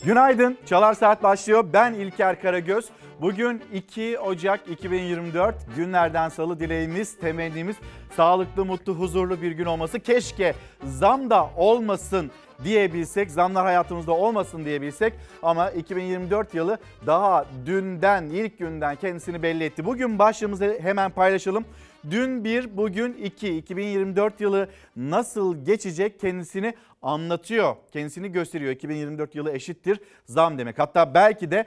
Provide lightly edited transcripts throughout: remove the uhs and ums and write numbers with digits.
Günaydın. Çalar Saat başlıyor. Ben İlker Karagöz. Bugün 2 Ocak 2024. Günlerden salı, dileğimiz, temennimiz sağlıklı, mutlu, huzurlu bir gün olması. Keşke zam da olmasın diyebilsek, zamlar hayatımızda olmasın diyebilsek, ama 2024 yılı daha dünden, ilk günden kendisini belli etti. Bugün başlığımızı hemen paylaşalım. Dün 1, bugün 2. 2024 yılı nasıl geçecek kendisini anlatıyor, kendisini gösteriyor. 2024 yılı eşittir zam demek. Hatta belki de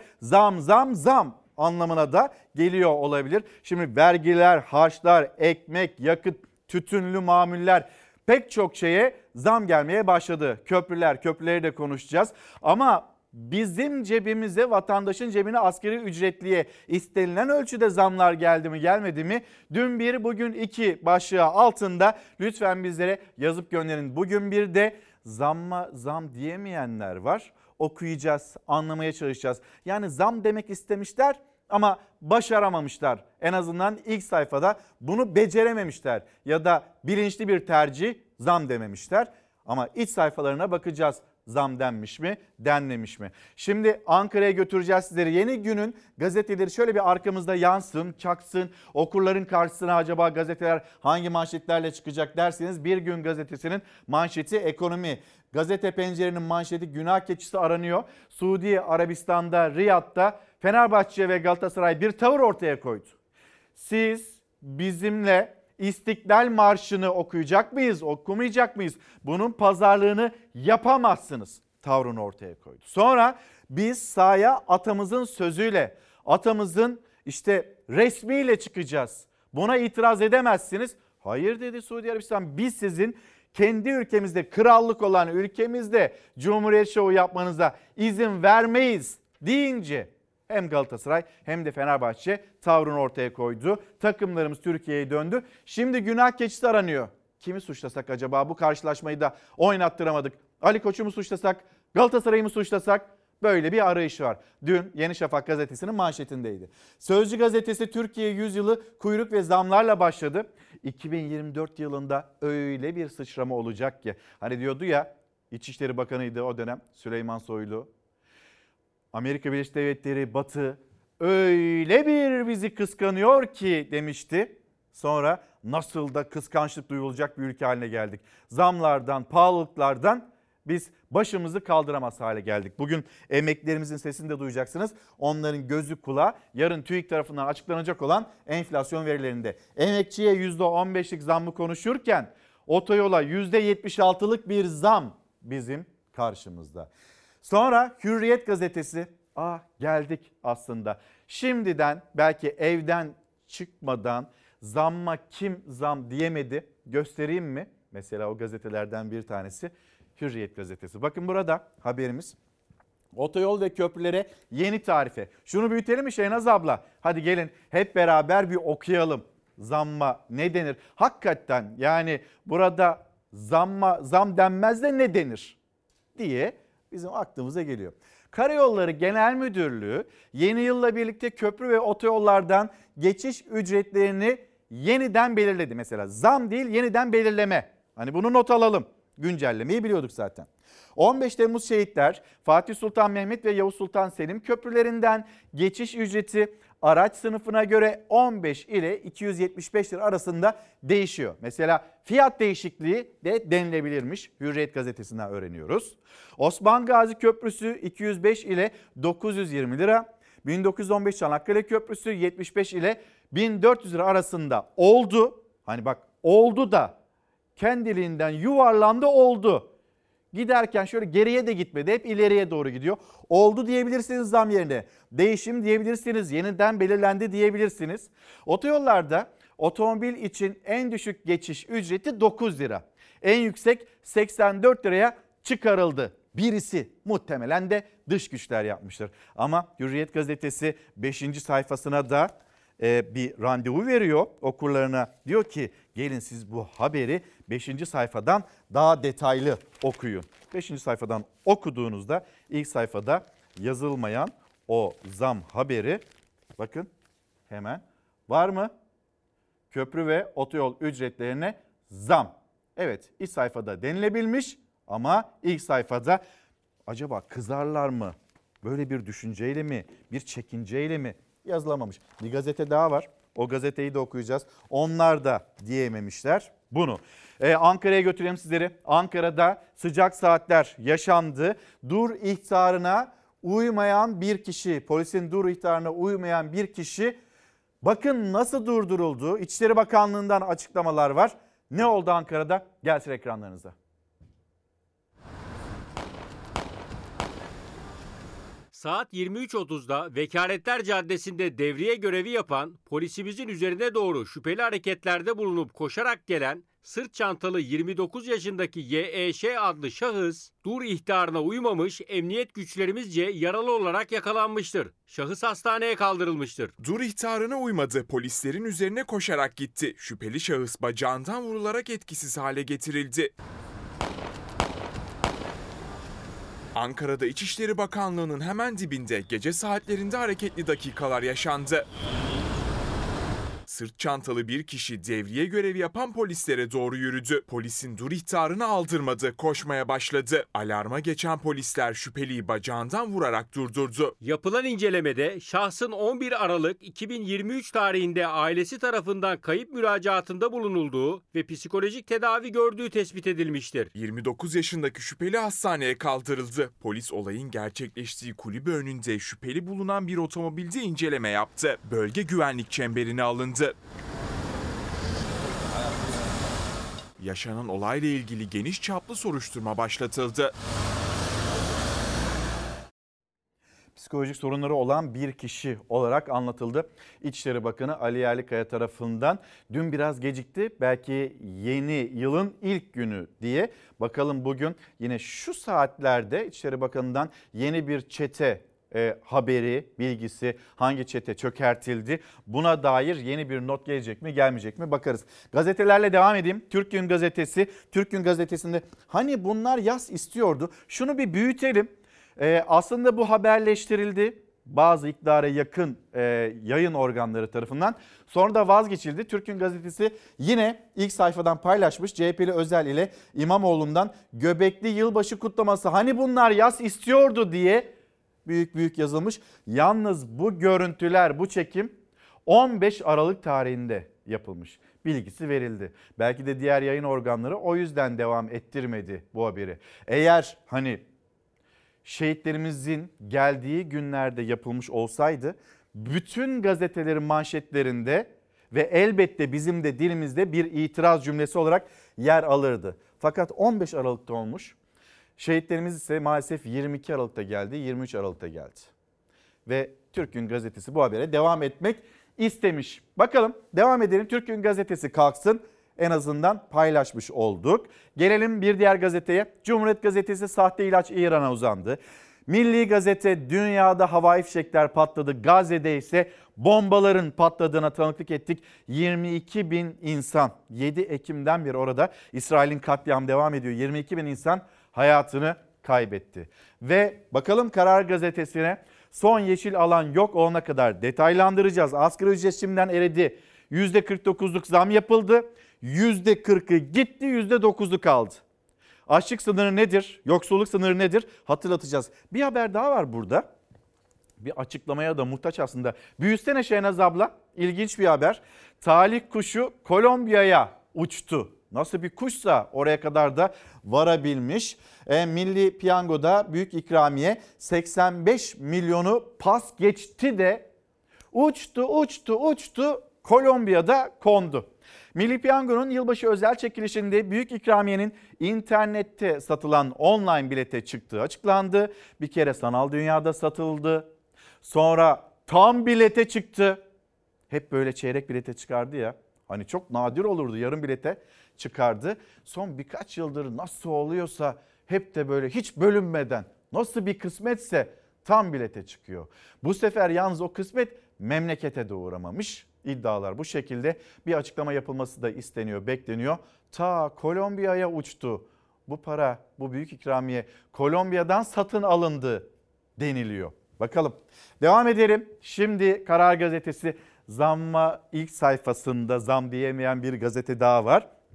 zam anlamına da geliyor olabilir. Şimdi vergiler, harçlar, ekmek, yakıt, tütünlü mamuller, pek çok şeye zam gelmeye başladı. Köprüleri de konuşacağız. Ama bizim cebimize, vatandaşın cebine, asgari ücretliye istenilen ölçüde zamlar geldi mi gelmedi mi? Dün 1, bugün 2 başlığı altında lütfen bizlere yazıp gönderin. Bugün bir de zamma zam diyemeyenler var. Okuyacağız, anlamaya çalışacağız. Yani zam demek istemişler ama başaramamışlar. En azından ilk sayfada bunu becerememişler ya da bilinçli bir tercih zam dememişler. Ama iç sayfalarına bakacağız. Zam denmiş mi, denmemiş mi? Şimdi Ankara'ya götüreceğiz sizleri. Yeni Gün'ün gazeteleri şöyle bir arkamızda yansın, çaksın. Okurların karşısına acaba gazeteler hangi manşetlerle çıkacak derseniz, Bir Gün gazetesinin manşeti ekonomi. Gazete Pencere'nin manşeti günah keçisi aranıyor. Suudi Arabistan'da, Riyad'da Fenerbahçe ve Galatasaray bir tavır ortaya koydu. Siz bizimle İstiklal Marşı'nı okuyacak mıyız, okumayacak mıyız? Bunun pazarlığını yapamazsınız tavrını ortaya koydu. Sonra biz sahaya atamızın sözüyle, atamızın resmiyle çıkacağız. Buna itiraz edemezsiniz. Hayır dedi Suudi Arabistan, biz sizin kendi ülkemizde, krallık olan ülkemizde Cumhuriyet şovu yapmanıza izin vermeyiz deyince hem Galatasaray hem de Fenerbahçe tavrını ortaya koydu. Takımlarımız Türkiye'ye döndü. Şimdi günah keçisi aranıyor. Kimi suçlasak acaba, bu karşılaşmayı da oynattıramadık? Ali Koç'u mu suçlasak, Galatasaray'ı mı suçlasak? Böyle bir arayış var. Dün Yeni Şafak gazetesinin manşetindeydi. Sözcü gazetesi Türkiye yüzyılı kuyruk ve zamlarla başladı. 2024 yılında öyle bir sıçrama olacak ki. Hani diyordu ya, İçişleri Bakanı'ydı o dönem Süleyman Soylu. Amerika Birleşik Devletleri, Batı öyle bir bizi kıskanıyor ki demişti. Sonra nasıl da kıskançlık duyulacak bir ülke haline geldik. Zamlardan, pahalılıklardan biz başımızı kaldıramaz hale geldik. Bugün emeklilerimizin sesini de duyacaksınız. Onların gözü kulağı yarın TÜİK tarafından açıklanacak olan enflasyon verilerinde. Emekçiye %15'lik zammı konuşurken otoyola %76'lık bir zam bizim karşımızda. Sonra Hürriyet gazetesi, geldik aslında. Şimdiden belki evden çıkmadan zamma kim zam diyemedi göstereyim mi? Mesela o gazetelerden bir tanesi Hürriyet gazetesi. Bakın burada haberimiz. Otoyol ve köprülere yeni tarife. Şunu büyütelim mi Şehnaz abla? Hadi gelin hep beraber bir okuyalım. Zamma ne denir? Hakikaten yani burada zam denmez de ne denir diye bizim aklımıza geliyor. Karayolları Genel Müdürlüğü yeni yılla birlikte köprü ve otoyollardan geçiş ücretlerini yeniden belirledi. Mesela zam değil, yeniden belirleme. Hani bunu not alalım. Güncellemeyi biliyorduk zaten. 15 Temmuz şehitler, Fatih Sultan Mehmet ve Yavuz Sultan Selim köprülerinden geçiş ücreti araç sınıfına göre 15 ile 275 lira arasında değişiyor. Mesela fiyat değişikliği de denilebilirmiş. Hürriyet gazetesinden öğreniyoruz. Osman Gazi Köprüsü 205 ile 920 lira. 1915 Çanakkale Köprüsü 75 ile 1400 lira arasında oldu. Hani bak, oldu da kendiliğinden yuvarlandı oldu. Giderken şöyle geriye de gitmedi, hep ileriye doğru gidiyor. Oldu diyebilirsiniz zam yerine. Değişim diyebilirsiniz, yeniden belirlendi diyebilirsiniz. Otoyollarda otomobil için en düşük geçiş ücreti 9 lira. En yüksek 84 liraya çıkarıldı. Birisi muhtemelen de dış güçler yapmıştır. Ama Hürriyet gazetesi 5. sayfasına da bir randevu veriyor okurlarına. Diyor ki gelin siz bu haberi 5. sayfadan daha detaylı okuyun. 5. sayfadan okuduğunuzda ilk sayfada yazılmayan o zam haberi, bakın hemen var mı? Köprü ve otoyol ücretlerine zam. Evet, iç sayfada denilebilmiş ama ilk sayfada acaba kızarlar mı, böyle bir düşünceyle mi, bir çekinceyle mi yazılamamış? Bir gazete daha var. O gazeteyi de okuyacağız. Onlar da diyememişler bunu. Ankara'ya götüreyim sizleri. Ankara'da sıcak saatler yaşandı. Dur ihtarına uymayan bir kişi, polisin dur ihtarına uymayan bir kişi bakın nasıl durduruldu. İçişleri Bakanlığı'ndan açıklamalar var. Ne oldu Ankara'da? Gelsin ekranlarınıza. Saat 23.30'da Vekaletler Caddesi'nde devriye görevi yapan polisimizin üzerine doğru şüpheli hareketlerde bulunup koşarak gelen sırt çantalı 29 yaşındaki YEŞ adlı şahıs dur ihtarına uymamış, emniyet güçlerimizce yaralı olarak yakalanmıştır. Şahıs hastaneye kaldırılmıştır. Dur ihtarına uymadı, polislerin üzerine koşarak gitti. Şüpheli şahıs bacağından vurularak etkisiz hale getirildi. Ankara'da İçişleri Bakanlığı'nın hemen dibinde gece saatlerinde hareketli dakikalar yaşandı. Sırt çantalı bir kişi devriye görevi yapan polislere doğru yürüdü. Polisin dur ihtarını aldırmadı, koşmaya başladı. Alarma geçen polisler şüpheliyi bacağından vurarak durdurdu. Yapılan incelemede şahsın 11 Aralık 2023 tarihinde ailesi tarafından kayıp müracaatında bulunulduğu ve psikolojik tedavi gördüğü tespit edilmiştir. 29 yaşındaki şüpheli hastaneye kaldırıldı. Polis olayın gerçekleştiği kulübe önünde şüpheli bulunan bir otomobilde inceleme yaptı. Bölge güvenlik çemberine alındı. Yaşanan olayla ilgili geniş çaplı soruşturma başlatıldı. Psikolojik sorunları olan bir kişi olarak anlatıldı. İçişleri Bakanı Ali Yerlikaya tarafından dün biraz gecikti. Belki yeni yılın ilk günü diye. Bakalım bugün yine şu saatlerde İçişleri Bakanı'ndan yeni bir çete haberi, bilgisi, hangi çete çökertildi, buna dair yeni bir not gelecek mi gelmeyecek mi bakarız. Gazetelerle devam edeyim. Türk Gün Gazetesi, Türk Gün Gazetesi'nde hani bunlar yas istiyordu, şunu bir büyütelim. Aslında bu haberleştirildi bazı iktidara yakın yayın organları tarafından, sonra da vazgeçildi. Türk Gün Gazetesi yine ilk sayfadan paylaşmış. CHP'li Özel ile İmamoğlu'ndan göbekli yılbaşı kutlaması hani bunlar yas istiyordu diye büyük büyük yazılmış. Yalnız bu görüntüler, bu çekim 15 Aralık tarihinde yapılmış. Bilgisi verildi. Belki de diğer yayın organları o yüzden devam ettirmedi bu haberi. Eğer hani şehitlerimizin geldiği günlerde yapılmış olsaydı bütün gazetelerin manşetlerinde ve elbette bizim de dilimizde bir itiraz cümlesi olarak yer alırdı. Fakat 15 Aralık'ta olmuş. Şehitlerimiz ise maalesef 22 Aralık'ta geldi, 23 Aralık'ta geldi. Ve Türk Gün Gazetesi bu habere devam etmek istemiş. Bakalım devam edelim. Türk Gün Gazetesi kalksın. En azından paylaşmış olduk. Gelelim bir diğer gazeteye. Cumhuriyet Gazetesi sahte ilaç İran'a uzandı. Milli Gazete dünyada havai fişekler patladı. Gazze'de ise bombaların patladığına tanıklık ettik. 22 bin insan 7 Ekim'den beri orada İsrail'in katliamı devam ediyor. 22 bin insan hayatını kaybetti. Ve bakalım Karar Gazetesi'ne, son yeşil alan yok olana kadar detaylandıracağız. Asgari ücret şimdiden eridi. %49'luk zam yapıldı. %40'ı gitti, %9'u kaldı. Açlık sınırı nedir? Yoksulluk sınırı nedir? Hatırlatacağız. Bir haber daha var burada. Bir açıklamaya da muhtaç aslında. Büyüsene Şehnaz abla. İlginç bir haber. Talih kuşu Kolombiya'ya uçtu. Nasıl bir kuşsa oraya kadar da varabilmiş. Milli Piyango'da büyük ikramiye 85 milyonu pas geçti de uçtu Kolombiya'da kondu. Milli Piyango'nun yılbaşı özel çekilişinde büyük ikramiyenin internette satılan online bilete çıktığı açıklandı. Bir kere sanal dünyada satıldı. Sonra tam bilete çıktı. Hep böyle çeyrek bilete çıkardı ya. Hani çok nadir olurdu, yarım bilete çıkardı. Son birkaç yıldır nasıl oluyorsa hep de böyle hiç bölünmeden, nasıl bir kısmetse tam bilete çıkıyor. Bu sefer yalnız o kısmet memlekete de uğramamış. İddialar bu şekilde, bir açıklama yapılması da isteniyor, bekleniyor. Ta Kolombiya'ya uçtu. Bu para, bu büyük ikramiye Kolombiya'dan satın alındı deniliyor. Bakalım. Devam edelim. Şimdi Karar Gazetesi zamma ilk sayfasında, zam diyemeyen bir gazete daha var.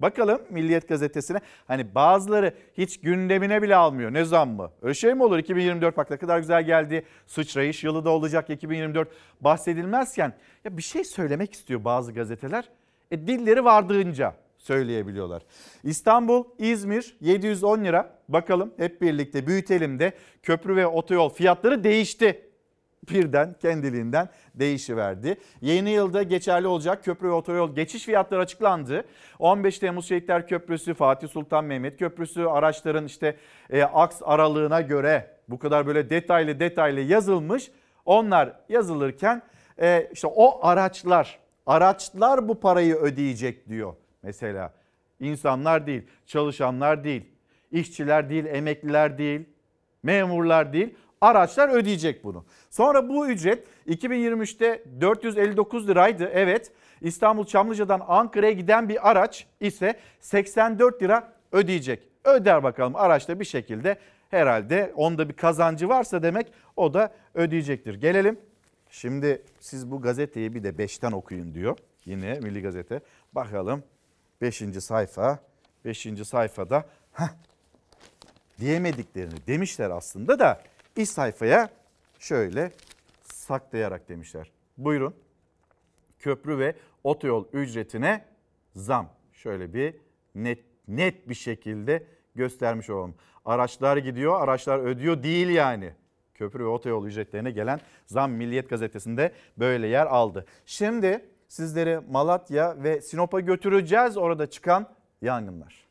Bakalım Milliyet gazetesine, hani bazıları hiç gündemine bile almıyor. Ne zammı? Öyle şey mi olur? 2024 bak ne kadar güzel geldi. Sıçrayış yılı da olacak 2024 bahsedilmezken. Ya bir şey söylemek istiyor bazı gazeteler. Dilleri vardığınca söyleyebiliyorlar. İstanbul, İzmir 710 lira. Bakalım hep birlikte büyütelim de köprü ve otoyol fiyatları değişti. Birden kendiliğinden değişiverdi. Yeni yılda geçerli olacak köprü ve otoyol geçiş fiyatları açıklandı. 15 Temmuz Şehitler Köprüsü, Fatih Sultan Mehmet Köprüsü araçların aks aralığına göre bu kadar böyle detaylı yazılmış. Onlar yazılırken o araçlar bu parayı ödeyecek diyor. Mesela insanlar değil, çalışanlar değil, işçiler değil, emekliler değil, memurlar değil. Araçlar ödeyecek bunu. Sonra bu ücret 2023'te 459 liraydı. Evet, İstanbul Çamlıca'dan Ankara'ya giden bir araç ise 84 lira ödeyecek. Öder bakalım, araçta bir şekilde herhalde onda bir kazancı varsa demek o da ödeyecektir. Gelelim. Şimdi siz bu gazeteyi bir de 5'ten okuyun diyor. Yine Milli Gazete. Bakalım 5. sayfa. 5. sayfada diyemediklerini demişler aslında da İç sayfaya şöyle saklayarak demişler. Buyurun, köprü ve otoyol ücretine zam. Şöyle bir net bir şekilde göstermiş olalım. Araçlar gidiyor, araçlar ödüyor değil yani. Köprü ve otoyol ücretlerine gelen zam Milliyet gazetesinde böyle yer aldı. Şimdi sizleri Malatya ve Sinop'a götüreceğiz, orada çıkan yangınlar.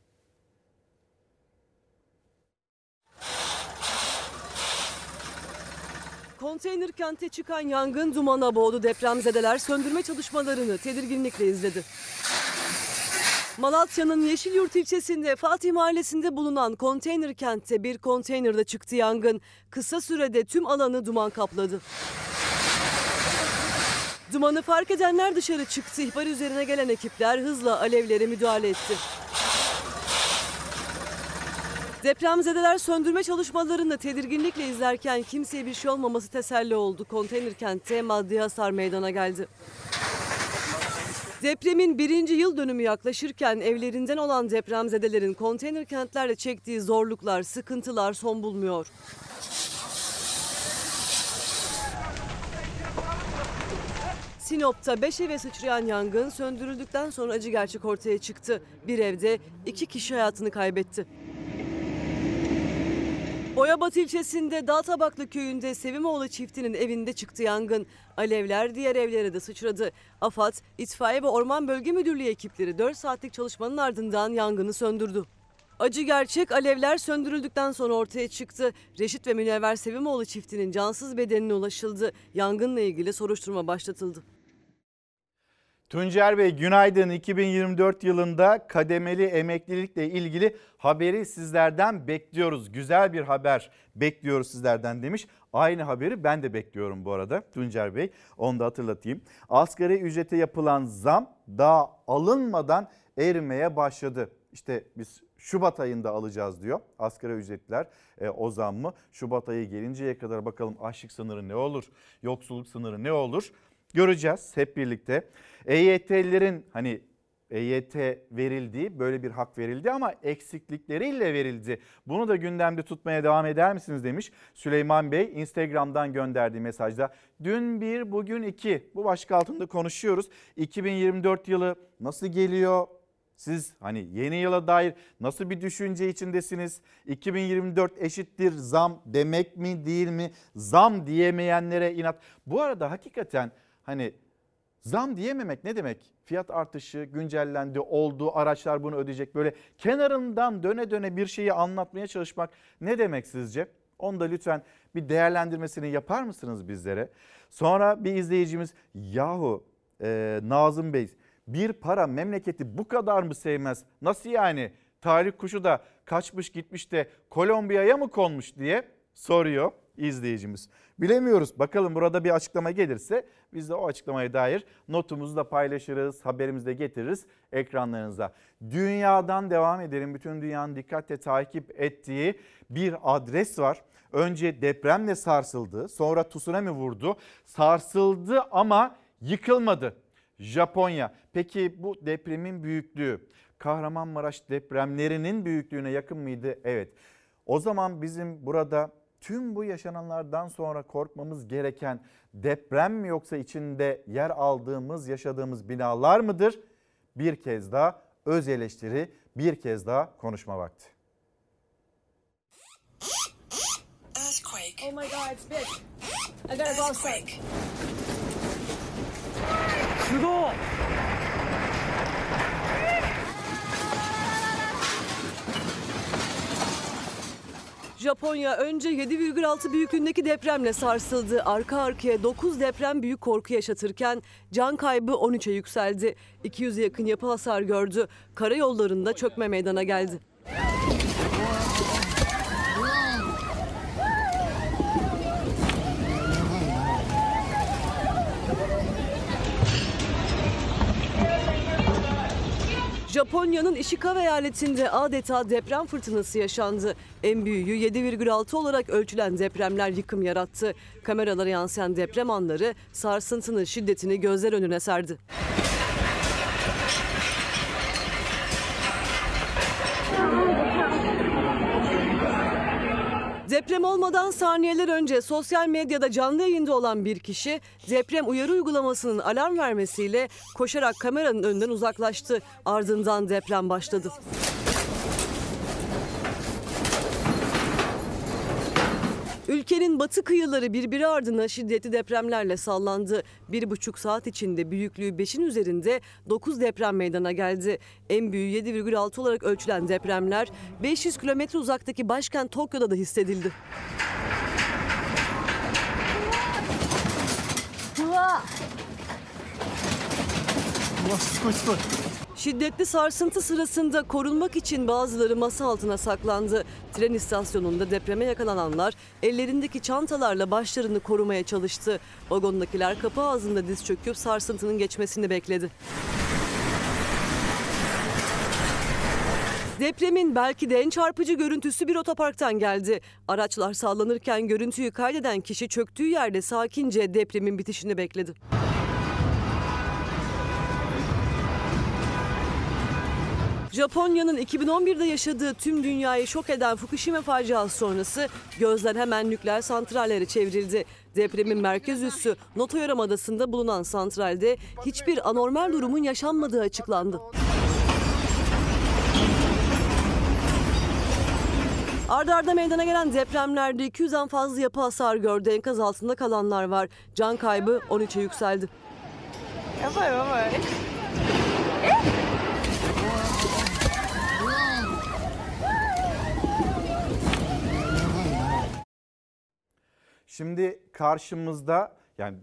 Konteyner kente çıkan yangın dumana boğdu. Depremzedeler söndürme çalışmalarını tedirginlikle izledi. Malatya'nın Yeşilyurt ilçesinde Fatih Mahallesi'nde bulunan konteyner kentte bir konteynerde çıktı yangın. Kısa sürede tüm alanı duman kapladı. Dumanı fark edenler dışarı çıktı. İhbar üzerine gelen ekipler hızla alevlere müdahale etti. Depremzedeler söndürme çalışmalarını tedirginlikle izlerken kimseye bir şey olmaması teselli oldu. Konteyner kentte maddi hasar meydana geldi. Depremin 1. yıl dönümü yaklaşırken evlerinden olan depremzedelerin konteyner kentlerle çektiği zorluklar, sıkıntılar son bulmuyor. Sinop'ta 5 eve sıçrayan yangın söndürüldükten sonra acı gerçek ortaya çıktı. Bir evde 2 kişi hayatını kaybetti. Boyabat ilçesinde Dağtabaklı köyünde Sevimoğlu çiftinin evinde çıktı yangın. Alevler diğer evlere de sıçradı. AFAD, İtfaiye ve Orman Bölge Müdürlüğü ekipleri 4 saatlik çalışmanın ardından yangını söndürdü. Acı gerçek alevler söndürüldükten sonra ortaya çıktı. Reşit ve Münevver Sevimoğlu çiftinin cansız bedenine ulaşıldı. Yangınla ilgili soruşturma başlatıldı. Tuncer Bey günaydın. 2024 yılında kademeli emeklilikle ilgili haberi sizlerden bekliyoruz. Güzel bir haber bekliyoruz sizlerden demiş. Aynı haberi ben de bekliyorum bu arada Tuncer Bey. Onu da hatırlatayım. Asgari ücrete yapılan zam daha alınmadan erimeye başladı. İşte biz Şubat ayında alacağız diyor asgari ücretliler o zammı. Şubat ayı gelinceye kadar bakalım açlık sınırı ne olur, yoksulluk sınırı ne olur göreceğiz hep birlikte. EYT'lilerin EYT verildi, böyle bir hak verildi ama eksiklikleriyle verildi. Bunu da gündemde tutmaya devam eder misiniz demiş Süleyman Bey Instagram'dan gönderdiği mesajda. Dün 1, bugün 2 bu başlık altında konuşuyoruz. 2024 yılı nasıl geliyor? Siz yeni yıla dair nasıl bir düşünce içindesiniz? 2024 eşittir zam demek mi değil mi? Zam diyemeyenlere inat. Bu arada hakikaten zam diyememek ne demek? Fiyat artışı güncellendi, oldu, araçlar bunu ödeyecek. Böyle kenarından döne döne bir şeyi anlatmaya çalışmak ne demek sizce? Onu da lütfen bir değerlendirmesini yapar mısınız bizlere? Sonra bir izleyicimiz Nazım Bey bir para memleketi bu kadar mı sevmez? Nasıl yani? Tarih kuşu da kaçmış gitmiş de Kolombiya'ya mı konmuş diye soruyor izleyicimiz. Bilemiyoruz. Bakalım burada bir açıklama gelirse biz de o açıklamaya dair notumuzu da paylaşırız, haberimizi de getiririz ekranlarınıza. Dünyadan devam edelim. Bütün dünyanın dikkatle takip ettiği bir adres var. Önce depremle sarsıldı, sonra tsunami vurdu. Sarsıldı ama yıkılmadı. Japonya. Peki bu depremin büyüklüğü Kahramanmaraş depremlerinin büyüklüğüne yakın mıydı? Evet. O zaman bizim burada tüm bu yaşananlardan sonra korkmamız gereken deprem mi yoksa içinde yer aldığımız, yaşadığımız binalar mıdır? Bir kez daha öz eleştiri, bir kez daha konuşma vakti. Oh my God, it's big. I gotta go outside. Japonya önce 7,6 büyüklüğündeki depremle sarsıldı. Arka arkaya 9 deprem büyük korku yaşatırken can kaybı 13'e yükseldi. 200'e yakın yapı hasar gördü. Karayollarında çökme meydana geldi. Japonya'nın Ishikawa eyaletinde adeta deprem fırtınası yaşandı. En büyüğü 7,6 olarak ölçülen depremler yıkım yarattı. Kameralara yansıyan deprem anları sarsıntının şiddetini gözler önüne serdi. Deprem olmadan saniyeler önce sosyal medyada canlı yayında olan bir kişi deprem uyarı uygulamasının alarm vermesiyle koşarak kameranın önünden uzaklaştı. Ardından deprem başladı. Ülkenin batı kıyıları birbiri ardına şiddetli depremlerle sallandı. 1,5 saat içinde büyüklüğü 5'in üzerinde 9 deprem meydana geldi. En büyüğü 7,6 olarak ölçülen depremler 500 kilometre uzaktaki başkent Tokyo'da da hissedildi. Şiddetli sarsıntı sırasında korunmak için bazıları masa altına saklandı. Tren istasyonunda depreme yakalananlar ellerindeki çantalarla başlarını korumaya çalıştı. Vagondakiler kapı ağzında diz çöküp sarsıntının geçmesini bekledi. Depremin belki de en çarpıcı görüntüsü bir otoparktan geldi. Araçlar sallanırken görüntüyü kaydeden kişi çöktüğü yerde sakince depremin bitişini bekledi. Japonya'nın 2011'de yaşadığı tüm dünyayı şok eden Fukushima faciası sonrası gözler hemen nükleer santrallere çevrildi. Depremin merkez üssü Noto Yarımadası'nda bulunan santralde hiçbir anormal durumun yaşanmadığı açıklandı. Arda arda meydana gelen depremlerde 200'den fazla yapı hasar gördü. Enkaz altında kalanlar var. Can kaybı 13'e yükseldi. Şimdi karşımızda yani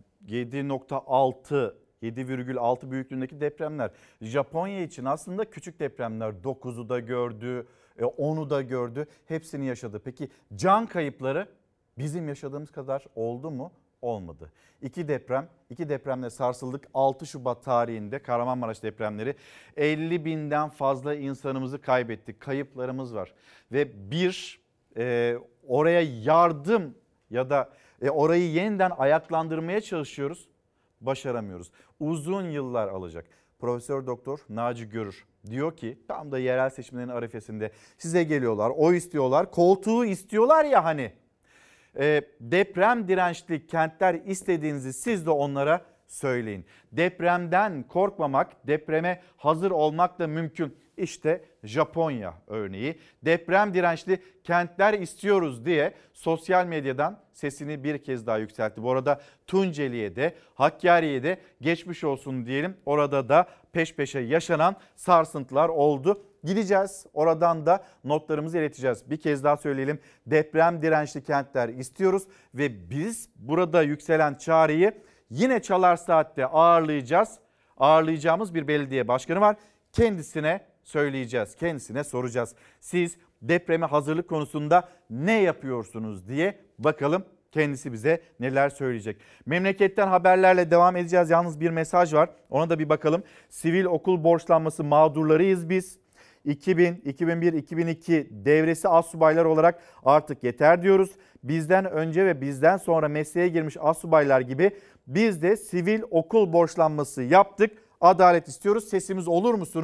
7,6 büyüklüğündeki depremler. Japonya için aslında küçük depremler, 9'u da gördü, 10'u da gördü, hepsini yaşadı. Peki can kayıpları bizim yaşadığımız kadar oldu mu? Olmadı. İki depremle sarsıldık. 6 Şubat tarihinde Kahramanmaraş depremleri 50 binden fazla insanımızı kaybettik. Kayıplarımız var ve oraya yardım ya da orayı yeniden ayaklandırmaya çalışıyoruz. Başaramıyoruz. Uzun yıllar alacak. Profesör Doktor Naci Görür diyor ki tam da yerel seçimlerin arifesinde size geliyorlar, o istiyorlar, koltuğu istiyorlar ya hani. Deprem dirençli kentler istediğinizi siz de onlara söyleyin. Depremden korkmamak, depreme hazır olmak da mümkün. İşte Japonya örneği. Deprem dirençli kentler istiyoruz diye sosyal medyadan sesini bir kez daha yükseltti. Bu arada Tunceli'ye de Hakkari'ye de geçmiş olsun diyelim. Orada da peş peşe yaşanan sarsıntılar oldu. Gideceğiz, oradan da notlarımızı ileteceğiz. Bir kez daha söyleyelim, deprem dirençli kentler istiyoruz ve biz burada yükselen çağrıyı yine Çalar Saat'te ağırlayacağımız bir belediye başkanı var. Kendisine söyleyeceğiz, kendisine soracağız. Siz depreme hazırlık konusunda ne yapıyorsunuz diye bakalım kendisi bize neler söyleyecek. Memleketten haberlerle devam edeceğiz. Yalnız bir mesaj var, ona da bir bakalım. Sivil okul borçlanması mağdurlarıyız biz. 2000, 2001, 2002 devresi astsubaylar olarak artık yeter diyoruz. Bizden önce ve bizden sonra mesleğe girmiş astsubaylar gibi biz de sivil okul borçlanması yaptık. Adalet istiyoruz. Sesimiz olur musunuz?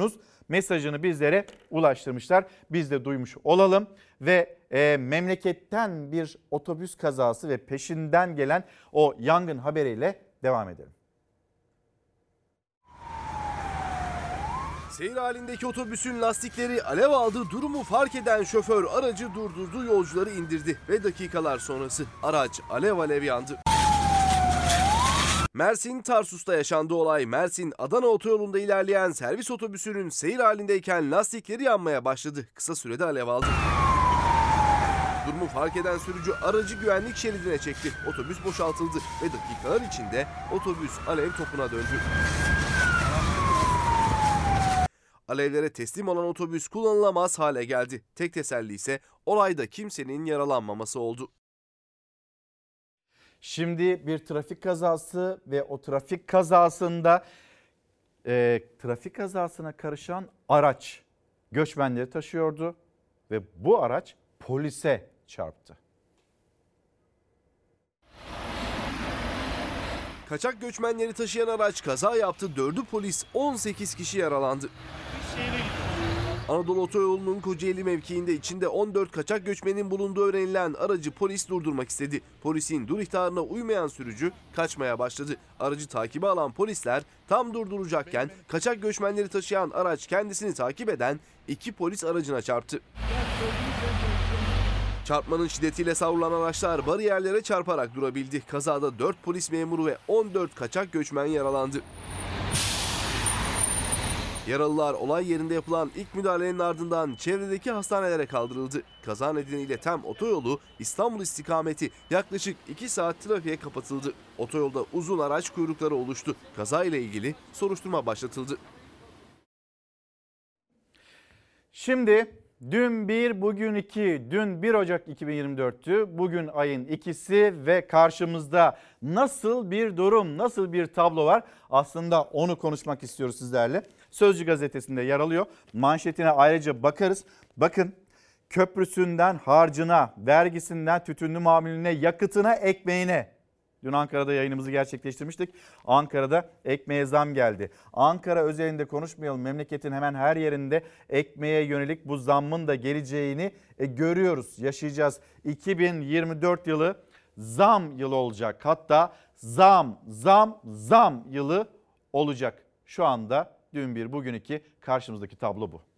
mesajını bizlere ulaştırmışlar. Biz de duymuş olalım ve memleketten bir otobüs kazası ve peşinden gelen o yangın haberiyle devam edelim. Seyir halindeki otobüsün lastikleri alev aldı. Durumu fark eden şoför aracı durdurdu, yolcuları indirdi ve dakikalar sonrası araç alev alev yandı. Mersin Tarsus'ta yaşandı olay. Mersin Adana otoyolunda ilerleyen servis otobüsünün seyir halindeyken lastikleri yanmaya başladı. Kısa sürede alev aldı. Durumu fark eden sürücü aracı güvenlik şeridine çekti. Otobüs boşaltıldı ve dakikalar içinde otobüs alev topuna döndü. Alevlere teslim olan otobüs kullanılamaz hale geldi. Tek teselli ise olayda kimsenin yaralanmaması oldu. Şimdi bir trafik kazası ve o trafik kazasında trafik kazasına karışan araç göçmenleri taşıyordu ve bu araç polise çarptı. Kaçak göçmenleri taşıyan araç kaza yaptı. 4'ü polis, 18 kişi yaralandı. Anadolu Otoyolu'nun Kocaeli mevkiinde içinde 14 kaçak göçmenin bulunduğu öğrenilen aracı polis durdurmak istedi. Polisin dur ihtarına uymayan sürücü kaçmaya başladı. Aracı takibe alan polisler tam durduracakken kaçak göçmenleri taşıyan araç kendisini takip eden 2 polis aracına çarptı. Çarpmanın şiddetiyle savrulan araçlar bariyerlere çarparak durabildi. Kazada 4 polis memuru ve 14 kaçak göçmen yaralandı. Yaralılar olay yerinde yapılan ilk müdahalenin ardından çevredeki hastanelere kaldırıldı. Kaza nedeniyle TEM otoyolu İstanbul istikameti yaklaşık 2 saat trafiğe kapatıldı. Otoyolda uzun araç kuyrukları oluştu. Kaza ile ilgili soruşturma başlatıldı. Şimdi dün 1, bugün 2, dün 1 Ocak 2024'tü, bugün ayın 2'si ve karşımızda nasıl bir durum, nasıl bir tablo var? Aslında onu konuşmak istiyoruz sizlerle. Sözcü gazetesinde yer alıyor. Manşetine ayrıca bakarız. Bakın, köprüsünden harcına, vergisinden tütünlü mamuline, yakıtına, ekmeğine. Dün Ankara'da yayınımızı gerçekleştirmiştik. Ankara'da ekmeğe zam geldi. Ankara özelinde konuşmayalım. Memleketin hemen her yerinde ekmeğe yönelik bu zammın da geleceğini görüyoruz, yaşayacağız. 2024 yılı zam yılı olacak. Hatta zam yılı olacak. Şu anda dün 1, bugün 2 karşımızdaki tablo bu.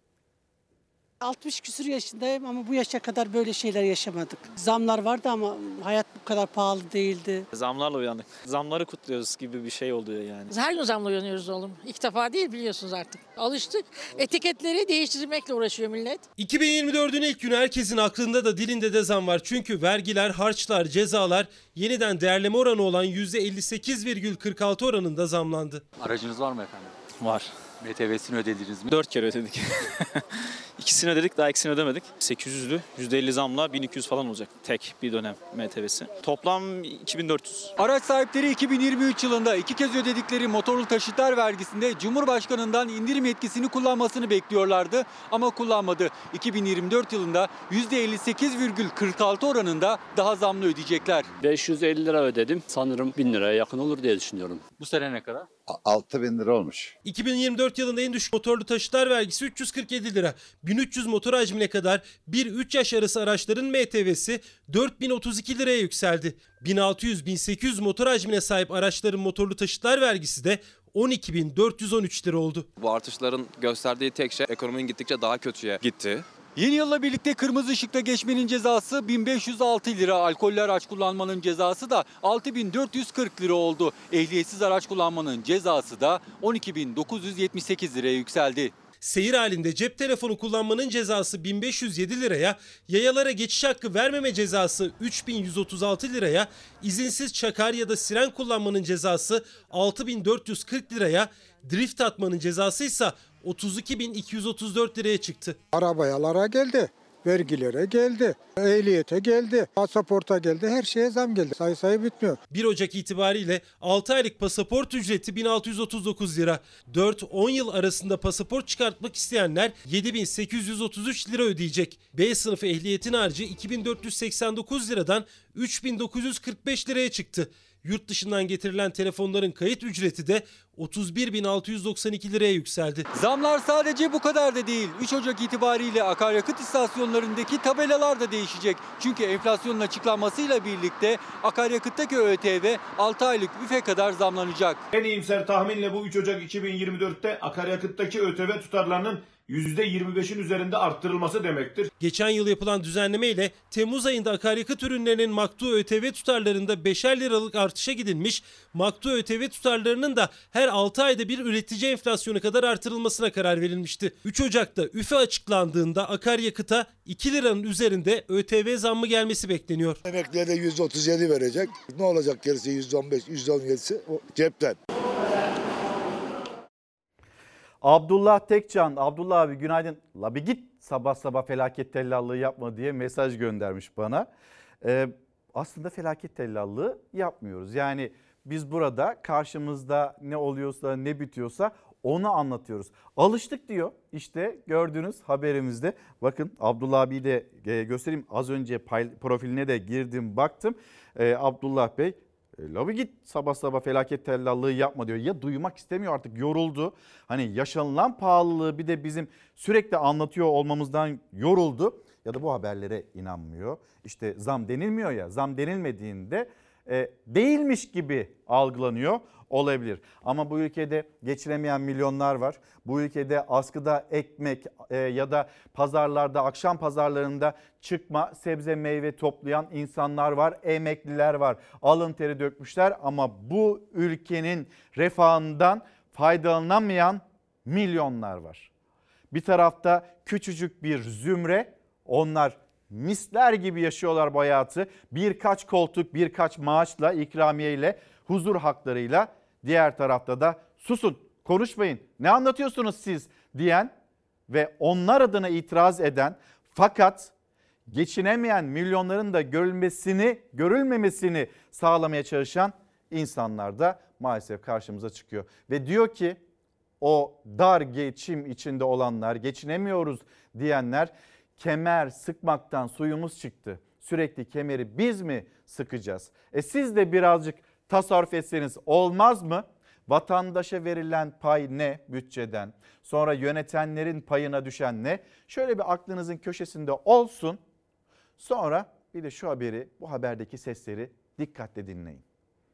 60 küsur yaşındayım ama bu yaşa kadar böyle şeyler yaşamadık. Zamlar vardı ama hayat bu kadar pahalı değildi. Zamlarla uyandık. Zamları kutluyoruz gibi bir şey oluyor yani. Her gün zamla uyanıyoruz oğlum. İlk defa değil, biliyorsunuz artık. Alıştık. Etiketleri değiştirmekle uğraşıyor millet. 2024'ün ilk günü herkesin aklında da dilinde de zam var. Çünkü vergiler, harçlar, cezalar yeniden değerleme oranı olan %58,46 oranında zamlandı. Aracınız var mı efendim? Var. MTV'sini ödediniz mi? 4 kere ödedik. İkisini ödedik, daha ikisini ödemedik. 800'lü %50 zamla 1200 falan olacak tek bir dönem MTV'si. Toplam 2400. Araç sahipleri 2023 yılında 2 kez ödedikleri motorlu taşıtlar vergisinde Cumhurbaşkanı'ndan indirim yetkisini kullanmasını bekliyorlardı ama kullanmadı. 2024 yılında %58,46 oranında daha zamlı ödeyecekler. 550 lira ödedim. Sanırım 1000 liraya yakın olur diye düşünüyorum. Bu sene ne kadar? 6.000 lira olmuş. 2024 yılında en düşük motorlu taşıtlar vergisi 347 lira. 1300 motor hacmine kadar 1-3 yaş arası araçların MTV'si 4032 liraya yükseldi. 1600-1800 motor hacmine sahip araçların motorlu taşıtlar vergisi de 12.413 lira oldu. Bu artışların gösterdiği tek şey ekonominin gittikçe daha kötüye gitti. Yeni yılla birlikte kırmızı ışıkta geçmenin cezası 1506 lira. Alkollü araç kullanmanın cezası da 6440 lira oldu. Ehliyetsiz araç kullanmanın cezası da 12.978 liraya yükseldi. Seyir halinde cep telefonu kullanmanın cezası 1507 liraya, yayalara geçiş hakkı vermeme cezası 3136 liraya, izinsiz çakar ya da siren kullanmanın cezası 6440 liraya, drift atmanın cezası ise 32.234 liraya çıktı. Arabayalara geldi, vergilere geldi, ehliyete geldi, pasaporta geldi, her şeye zam geldi. Sayı bitmiyor. 1 Ocak itibariyle 6 aylık pasaport ücreti 1639 lira. 4-10 yıl arasında pasaport çıkartmak isteyenler 7833 lira ödeyecek. B sınıfı ehliyetin harcı 2489 liradan 3945 liraya çıktı. Yurt dışından getirilen telefonların kayıt ücreti de 31.692 liraya yükseldi. Zamlar sadece bu kadar da değil. 3 Ocak itibariyle akaryakıt istasyonlarındaki tabelalar da değişecek. Çünkü enflasyonun açıklanmasıyla birlikte akaryakıttaki ÖTV 6 aylık büfe kadar zamlanacak. En iyimser tahminle bu 3 Ocak 2024'te akaryakıttaki ÖTV tutarlarının %25'in üzerinde arttırılması demektir. Geçen yıl yapılan düzenleme ile Temmuz ayında akaryakıt ürünlerinin maktu ÖTV tutarlarında 5'er liralık artışa gidilmiş, maktu ÖTV tutarlarının da her 6 ayda bir üretici enflasyonu kadar artırılmasına karar verilmişti. 3 Ocak'ta üfe açıklandığında akaryakıta 2 liranın üzerinde ÖTV zammı gelmesi bekleniyor. Emekliye de %37 verecek. Ne olacak gerisi %15, %17'si o cepten. Abdullah Tekcan, Abdullah abi günaydın. La bir git sabah sabah felaket tellallığı yapma diye mesaj göndermiş bana. Aslında felaket tellallığı yapmıyoruz. Yani biz burada karşımızda ne oluyorsa ne bitiyorsa onu anlatıyoruz. Alıştık diyor işte gördüğünüz haberimizde. Bakın Abdullah abiyi de göstereyim. Az önce profiline de girdim baktım. Abdullah Bey labi git sabah sabah felaket tellallığı yapma diyor. Ya duymak istemiyor artık yoruldu. Hani yaşanılan pahalılığı bir de bizim sürekli anlatıyor olmamızdan yoruldu. Ya da bu haberlere inanmıyor. İşte zam denilmiyor ya, zam denilmediğinde değilmiş gibi algılanıyor olabilir. Ama bu ülkede geçiremeyen milyonlar var. Bu ülkede askıda ekmek ya da pazarlarda, akşam pazarlarında çıkma sebze meyve toplayan insanlar var. Emekliler var. Alın teri dökmüşler ama bu ülkenin refahından faydalanamayan milyonlar var. Bir tarafta küçücük bir zümre, onlar misler gibi yaşıyorlar bu hayatı. Birkaç koltuk, birkaç maaşla, ikramiyeyle, huzur haklarıyla. Diğer tarafta da susun, konuşmayın, ne anlatıyorsunuz siz diyen ve onlar adına itiraz eden fakat geçinemeyen milyonların da görülmemesini sağlamaya çalışan insanlar da maalesef karşımıza çıkıyor. Ve diyor ki o dar geçim içinde olanlar, geçinemiyoruz diyenler, kemer sıkmaktan suyumuz çıktı. Sürekli kemeri biz mi sıkacağız? Siz de birazcık tasarruf etseniz olmaz mı? Vatandaşa verilen pay ne bütçeden? Sonra yönetenlerin payına düşen ne? Şöyle bir aklınızın köşesinde olsun. Sonra bir de şu haberi, bu haberdeki sesleri dikkatle dinleyin.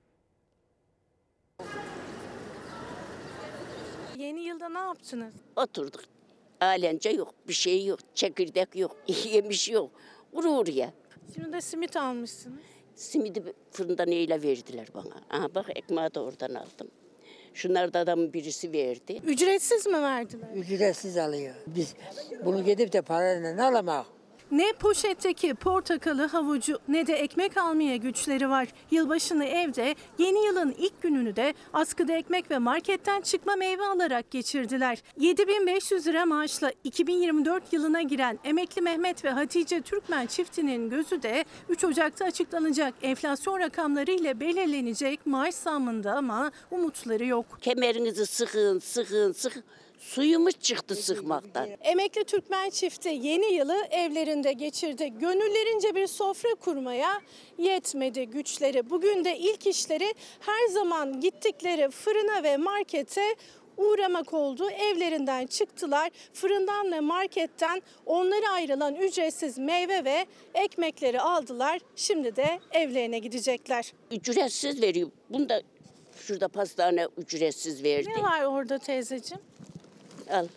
Yeni yılda ne yaptınız? Oturduk. Alence yok, bir şey yok, çekirdek yok, yemiş yok. Kuru ya. Şimdi de simit almışsınız. Simidi fırında neyle verdiler bana. Aha bak ekmeği de oradan aldım. Şunlar da adamın birisi verdi. Ücretsiz mi verdiler? Ücretsiz alıyor. Biz bunu gidip de parayla ne alamak? Ne poşetteki portakalı, havucu ne de ekmek almaya güçleri var. Yılbaşını evde, yeni yılın ilk gününü de askıda ekmek ve marketten çıkma meyve alarak geçirdiler. 7.500 lira maaşla 2024 yılına giren emekli Mehmet ve Hatice Türkmen çiftinin gözü de 3 Ocak'ta açıklanacak enflasyon rakamları ile belirlenecek maaş zammında ama umutları yok. Kemerinizi sıkın, sıkın, sıkın. Suyumuz çıktı sıkmaktan. Emekli Türkmen çifti yeni yılı evlerinde geçirdi. Gönüllerince bir sofra kurmaya yetmedi güçleri. Bugün de ilk işleri her zaman gittikleri fırına ve markete uğramak oldu. Evlerinden çıktılar. Fırından ve marketten onlara ayrılan ücretsiz meyve ve ekmekleri aldılar. Şimdi de evlerine gidecekler. Ücretsiz veriyor. Bunu da şurada pastane ücretsiz verdi. Ne var orada teyzeciğim? Al.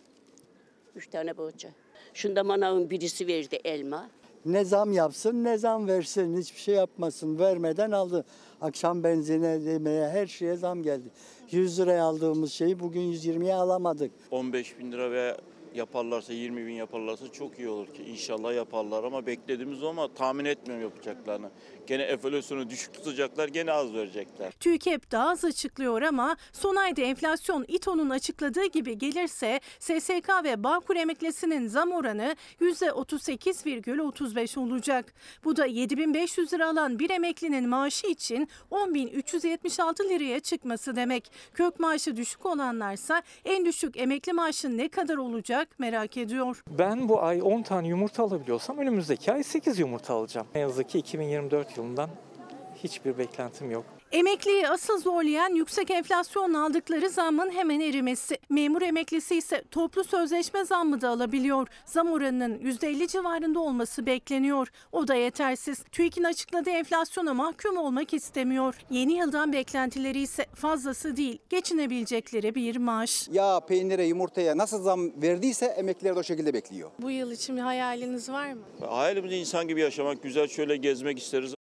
3 tane poğaça. Şunda manavın birisi verdi elma. Ne zam yapsın ne zam versin, hiçbir şey yapmasın, vermeden aldı. Akşam benzine, yemeğe, her şeye zam geldi. 100 liraya aldığımız şeyi bugün 120'ye alamadık. 15.000 lira veya yaparlarsa 20.000 yaparlarsa çok iyi olur ki. İnşallah yaparlar ama beklediğimiz o ama tahmin etmiyorum yapacaklarını. Gene enflasyonu düşük tutacaklar, gene az verecekler. TÜİK daha az açıklıyor ama son ayda enflasyon İTO'nun açıkladığı gibi gelirse SSK ve Bağkur emeklisinin zam oranı %38,35 olacak. Bu da 7.500 lira alan bir emeklinin maaşı için 10.376 liraya çıkması demek. Kök maaşı düşük olanlarsa en düşük emekli maaşı ne kadar olacak merak ediyor. Ben bu ay 10 tane yumurta alabiliyorsam önümüzdeki ay 8 yumurta alacağım. Ne yazık ki 2024 yılından hiçbir beklentim yok. Emekliyi asıl zorlayan yüksek enflasyonla aldıkları zammın hemen erimesi. Memur emeklisi ise toplu sözleşme zammı da alabiliyor. Zam oranının %50 civarında olması bekleniyor. O da yetersiz. TÜİK'in açıkladığı enflasyona mahkum olmak istemiyor. Yeni yıldan beklentileri ise fazlası değil, geçinebilecekleri bir maaş. Yağ, peynire, yumurtaya nasıl zam verdiyse emekliler de o şekilde bekliyor. Bu yıl için bir hayaliniz var mı? Hayalimiz insan gibi yaşamak, güzel şöyle gezmek isteriz.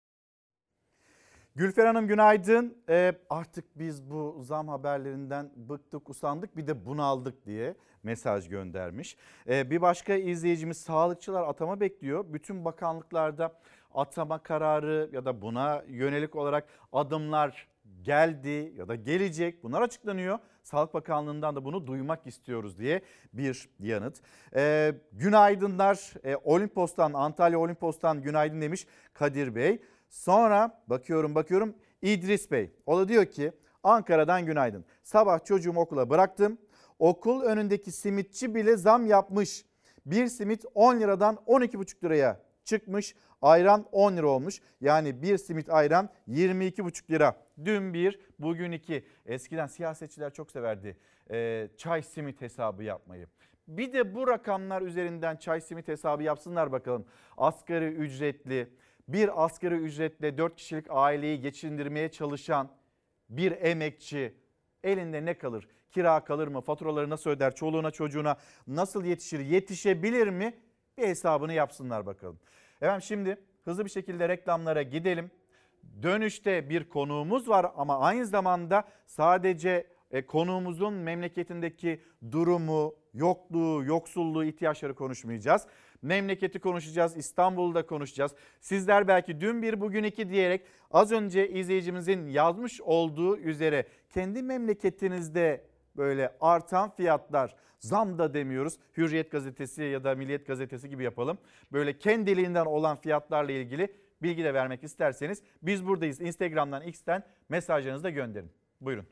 Gülfer Hanım günaydın. Artık biz bu zam haberlerinden bıktık, usandık, bir de bunaldık diye mesaj göndermiş. Bir başka izleyicimiz sağlıkçılar atama bekliyor. Bütün bakanlıklarda atama kararı ya da buna yönelik olarak adımlar geldi ya da gelecek. Bunlar açıklanıyor. Sağlık Bakanlığı'ndan da bunu duymak istiyoruz diye bir yanıt. Günaydınlar. Olimpos'tan, Antalya Olimpos'tan günaydın demiş Kadir Bey. Sonra bakıyorum İdris Bey. O da diyor ki Ankara'dan günaydın. Sabah çocuğumu okula bıraktım. Okul önündeki simitçi bile zam yapmış. Bir simit 10 liradan 12,5 liraya çıkmış. Ayran 10 lira olmuş. Yani bir simit ayran 22,5 lira. Dün 1, bugün 2. Eskiden siyasetçiler çok severdi çay simit hesabı yapmayı. Bir de bu rakamlar üzerinden çay simit hesabı yapsınlar bakalım. Asgari ücretli, bir asgari ücretle 4 kişilik aileyi geçindirmeye çalışan bir emekçi elinde ne kalır? Kira kalır mı? Faturaları nasıl öder? Çoluğuna çocuğuna nasıl yetişir? Yetişebilir mi? Bir hesabını yapsınlar bakalım. Efendim şimdi hızlı bir şekilde reklamlara gidelim. Dönüşte bir konuğumuz var ama aynı zamanda sadece konuğumuzun memleketindeki durumu, yokluğu, yoksulluğu, ihtiyaçları konuşmayacağız. Memleketi konuşacağız, İstanbul'da konuşacağız. Sizler belki dün 1 bugün 2 diyerek az önce izleyicimizin yazmış olduğu üzere kendi memleketinizde böyle artan fiyatlar, zam da demiyoruz. Hürriyet gazetesi ya da Milliyet gazetesi gibi yapalım. Böyle kendiliğinden olan fiyatlarla ilgili bilgi de vermek isterseniz biz buradayız. Instagram'dan, X'ten mesajlarınızı da gönderin. Buyurun.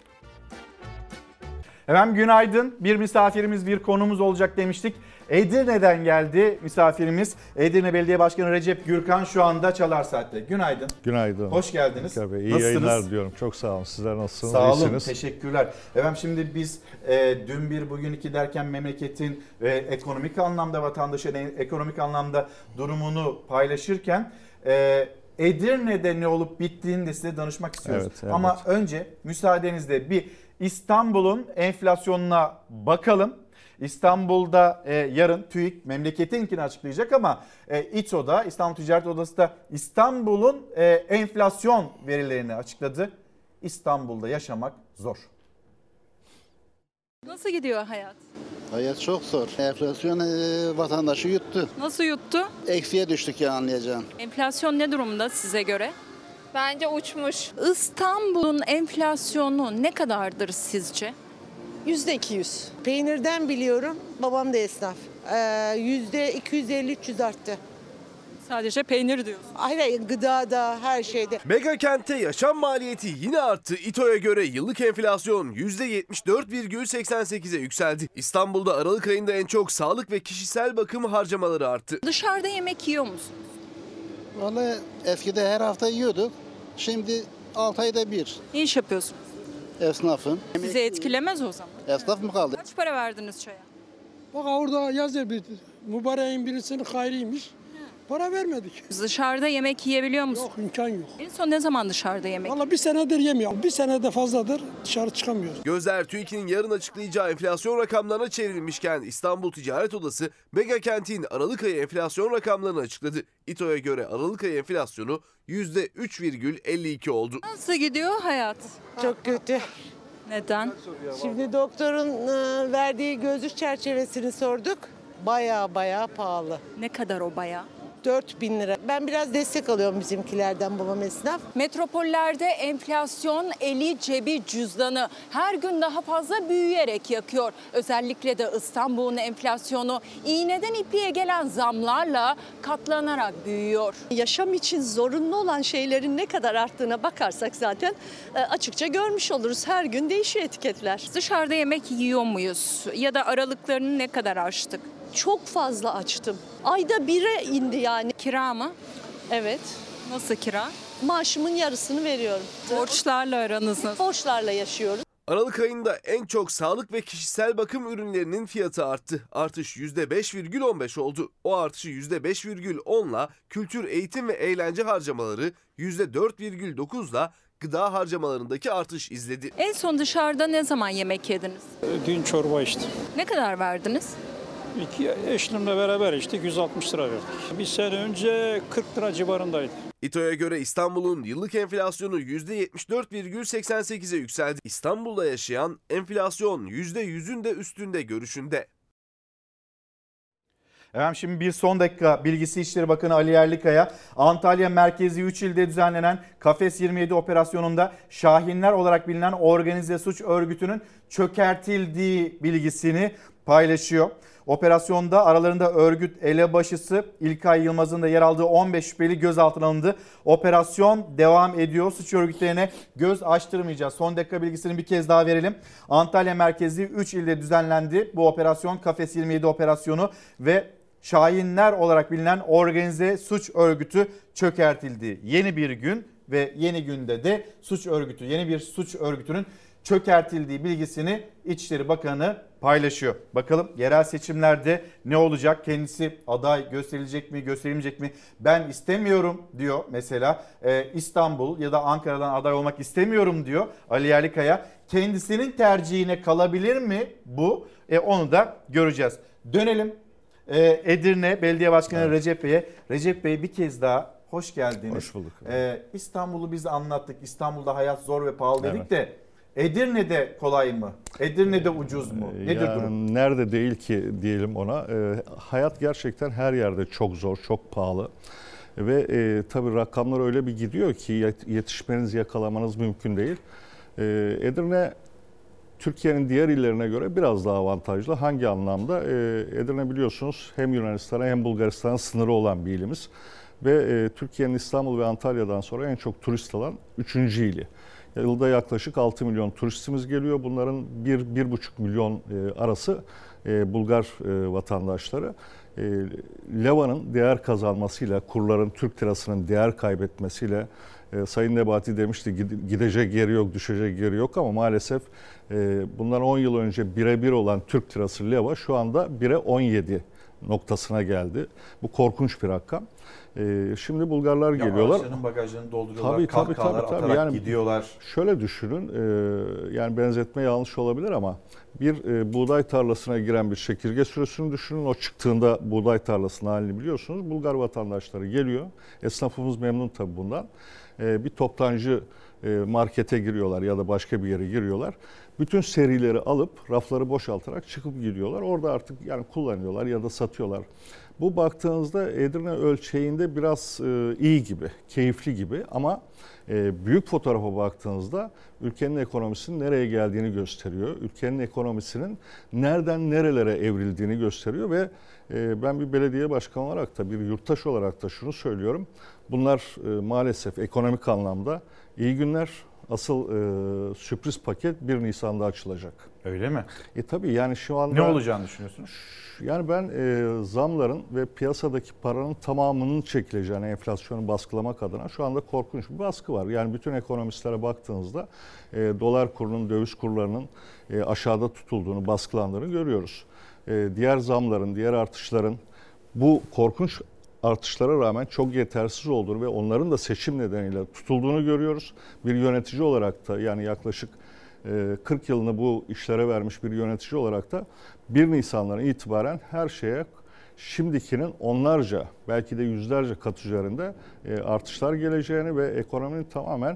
Efendim günaydın. Bir misafirimiz, bir konumuz olacak demiştik. Edirne'den geldi misafirimiz. Edirne Belediye Başkanı Recep Gürkan şu anda Çalar Saat'te. Günaydın. Günaydın. Hoş geldiniz. İyi nasılsınız? yayınlar diliyorum. Çok sağ olun. Sizler nasılsınız? Sağ olun. İyisiniz. Teşekkürler. Efendim şimdi biz dün 1 bugün 2 derken memleketin ekonomik anlamda vatandaşın ekonomik anlamda durumunu paylaşırken Edirne'de ne olup bittiğini de size danışmak istiyoruz. Evet. Ama önce müsaadenizle bir İstanbul'un enflasyonuna bakalım. İstanbul'da yarın TÜİK memleketinkini açıklayacak ama İTO'da, İstanbul Ticaret Odası da İstanbul'un enflasyon verilerini açıkladı. İstanbul'da yaşamak zor. Nasıl gidiyor hayat? Hayat çok zor. Enflasyon vatandaşı yuttu. Nasıl yuttu? Eksiye düştük ya anlayacağım. Enflasyon ne durumda size göre? Bence uçmuş. İstanbul'un enflasyonu ne kadardır sizce? %200. Peynirden biliyorum. Babam da esnaf. %250-300 arttı. Sadece peynir diyorsun. Hayır, gıdada, her şeyde. Mega kentte yaşam maliyeti yine arttı. İTO'ya göre yıllık enflasyon %74,88'e yükseldi. İstanbul'da Aralık ayında en çok sağlık ve kişisel bakım harcamaları arttı. Dışarıda yemek yiyor musun? Vallahi eskide her hafta yiyorduk. Şimdi 6 ayda bir. Ne iş yapıyorsun? Esnafım. Sizi etkilemez o zaman. Esnaf mı kaldı? Kaç para verdiniz çaya? Bak orada yazıyor bir mübareğin birisinin hayrıymış. Para vermedik. Dışarıda yemek yiyebiliyor musun? Yok, imkan yok. En son ne zaman dışarıda yemek? Vallahi bir senedir yemiyorum. Bir senede fazladır dışarı çıkamıyoruz. Gözler TÜİK'in yarın açıklayacağı enflasyon rakamlarına çevrilmişken İstanbul Ticaret Odası mega kentin Aralık ayı enflasyon rakamlarını açıkladı. İTO'ya göre Aralık ayı enflasyonu %3,52 oldu. Nasıl gidiyor hayat? Çok kötü. Neden? Şimdi doktorun verdiği gözlük çerçevesini sorduk. Baya pahalı. Ne kadar o baya? 4.000 lira. Ben biraz destek alıyorum bizimkilerden, babam esnaf. Metropollerde enflasyon eli cebi cüzdanı her gün daha fazla büyüyerek yakıyor. Özellikle de İstanbul'un enflasyonu iğneden ipliğe gelen zamlarla katlanarak büyüyor. Yaşam için zorunlu olan şeylerin ne kadar arttığına bakarsak zaten açıkça görmüş oluruz. Her gün değişiyor etiketler. Dışarıda yemek yiyor muyuz? Ya da aralıklarını ne kadar aştık? Çok fazla açtım. Ayda 1'e indi yani. Kira mı? Evet. Nasıl kira? Maaşımın yarısını veriyorum. Borçlarla aranız nasıl? Borçlarla yaşıyoruz. Aralık ayında en çok sağlık ve kişisel bakım ürünlerinin fiyatı arttı. Artış %5,15 oldu. O artışı %5,10'la kültür, eğitim ve eğlence harcamaları %4,9'la gıda harcamalarındaki artış izledi. En son dışarıda ne zaman yemek yediniz? Dün çorba içtim. Ne kadar verdiniz? İki eşimle beraber içtik, 160 lira verdik. Bir sene önce 40 lira civarındaydı. İTO'ya göre İstanbul'un yıllık enflasyonu %74,88'e yükseldi. İstanbul'da yaşayan enflasyon %100'ün de üstünde görüşünde. Efendim şimdi bir son dakika bilgisi İçişleri Bakanı Ali Yerlikaya, Antalya merkezi 3 ilde düzenlenen Kafes 27 operasyonunda Şahinler olarak bilinen organize suç örgütünün çökertildiği bilgisini paylaşıyor. Operasyonda aralarında örgüt elebaşısı İlkay Yılmaz'ın da yer aldığı 15 şüpheli gözaltına alındı. Operasyon devam ediyor. Suç örgütlerine göz açtırmayacağız. Son dakika bilgisini bir kez daha verelim. Antalya merkezi 3 ilde düzenlendi bu operasyon, Kafes 27 operasyonu ve Şahinler olarak bilinen organize suç örgütü çökertildi. Yeni bir gün ve yeni günde de yeni bir suç örgütünün çökertildiği bilgisini İçişleri Bakanı paylaşıyor. Bakalım yerel seçimlerde ne olacak? Kendisi aday gösterilecek mi, gösterilmeyecek mi? Ben istemiyorum diyor mesela. İstanbul ya da Ankara'dan aday olmak istemiyorum diyor Ali Yerlikaya. Kendisinin tercihine kalabilir mi bu? Onu da göreceğiz. Dönelim Edirne Belediye Başkanı Recep Bey'e. Recep Bey, bir kez daha hoş geldiniz. Hoş bulduk. İstanbul'u biz anlattık. İstanbul'da hayat zor ve pahalı dedik de Edirne'de kolay mı? Edirne'de ucuz mu? Nedir durum? Nerede değil ki diyelim ona. Hayat gerçekten her yerde çok zor, çok pahalı. Ve tabii rakamlar öyle bir gidiyor ki yetişmeniz, yakalamanız mümkün değil. Edirne Türkiye'nin diğer illerine göre biraz daha avantajlı. Hangi anlamda? Edirne biliyorsunuz hem Yunanistan'a hem Bulgaristan'a sınırı olan bir ilimiz. Ve Türkiye'nin İstanbul ve Antalya'dan sonra en çok turist alan 3. ili. Yılda yaklaşık 6 milyon turistimiz geliyor. Bunların 1-1,5 milyon arası Bulgar vatandaşları. Leva'nın değer kazanmasıyla, kurların Türk lirasının değer kaybetmesiyle, Sayın Nebati demişti gidecek yeri yok, düşecek yeri yok ama maalesef bundan 10 yıl önce 1'e 1 olan Türk lirası Leva şu anda 1'e 17 noktasına geldi. Bu korkunç bir rakam. Şimdi Bulgarlar geliyorlar. Araçların bagajlarını dolduruyorlar, kahkahalar atarak yani gidiyorlar. Şöyle düşünün, yani benzetme yanlış olabilir ama bir buğday tarlasına giren bir çekirge sürüsünü düşünün. O çıktığında buğday tarlasının halini biliyorsunuz. Bulgar vatandaşları geliyor. Esnafımız memnun tabii bundan. Bir toptancı markete giriyorlar ya da başka bir yere giriyorlar. Bütün serileri alıp rafları boşaltarak çıkıp gidiyorlar. Orada artık yani kullanıyorlar ya da satıyorlar. Bu baktığınızda Edirne ölçeğinde biraz iyi gibi, keyifli gibi ama büyük fotoğrafa baktığınızda ülkenin ekonomisinin nereye geldiğini gösteriyor. Ülkenin ekonomisinin nereden nerelere evrildiğini gösteriyor ve ben bir belediye başkanı olarak da bir yurttaş olarak da şunu söylüyorum. Bunlar maalesef ekonomik anlamda iyi günler. Asıl sürpriz paket 1 Nisan'da açılacak. Öyle mi? Tabii yani şu anda... Ne olacağını düşünüyorsunuz? Yani ben zamların ve piyasadaki paranın tamamının çekileceğini, enflasyonu baskılamak adına şu anda korkunç bir baskı var. Yani bütün ekonomistlere baktığınızda dolar kurunun, döviz kurlarının aşağıda tutulduğunu, baskılandığını görüyoruz. Diğer zamların, diğer artışların bu korkunç artışlara rağmen çok yetersiz olduğunu ve onların da seçim nedeniyle tutulduğunu görüyoruz. Bir yönetici olarak da yani yaklaşık 40 yılını bu işlere vermiş bir yönetici olarak da 1 Nisan'dan itibaren her şeye şimdikinin onlarca belki de yüzlerce kat üzerinde artışlar geleceğini ve ekonominin tamamen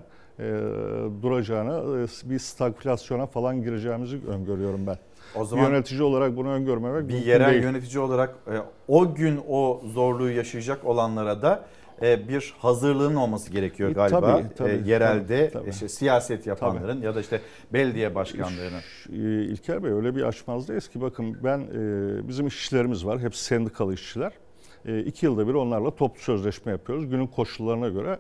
duracağını, bir stagflasyona falan gireceğimizi öngörüyorum ben. O zaman bir yönetici olarak bunu öngörmemek mümkün değil. Bir yerel yönetici olarak o gün o zorluğu yaşayacak olanlara da bir hazırlığın olması gerekiyor galiba. Tabii, yerelde tabii. İşte siyaset yapanların tabii. Ya da işte belediye başkanlarının. İlker Bey öyle bir açmazdayız ki bakın ben bizim işçilerimiz var. Hepsi sendikalı işçiler. 2 yılda bir onlarla toplu sözleşme yapıyoruz. Günün koşullarına göre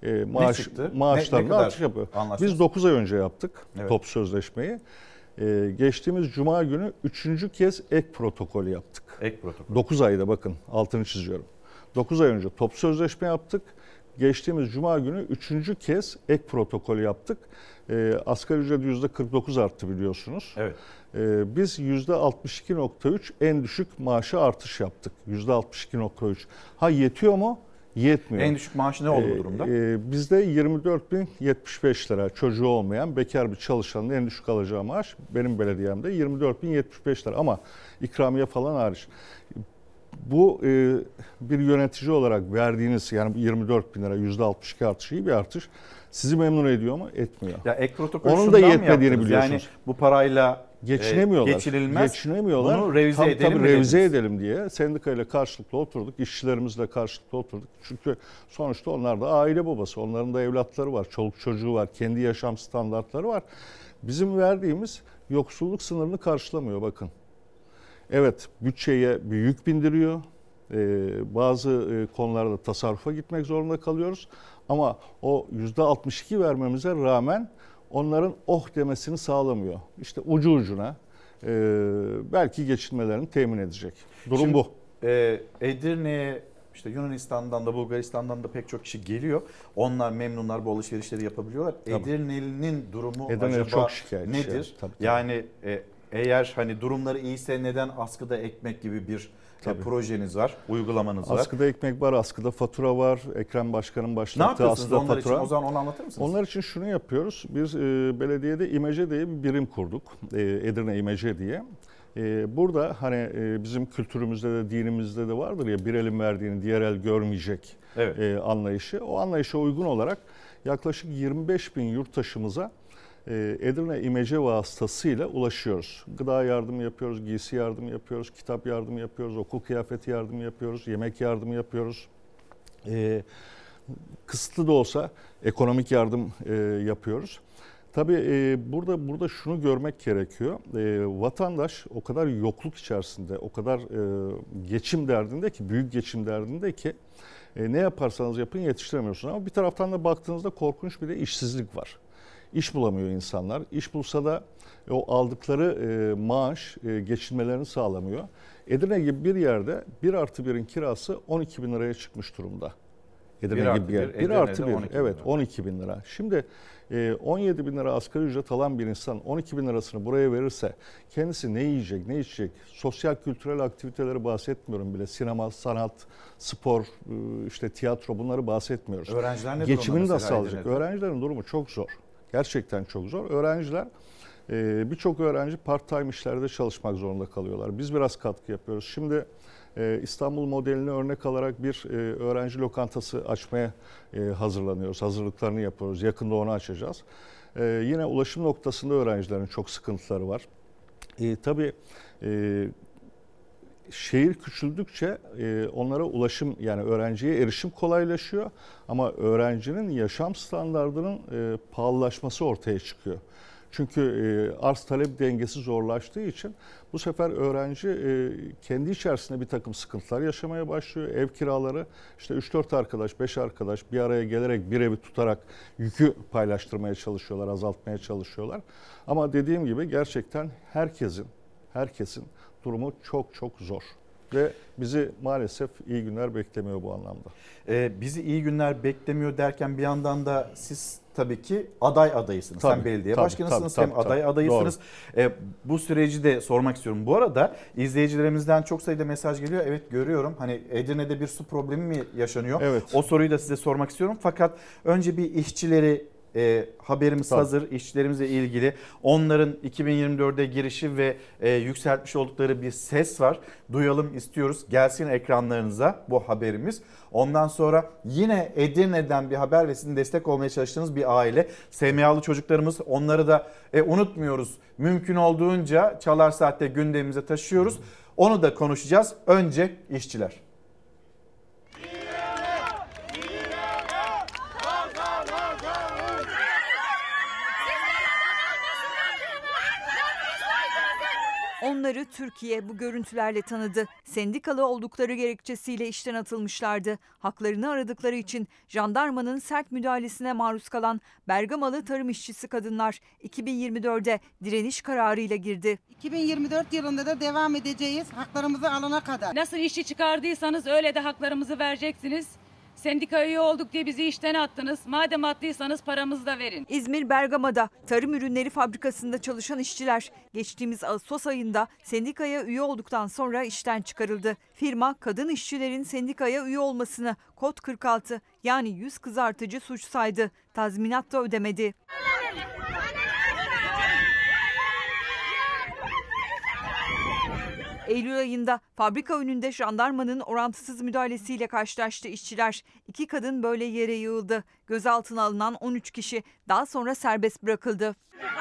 maaşlarında artış yapıyor. Biz 9 ay önce yaptık toplu sözleşmeyi. Geçtiğimiz Cuma günü 3. kez ek protokol yaptık. Ek protokol. 9 ayda bakın altını çiziyorum. 9 ay önce toplu sözleşme yaptık. geçtiğimiz Cuma günü 3. kez ek protokol yaptık. Asgari ücret %49 arttı biliyorsunuz. Evet. Biz %62.3 en düşük maaşa artış yaptık. %62.3. Ha yetiyor mu? Yetmiyor. En düşük maaş ne oldu bu durumda? Bizde 24.075 lira çocuğu olmayan bekar bir çalışanın en düşük alacağı maaş benim belediyemde 24.075 lira ama ikramiye falan hariç. Bu bir yönetici olarak verdiğiniz yani 24 bin lira %62 artış iyi bir artış. Sizi memnun ediyor mu? Etmiyor. Ya ek protokol onun da yetmediğini biliyorsunuz. Yani bu parayla geçinemiyorlar. Geçinilmez. Bunu revize edelim revize edelim diye sendikayla karşılıklı oturduk. İşçilerimizle karşılıklı oturduk. Çünkü sonuçta onlar da aile babası. Onların da evlatları var. Çoluk çocuğu var. Kendi yaşam standartları var. Bizim verdiğimiz yoksulluk sınırını karşılamıyor bakın. Evet, bütçeye bir yük bindiriyor. Bazı konularda tasarrufa gitmek zorunda kalıyoruz. Ama o %62 vermemize rağmen onların oh demesini sağlamıyor. İşte ucu ucuna belki geçinmelerini temin edecek. Durum Şimdi, bu. Edirne'ye işte Yunanistan'dan da Bulgaristan'dan da pek çok kişi geliyor. Onlar memnunlar, bu alışverişleri yapabiliyorlar. Tabii. çok şikayetçi nedir? Tabii. Yani eğer hani durumları iyiyse neden askıda ekmek gibi bir projeniz var, uygulamanız var? Askıda ekmek var, askıda fatura var. Ekrem Başkan'ın başlattığı askıda onlar fatura. için? O zaman onu anlatır mısınız? Onlar için şunu yapıyoruz. Biz belediyede İmece diye bir birim kurduk. Edirne İmece diye. Burada hani bizim kültürümüzde de dinimizde de vardır ya bir elin verdiğini diğer el görmeyecek anlayışı. O anlayışa uygun olarak yaklaşık 25 bin yurttaşımıza Edirne İmece vasıtasıyla ulaşıyoruz. Gıda yardımı yapıyoruz, giysi yardımı yapıyoruz, kitap yardımı yapıyoruz, okul kıyafeti yardımı yapıyoruz, yemek yardımı yapıyoruz. Kısıtlı da olsa ekonomik yardım yapıyoruz. Tabii burada şunu görmek gerekiyor. Vatandaş o kadar yokluk içerisinde, o kadar geçim derdinde ki, büyük geçim derdinde ki ne yaparsanız yapın yetiştiremiyorsunuz. Ama bir taraftan da baktığınızda korkunç bir de işsizlik var. İş bulamıyor insanlar. İş bulsa da o aldıkları maaş geçinmelerini sağlamıyor. Edirne gibi bir yerde 1+1'in kirası 12 bin liraya çıkmış durumda. Edirne gibi bir yer. 1+1 evet 12 bin lira. Şimdi 17 bin lira asgari ücret alan bir insan 12 bin lirasını buraya verirse kendisi ne yiyecek, ne içecek? Sosyal kültürel aktiviteleri bahsetmiyorum bile. Sinema, sanat, spor, işte tiyatro bunları bahsetmiyoruz. Öğrenciler ne geçimini de sağlayacak. Öğrencilerin durumu çok zor. Gerçekten çok zor. Öğrenciler birçok öğrenci part-time işlerde çalışmak zorunda kalıyorlar. Biz biraz katkı yapıyoruz. Şimdi İstanbul modelini örnek alarak bir öğrenci lokantası açmaya hazırlanıyoruz. Hazırlıklarını yapıyoruz. Yakında onu açacağız. Yine ulaşım noktasında öğrencilerin çok sıkıntıları var. Tabii şehir küçüldükçe onlara ulaşım yani öğrenciye erişim kolaylaşıyor. Ama öğrencinin yaşam standardının pahalılaşması ortaya çıkıyor. Çünkü arz talep dengesi zorlaştığı için bu sefer öğrenci kendi içerisinde bir takım sıkıntılar yaşamaya başlıyor. Ev kiraları işte 3-4 arkadaş, 5 arkadaş bir araya gelerek bir evi tutarak yükü paylaştırmaya çalışıyorlar, azaltmaya çalışıyorlar. Ama dediğim gibi gerçekten herkesin durumu çok çok zor. Ve bizi maalesef iyi günler beklemiyor bu anlamda. Bizi iyi günler beklemiyor derken bir yandan da siz tabii ki aday adayısınız. Tabii, hem belediye tabii, başkanısınız tabii, hem aday adayısınız. Bu süreci de sormak istiyorum. Bu arada izleyicilerimizden çok sayıda mesaj geliyor. Evet görüyorum. Hani Edirne'de bir su problemi mi yaşanıyor? Evet. O soruyu da size sormak istiyorum. Fakat önce bir işçileri haberimiz hazır. İşçilerimizle ilgili onların 2024'e girişi ve yükseltmiş oldukları bir ses var. Duyalım istiyoruz. Gelsin ekranlarınıza bu haberimiz. Ondan sonra yine Edirne'den bir haber ve sizin destek olmaya çalıştığınız bir aile. SMA'lı çocuklarımız, onları da unutmuyoruz. Mümkün olduğunca Çalar Saat'te gündemimize taşıyoruz. Onu da konuşacağız. Önce işçiler. Onları Türkiye bu görüntülerle tanıdı. Sendikalı oldukları gerekçesiyle işten atılmışlardı. Haklarını aradıkları için jandarmanın sert müdahalesine maruz kalan Bergamalı tarım işçisi kadınlar 2024'de direniş kararıyla girdi. 2024 yılında da devam edeceğiz haklarımızı alana kadar. Nasıl işçi çıkardıysanız öyle de haklarımızı vereceksiniz. Sendika üye olduk diye bizi işten attınız. Madem attıysanız paramızı da verin. İzmir Bergama'da tarım ürünleri fabrikasında çalışan işçiler geçtiğimiz Ağustos ayında sendikaya üye olduktan sonra işten çıkarıldı. Firma kadın işçilerin sendikaya üye olmasını kod 46 yani yüz kızartıcı suç saydı. Tazminat da ödemedi. Eylül ayında fabrika önünde jandarmanın orantısız müdahalesiyle karşılaştı işçiler. 2 kadın böyle yere yığıldı. Gözaltına alınan 13 kişi daha sonra serbest bırakıldı.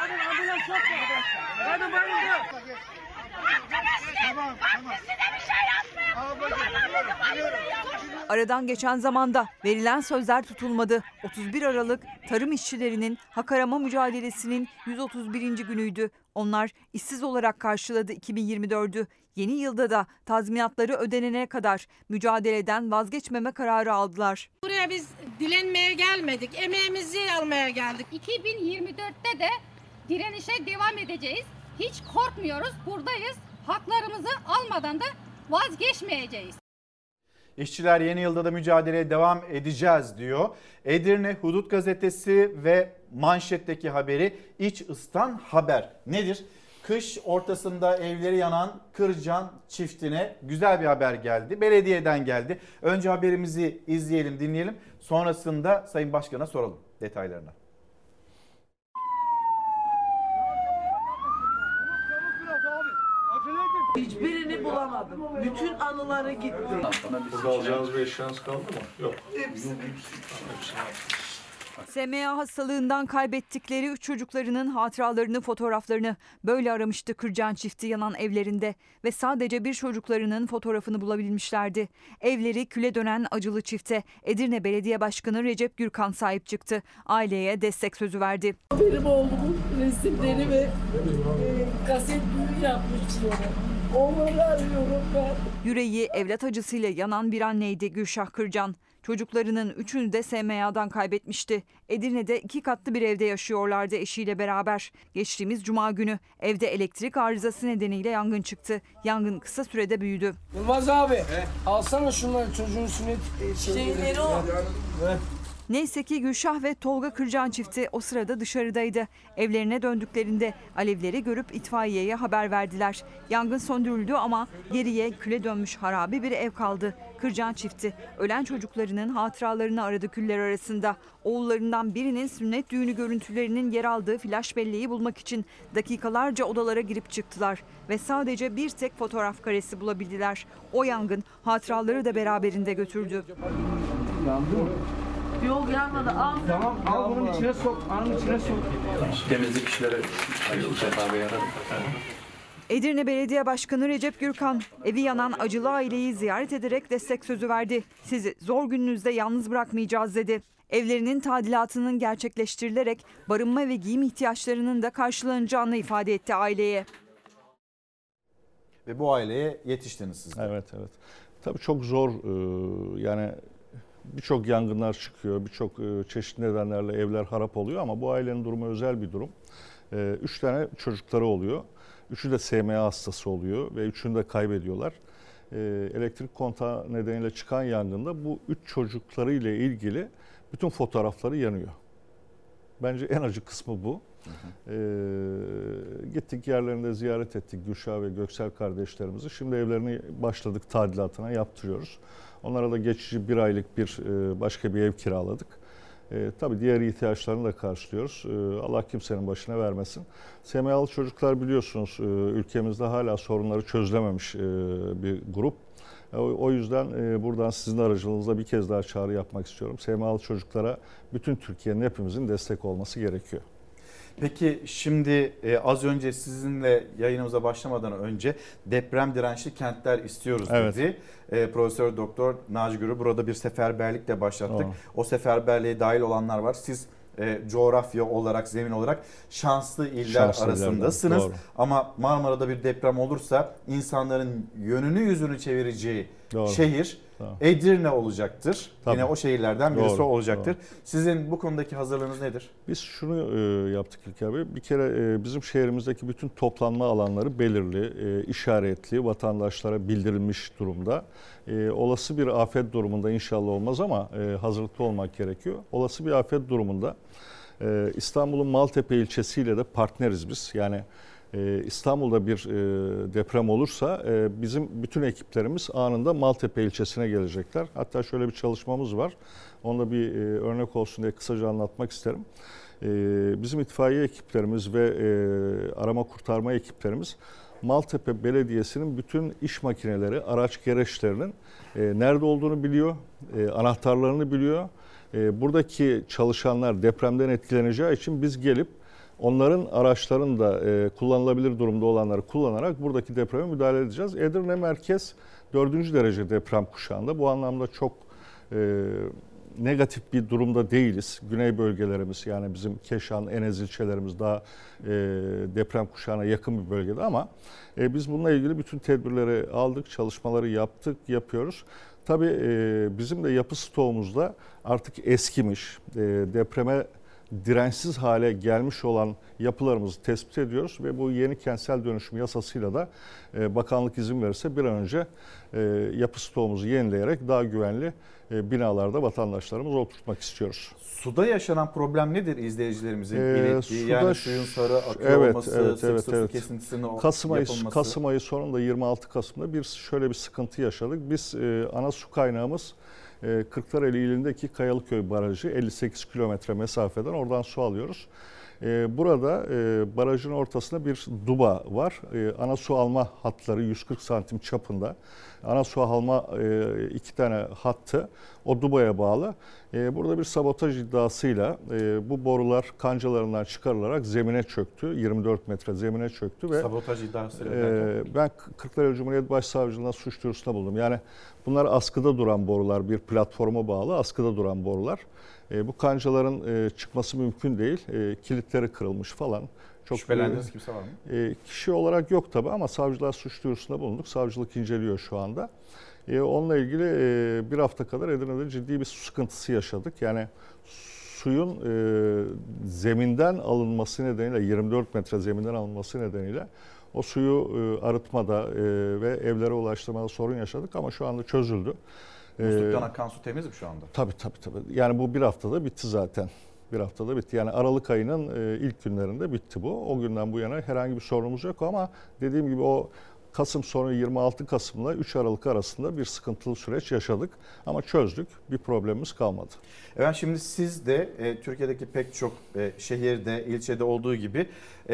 Aradan geçen zamanda verilen sözler tutulmadı. 31 Aralık tarım işçilerinin hak arama mücadelesinin 131. günüydü. Onlar işsiz olarak karşıladı 2024'ü. Yeni yılda da tazminatları ödenene kadar mücadeleden vazgeçmeme kararı aldılar. Buraya biz dilenmeye gelmedik, emeğimizi almaya geldik. 2024'te de direnişe devam edeceğiz. Hiç korkmuyoruz, buradayız. Haklarımızı almadan da vazgeçmeyeceğiz. İşçiler yeni yılda da mücadeleye devam edeceğiz diyor. Edirne Hudut Gazetesi ve manşetteki haberi İç Istan Haber. Nedir? Kış ortasında evleri yanan Kırcan çiftine güzel bir haber geldi. Belediyeden geldi. Önce haberimizi izleyelim, dinleyelim. Sonrasında Sayın Başkan'a soralım detaylarını. Hiçbirini bulamadım. Bütün anıları gitti. Burada alacağınız bir eşyanız kaldı mı? Yok. SMA hastalığından kaybettikleri 3 çocuklarının hatıralarını, fotoğraflarını böyle aramıştı Kırcan çifti yanan evlerinde ve sadece bir çocuklarının fotoğrafını bulabilmişlerdi. Evleri küle dönen acılı çifte Edirne Belediye Başkanı Recep Gürkan sahip çıktı. Aileye destek sözü verdi. Benim oğlumun resimleri ve kaset düğün yapmışlar. Onları arıyorum ben. Yüreği evlat acısıyla yanan bir anneydi Gülşah Kırcan. Çocuklarının 3'ünü de SMA'dan kaybetmişti. Edirne'de 2 katlı bir evde yaşıyorlardı eşiyle beraber. Geçtiğimiz cuma günü evde elektrik arızası nedeniyle yangın çıktı. Yangın kısa sürede büyüdü. Yılmaz abi alsana şunları çocuğun sünnet şeyleri o. Neyse ki Gülşah ve Tolga Kırcan çifti o sırada dışarıdaydı. Evlerine döndüklerinde alevleri görüp itfaiyeye haber verdiler. Yangın söndürüldü ama geriye küle dönmüş harabe bir ev kaldı. Kırcan çifti ölen çocuklarının hatıralarını aradı küller arasında. Oğullarından birinin sünnet düğünü görüntülerinin yer aldığı flash belleği bulmak için dakikalarca odalara girip çıktılar. Ve sadece bir tek fotoğraf karesi bulabildiler. O yangın hatıraları da beraberinde götürdü. Yok yanmadı. Al. Tamam al bunun içine sok. Anın içine sok. Temizlik işleri abi yaradı. Edirne Belediye Başkanı Recep Gürkan evi yanan acılı aileyi ziyaret ederek destek sözü verdi. Sizi zor gününüzde yalnız bırakmayacağız dedi. Evlerinin tadilatının gerçekleştirilerek barınma ve giyim ihtiyaçlarının da karşılanacağını ifade etti aileye. Ve bu aileye yetiştiniz siz. Evet. Tabii çok zor yani birçok yangınlar çıkıyor, birçok çeşitli nedenlerle evler harap oluyor ama bu ailenin durumu özel bir durum. 3 tane çocukları oluyor. 3'ü de SMA hastası oluyor ve 3'ünü de kaybediyorlar. Elektrik kontağı nedeniyle çıkan yangında bu 3 çocuklarıyla ilgili bütün fotoğrafları yanıyor. Bence en acı kısmı bu. Gittik yerlerinde ziyaret ettik Gülşah ve Göksel kardeşlerimizi. Şimdi evlerini başladık tadilatına yaptırıyoruz. Onlara da geçici 1 aylık bir başka bir ev kiraladık. Tabii diğer ihtiyaçlarını da karşılıyoruz. Allah kimsenin başına vermesin. SMA'lı çocuklar biliyorsunuz ülkemizde hala sorunları çözülememiş bir grup. O yüzden buradan sizin aracılığınızla bir kez daha çağrı yapmak istiyorum. SMA'lı çocuklara bütün Türkiye'nin hepimizin destek olması gerekiyor. Peki şimdi az önce sizinle yayınımıza başlamadan önce deprem dirençli kentler istiyoruz dedi. Profesör Doktor Naci Gürü burada bir seferberlikle başlattık. O seferberliğe dahil olanlar var. Siz coğrafya olarak, zemin olarak şanslı iller arasındasınız. Ama Marmara'da bir deprem olursa insanların yönünü yüzünü çevireceği şehir Tamam. Edirne olacaktır. Tabii. Yine o şehirlerden birisi Doğru, olacaktır. doğru. Sizin bu konudaki hazırlığınız nedir? Biz şunu yaptık İlker Bey. Bir kere bizim şehrimizdeki bütün toplanma alanları belirli, işaretli, vatandaşlara bildirilmiş durumda. Olası bir afet durumunda inşallah olmaz ama hazırlıklı olmak gerekiyor. Olası bir afet durumunda İstanbul'un Maltepe ilçesiyle de partneriz biz. Yani İstanbul'da bir deprem olursa bizim bütün ekiplerimiz anında Maltepe ilçesine gelecekler. Hatta şöyle bir çalışmamız var. Onu da bir örnek olsun diye kısaca anlatmak isterim. Bizim itfaiye ekiplerimiz ve arama kurtarma ekiplerimiz Maltepe Belediyesi'nin bütün iş makineleri, araç gereçlerinin nerede olduğunu biliyor, anahtarlarını biliyor. Buradaki çalışanlar depremden etkileneceği için biz gelip onların araçlarını da kullanılabilir durumda olanları kullanarak buradaki depreme müdahale edeceğiz. Edirne merkez 4. derece deprem kuşağında. Bu anlamda çok negatif bir durumda değiliz. Güney bölgelerimiz yani bizim Keşan, Enez ilçelerimiz daha deprem kuşağına yakın bir bölgede ama biz bununla ilgili bütün tedbirleri aldık, çalışmaları yaptık, yapıyoruz. Tabii bizim de yapı stoğumuzda artık eskimiş, depreme dirençsiz hale gelmiş olan yapılarımızı tespit ediyoruz ve bu yeni kentsel dönüşüm yasasıyla da bakanlık izin verirse bir an önce yapı stoğumuzu yenileyerek daha güvenli binalarda vatandaşlarımızı oturtmak istiyoruz. Suda yaşanan problem nedir izleyicilerimizin ilettiği? Yani suyun sarı akıyor olması, sık sık su kesintisinin yapılması. Kasım ayı sonunda 26 Kasım'da şöyle bir sıkıntı yaşadık. Biz ana su kaynağımız Kırklareli ilindeki Kayalıköy Barajı 58 kilometre mesafeden oradan su alıyoruz. Burada barajın ortasında bir duba var. Ana su alma hatları 140 santim çapında. Ana su alma 2 tane hattı o dubaya bağlı. Burada bir sabotaj iddiasıyla bu borular kancalarından çıkarılarak zemine çöktü. 24 metre zemine çöktü ve sabotaj iddiasıyla ben Kırklareli Cumhuriyet Başsavcılığına suç duyurusunda bulundum. Yani bunlar askıda duran borular, bir platforma bağlı askıda duran borular. Bu kancaların çıkması mümkün değil. Kilitleri kırılmış falan. Çok şüphelendiğiniz kimse var mı? Kişi olarak yok tabii ama savcılar suç duyurusunda bulunduk. Savcılık inceliyor şu anda. Onunla ilgili bir hafta kadar Edirne'de ciddi bir su sıkıntısı yaşadık. Yani suyun zeminden alınması nedeniyle 24 metre zeminden alınması nedeniyle o suyu arıtmada ve evlere ulaştırmada sorun yaşadık ama şu anda çözüldü. Musluktan akan su temiz mi şu anda? Tabii. Yani bu bir haftada bitti zaten. Bir haftada bitti. Yani Aralık ayının ilk günlerinde bitti bu. O günden bu yana herhangi bir sorunumuz yok ama dediğim gibi o Kasım sonu 26 Kasım'la 3 Aralık arasında bir sıkıntılı süreç yaşadık. Ama çözdük. Bir problemimiz kalmadı. Evet, şimdi siz de Türkiye'deki pek çok şehirde, ilçede olduğu gibi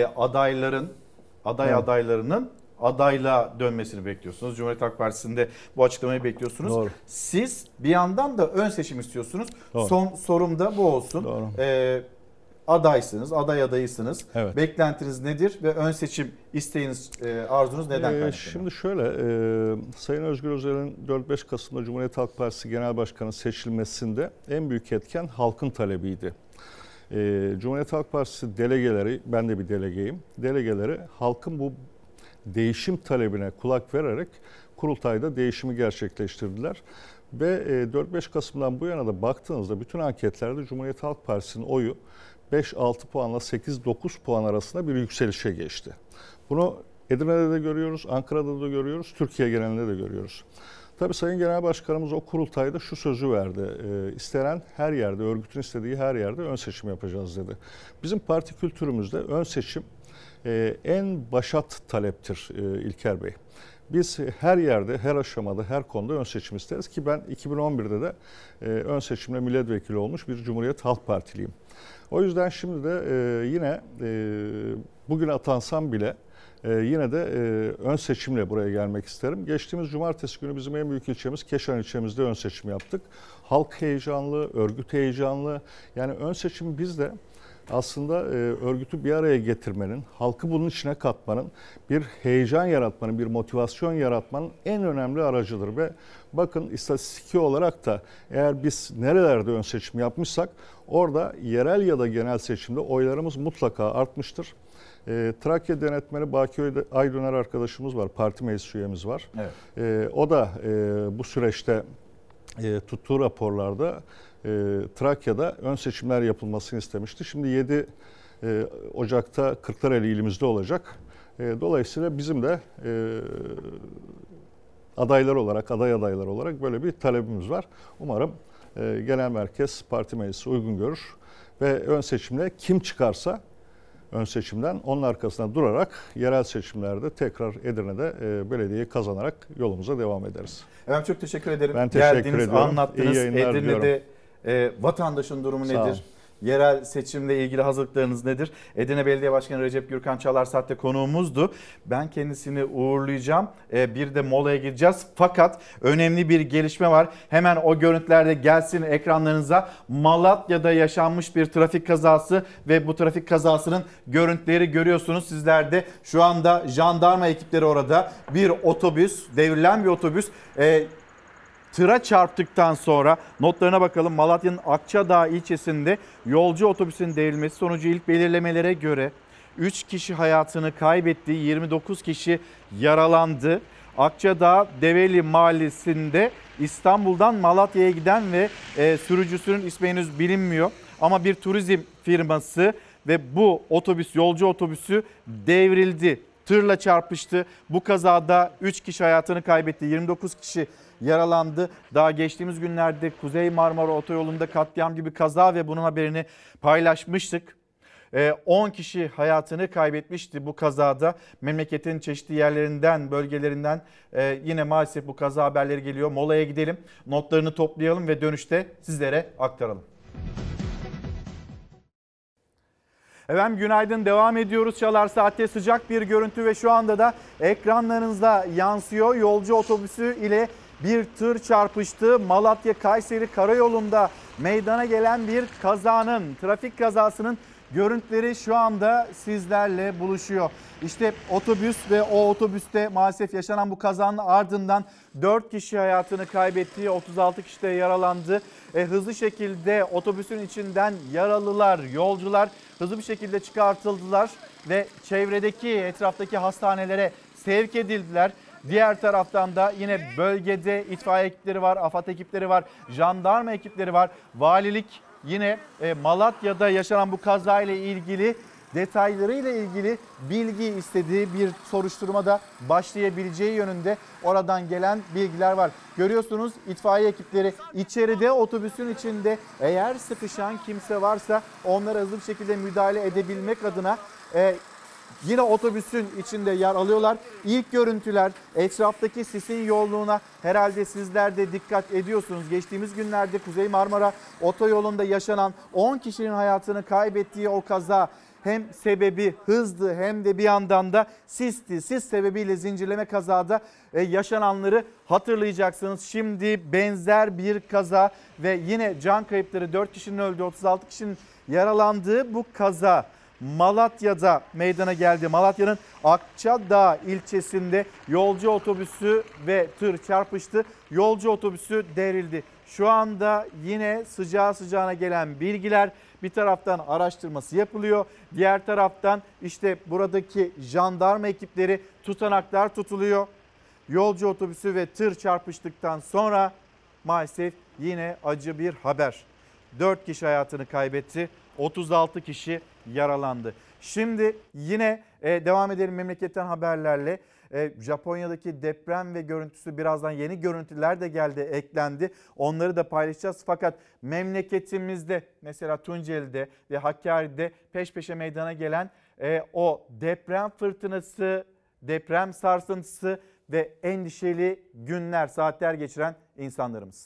adaylarının adayla dönmesini bekliyorsunuz. Cumhuriyet Halk Partisi'nde bu açıklamayı bekliyorsunuz. Doğru. Siz bir yandan da ön seçim istiyorsunuz. Doğru. Son sorum da bu olsun. Adaysınız, aday adayısınız. Evet. Beklentiniz nedir ve ön seçim isteğiniz, arzunuz neden kaynaklanıyor? Şimdi şöyle, Sayın Özgür Özel'in 4-5 Kasım'da Cumhuriyet Halk Partisi Genel Başkanı seçilmesinde en büyük etken halkın talebiydi. Cumhuriyet Halk Partisi delegeleri, ben de bir delegeyim, delegeleri halkın bu değişim talebine kulak vererek kurultayda değişimi gerçekleştirdiler. Ve 4-5 Kasım'dan bu yana da baktığınızda bütün anketlerde Cumhuriyet Halk Partisi'nin oyu 5-6 puanla 8-9 puan arasında bir yükselişe geçti. Bunu Edirne'de de görüyoruz, Ankara'da da görüyoruz, Türkiye genelinde de görüyoruz. Tabii Sayın Genel Başkanımız o kurultayda şu sözü verdi. İstenen her yerde, örgütün istediği her yerde ön seçim yapacağız dedi. Bizim parti kültürümüzde ön seçim en başat taleptir İlker Bey. Biz her yerde, her aşamada, her konuda ön seçim isteriz ki ben 2011'de de ön seçimle milletvekili olmuş bir Cumhuriyet Halk Partiliyim. O yüzden şimdi de yine bugün atansam bile yine de ön seçimle buraya gelmek isterim. Geçtiğimiz cumartesi günü bizim en büyük ilçemiz Keşan ilçemizde ön seçim yaptık. Halk heyecanlı, örgüt heyecanlı. Yani ön seçim bizde aslında örgütü bir araya getirmenin, halkı bunun içine katmanın, bir heyecan yaratmanın, bir motivasyon yaratmanın en önemli aracıdır. Ve bakın istatistiki olarak da eğer biz nerelerde ön seçim yapmışsak orada yerel ya da genel seçimde oylarımız mutlaka artmıştır. Trakya denetmeni Baki Aydöner arkadaşımız var, parti meclis üyemiz var. Evet. O da bu süreçte tuttuğu raporlarda Trakya'da ön seçimler yapılmasını istemişti. Şimdi 7 Ocak'ta Kırklareli ilimizde olacak. Dolayısıyla bizim de aday adaylar olarak böyle bir talebimiz var. Umarım Genel Merkez Parti Meclisi uygun görür ve ön seçimde kim çıkarsa ön seçimden onun arkasına durarak yerel seçimlerde tekrar Edirne'de belediyeyi kazanarak yolumuza devam ederiz. Efendim çok teşekkür ederim. Ben teşekkür ediyorum. Anlattınız. İyi yayınlar Edirne'de vatandaşın durumu nedir? Yerel seçimle ilgili hazırlıklarınız nedir? Edirne Belediye Başkanı Recep Gürkan Çalarsaat de konuğumuzdu. Ben kendisini uğurlayacağım. Bir de molaya gideceğiz. Fakat önemli bir gelişme var. Hemen o görüntülerde gelsin ekranlarınıza. Malatya'da yaşanmış bir trafik kazası ve bu trafik kazasının görüntüleri görüyorsunuz sizler de. Şu anda jandarma ekipleri orada. Bir otobüs, devrilen bir otobüs tıra çarptıktan sonra notlarına bakalım. Malatya'nın Akçadağ ilçesinde yolcu otobüsün devrilmesi sonucu ilk belirlemelere göre 3 kişi hayatını kaybetti, 29 kişi yaralandı. Akçadağ Develi Mahallesi'nde İstanbul'dan Malatya'ya giden ve sürücüsünün ismi henüz bilinmiyor. Ama bir turizm firması ve bu otobüs, yolcu otobüsü devrildi. Tırla çarpıştı. Bu kazada 3 kişi hayatını kaybetti, 29 kişi yaralandı. Daha geçtiğimiz günlerde Kuzey Marmara Otoyolu'nda katliam gibi kaza ve bunun haberini paylaşmıştık. 10 kişi hayatını kaybetmişti bu kazada. Memleketin çeşitli yerlerinden, bölgelerinden yine maalesef bu kaza haberleri geliyor. Molaya gidelim, notlarını toplayalım ve dönüşte sizlere aktaralım. Efendim günaydın, devam ediyoruz. Çalar Saat'te sıcak bir görüntü ve şu anda da ekranlarınızda yansıyor. Yolcu otobüsü ile bir tır çarpıştı. Malatya-Kayseri karayolunda meydana gelen bir kazanın, trafik kazasının görüntüleri şu anda sizlerle buluşuyor. İşte otobüs ve o otobüste maalesef yaşanan bu kazanın ardından 4 kişi hayatını kaybetti, 36 kişi de yaralandı. Hızlı şekilde otobüsün içinden yaralılar, yolcular hızlı bir şekilde çıkartıldılar ve çevredeki, etraftaki hastanelere sevk edildiler. Diğer taraftan da yine bölgede itfaiye ekipleri var, AFAD ekipleri var, jandarma ekipleri var. Valilik yine Malatya'da yaşanan bu kazayla ilgili detaylarıyla ilgili bilgi istediği bir soruşturma da başlayabileceği yönünde oradan gelen bilgiler var. Görüyorsunuz itfaiye ekipleri içeride, otobüsün içinde eğer sıkışan kimse varsa onlara hızlı bir şekilde müdahale edebilmek adına yine otobüsün içinde yer alıyorlar. İlk görüntüler etraftaki sisin yoğunluğuna herhalde sizler de dikkat ediyorsunuz. Geçtiğimiz günlerde Kuzey Marmara Otoyolu'nda yaşanan 10 kişinin hayatını kaybettiği o kaza hem sebebi hızdı hem de bir yandan da sisti. Sis sebebiyle zincirleme kazada yaşananları hatırlayacaksınız. Şimdi benzer bir kaza ve yine can kayıpları, 4 kişinin öldüğü, 36 kişinin yaralandığı bu kaza Malatya'da meydana geldi. Malatya'nın Akçadağ ilçesinde yolcu otobüsü ve tır çarpıştı. Yolcu otobüsü devrildi. Şu anda yine sıcağı sıcağına gelen bilgiler, bir taraftan araştırması yapılıyor. Diğer taraftan işte buradaki jandarma ekipleri, tutanaklar tutuluyor. Yolcu otobüsü ve tır çarpıştıktan sonra maalesef yine acı bir haber. 4 kişi hayatını kaybetti, 36 kişi yaralandı. Şimdi yine devam edelim memleketten haberlerle. Japonya'daki deprem ve görüntüsü, birazdan yeni görüntüler de geldi, eklendi. Onları da paylaşacağız. Fakat memleketimizde mesela Tunceli'de ve Hakkari'de peş peşe meydana gelen o deprem fırtınası, deprem sarsıntısı ve endişeli günler, saatler geçiren insanlarımız.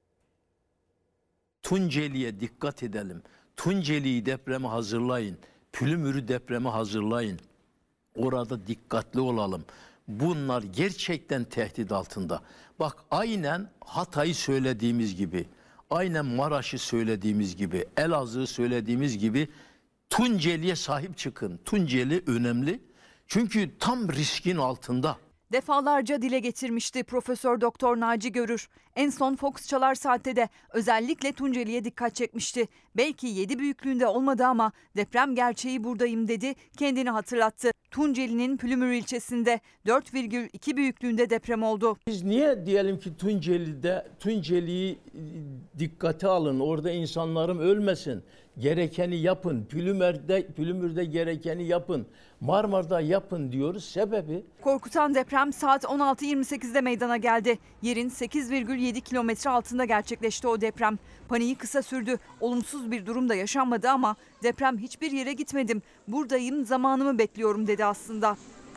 Tunceli'ye dikkat edelim. Tunceli'yi depreme hazırlayın. Pülümür'ü depreme hazırlayın. Orada dikkatli olalım. Bunlar gerçekten tehdit altında. Bak aynen Hatay'ı söylediğimiz gibi, aynen Maraş'ı söylediğimiz gibi, Elazığ'ı söylediğimiz gibi Tunceli'ye sahip çıkın. Tunceli önemli. Çünkü tam riskin altında. Defalarca dile getirmişti Profesör Doktor Naci Görür. En son Fox Çalar Saat'te de özellikle Tunceli'ye dikkat çekmişti. Belki 7 büyüklüğünde olmadı ama deprem gerçeği buradayım dedi, kendini hatırlattı. Tunceli'nin Pülümür ilçesinde 4,2 büyüklüğünde deprem oldu. Biz niye diyelim ki Tunceli'yi dikkate alın, orada insanlarım ölmesin, gerekeni yapın, Pülümür'de gerekeni yapın, Marmara'da yapın diyoruz. Sebebi? Korkutan deprem saat 16.28'de meydana geldi. Yerin 8,7 kilometre altında gerçekleşti o deprem. Paniği kısa sürdü. Olumsuz bir durum da yaşanmadı ama deprem hiçbir yere gitmedim. Buradayım, zamanımı bekliyorum dedi aslında.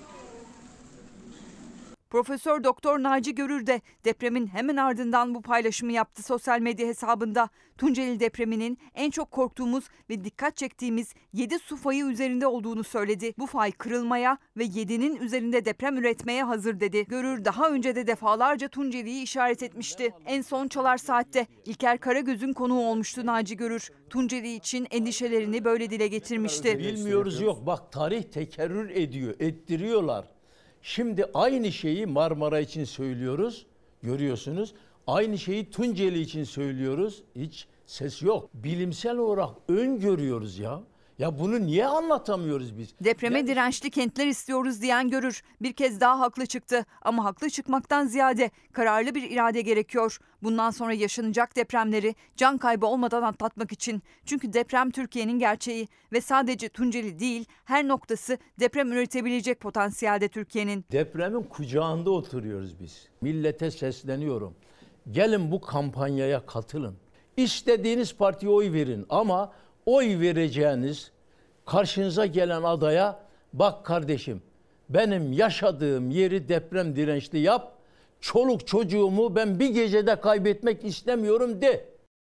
Profesör Doktor Naci Görür de depremin hemen ardından bu paylaşımı yaptı sosyal medya hesabında. Tunceli depreminin en çok korktuğumuz ve dikkat çektiğimiz 7 su fayı üzerinde olduğunu söyledi. Bu fay kırılmaya ve 7'nin üzerinde deprem üretmeye hazır dedi. Görür daha önce de defalarca Tunceli'yi işaret etmişti. En son Çalar Saat'te İlker Karagöz'ün konuğu olmuştu Naci Görür. Tunceli için endişelerini böyle dile getirmişti. Bilmiyoruz yok, bak tarih tekerrür ediyor, ettiriyorlar. Şimdi aynı şeyi Marmara için söylüyoruz, görüyorsunuz. Aynı şeyi Tunceli için söylüyoruz, hiç ses yok. Bilimsel olarak öngörüyoruz ya. Ya bunu niye anlatamıyoruz biz? Depreme dirençli kentler istiyoruz diyen Görür bir kez daha haklı çıktı. Ama haklı çıkmaktan ziyade kararlı bir irade gerekiyor. Bundan sonra yaşanacak depremleri can kaybı olmadan atlatmak için. Çünkü deprem Türkiye'nin gerçeği ve sadece Tunceli değil, her noktası deprem üretebilecek potansiyelde Türkiye'nin. Depremin kucağında oturuyoruz biz. Millete sesleniyorum. Gelin bu kampanyaya katılın. İstediğiniz partiye oy verin ama oy vereceğiniz karşınıza gelen adaya bak kardeşim, benim yaşadığım yeri deprem dirençli yap, çoluk çocuğumu ben bir gecede kaybetmek istemiyorum de.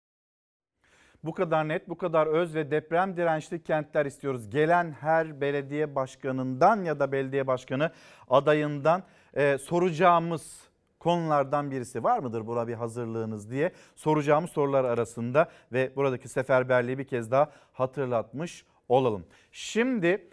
Bu kadar net, bu kadar öz ve deprem dirençli kentler istiyoruz. Gelen her belediye başkanından ya da belediye başkanı adayından soracağımız konulardan birisi var mıdır buna bir hazırlığınız diye soracağımız sorular arasında ve buradaki seferberliği bir kez daha hatırlatmış olalım. Şimdi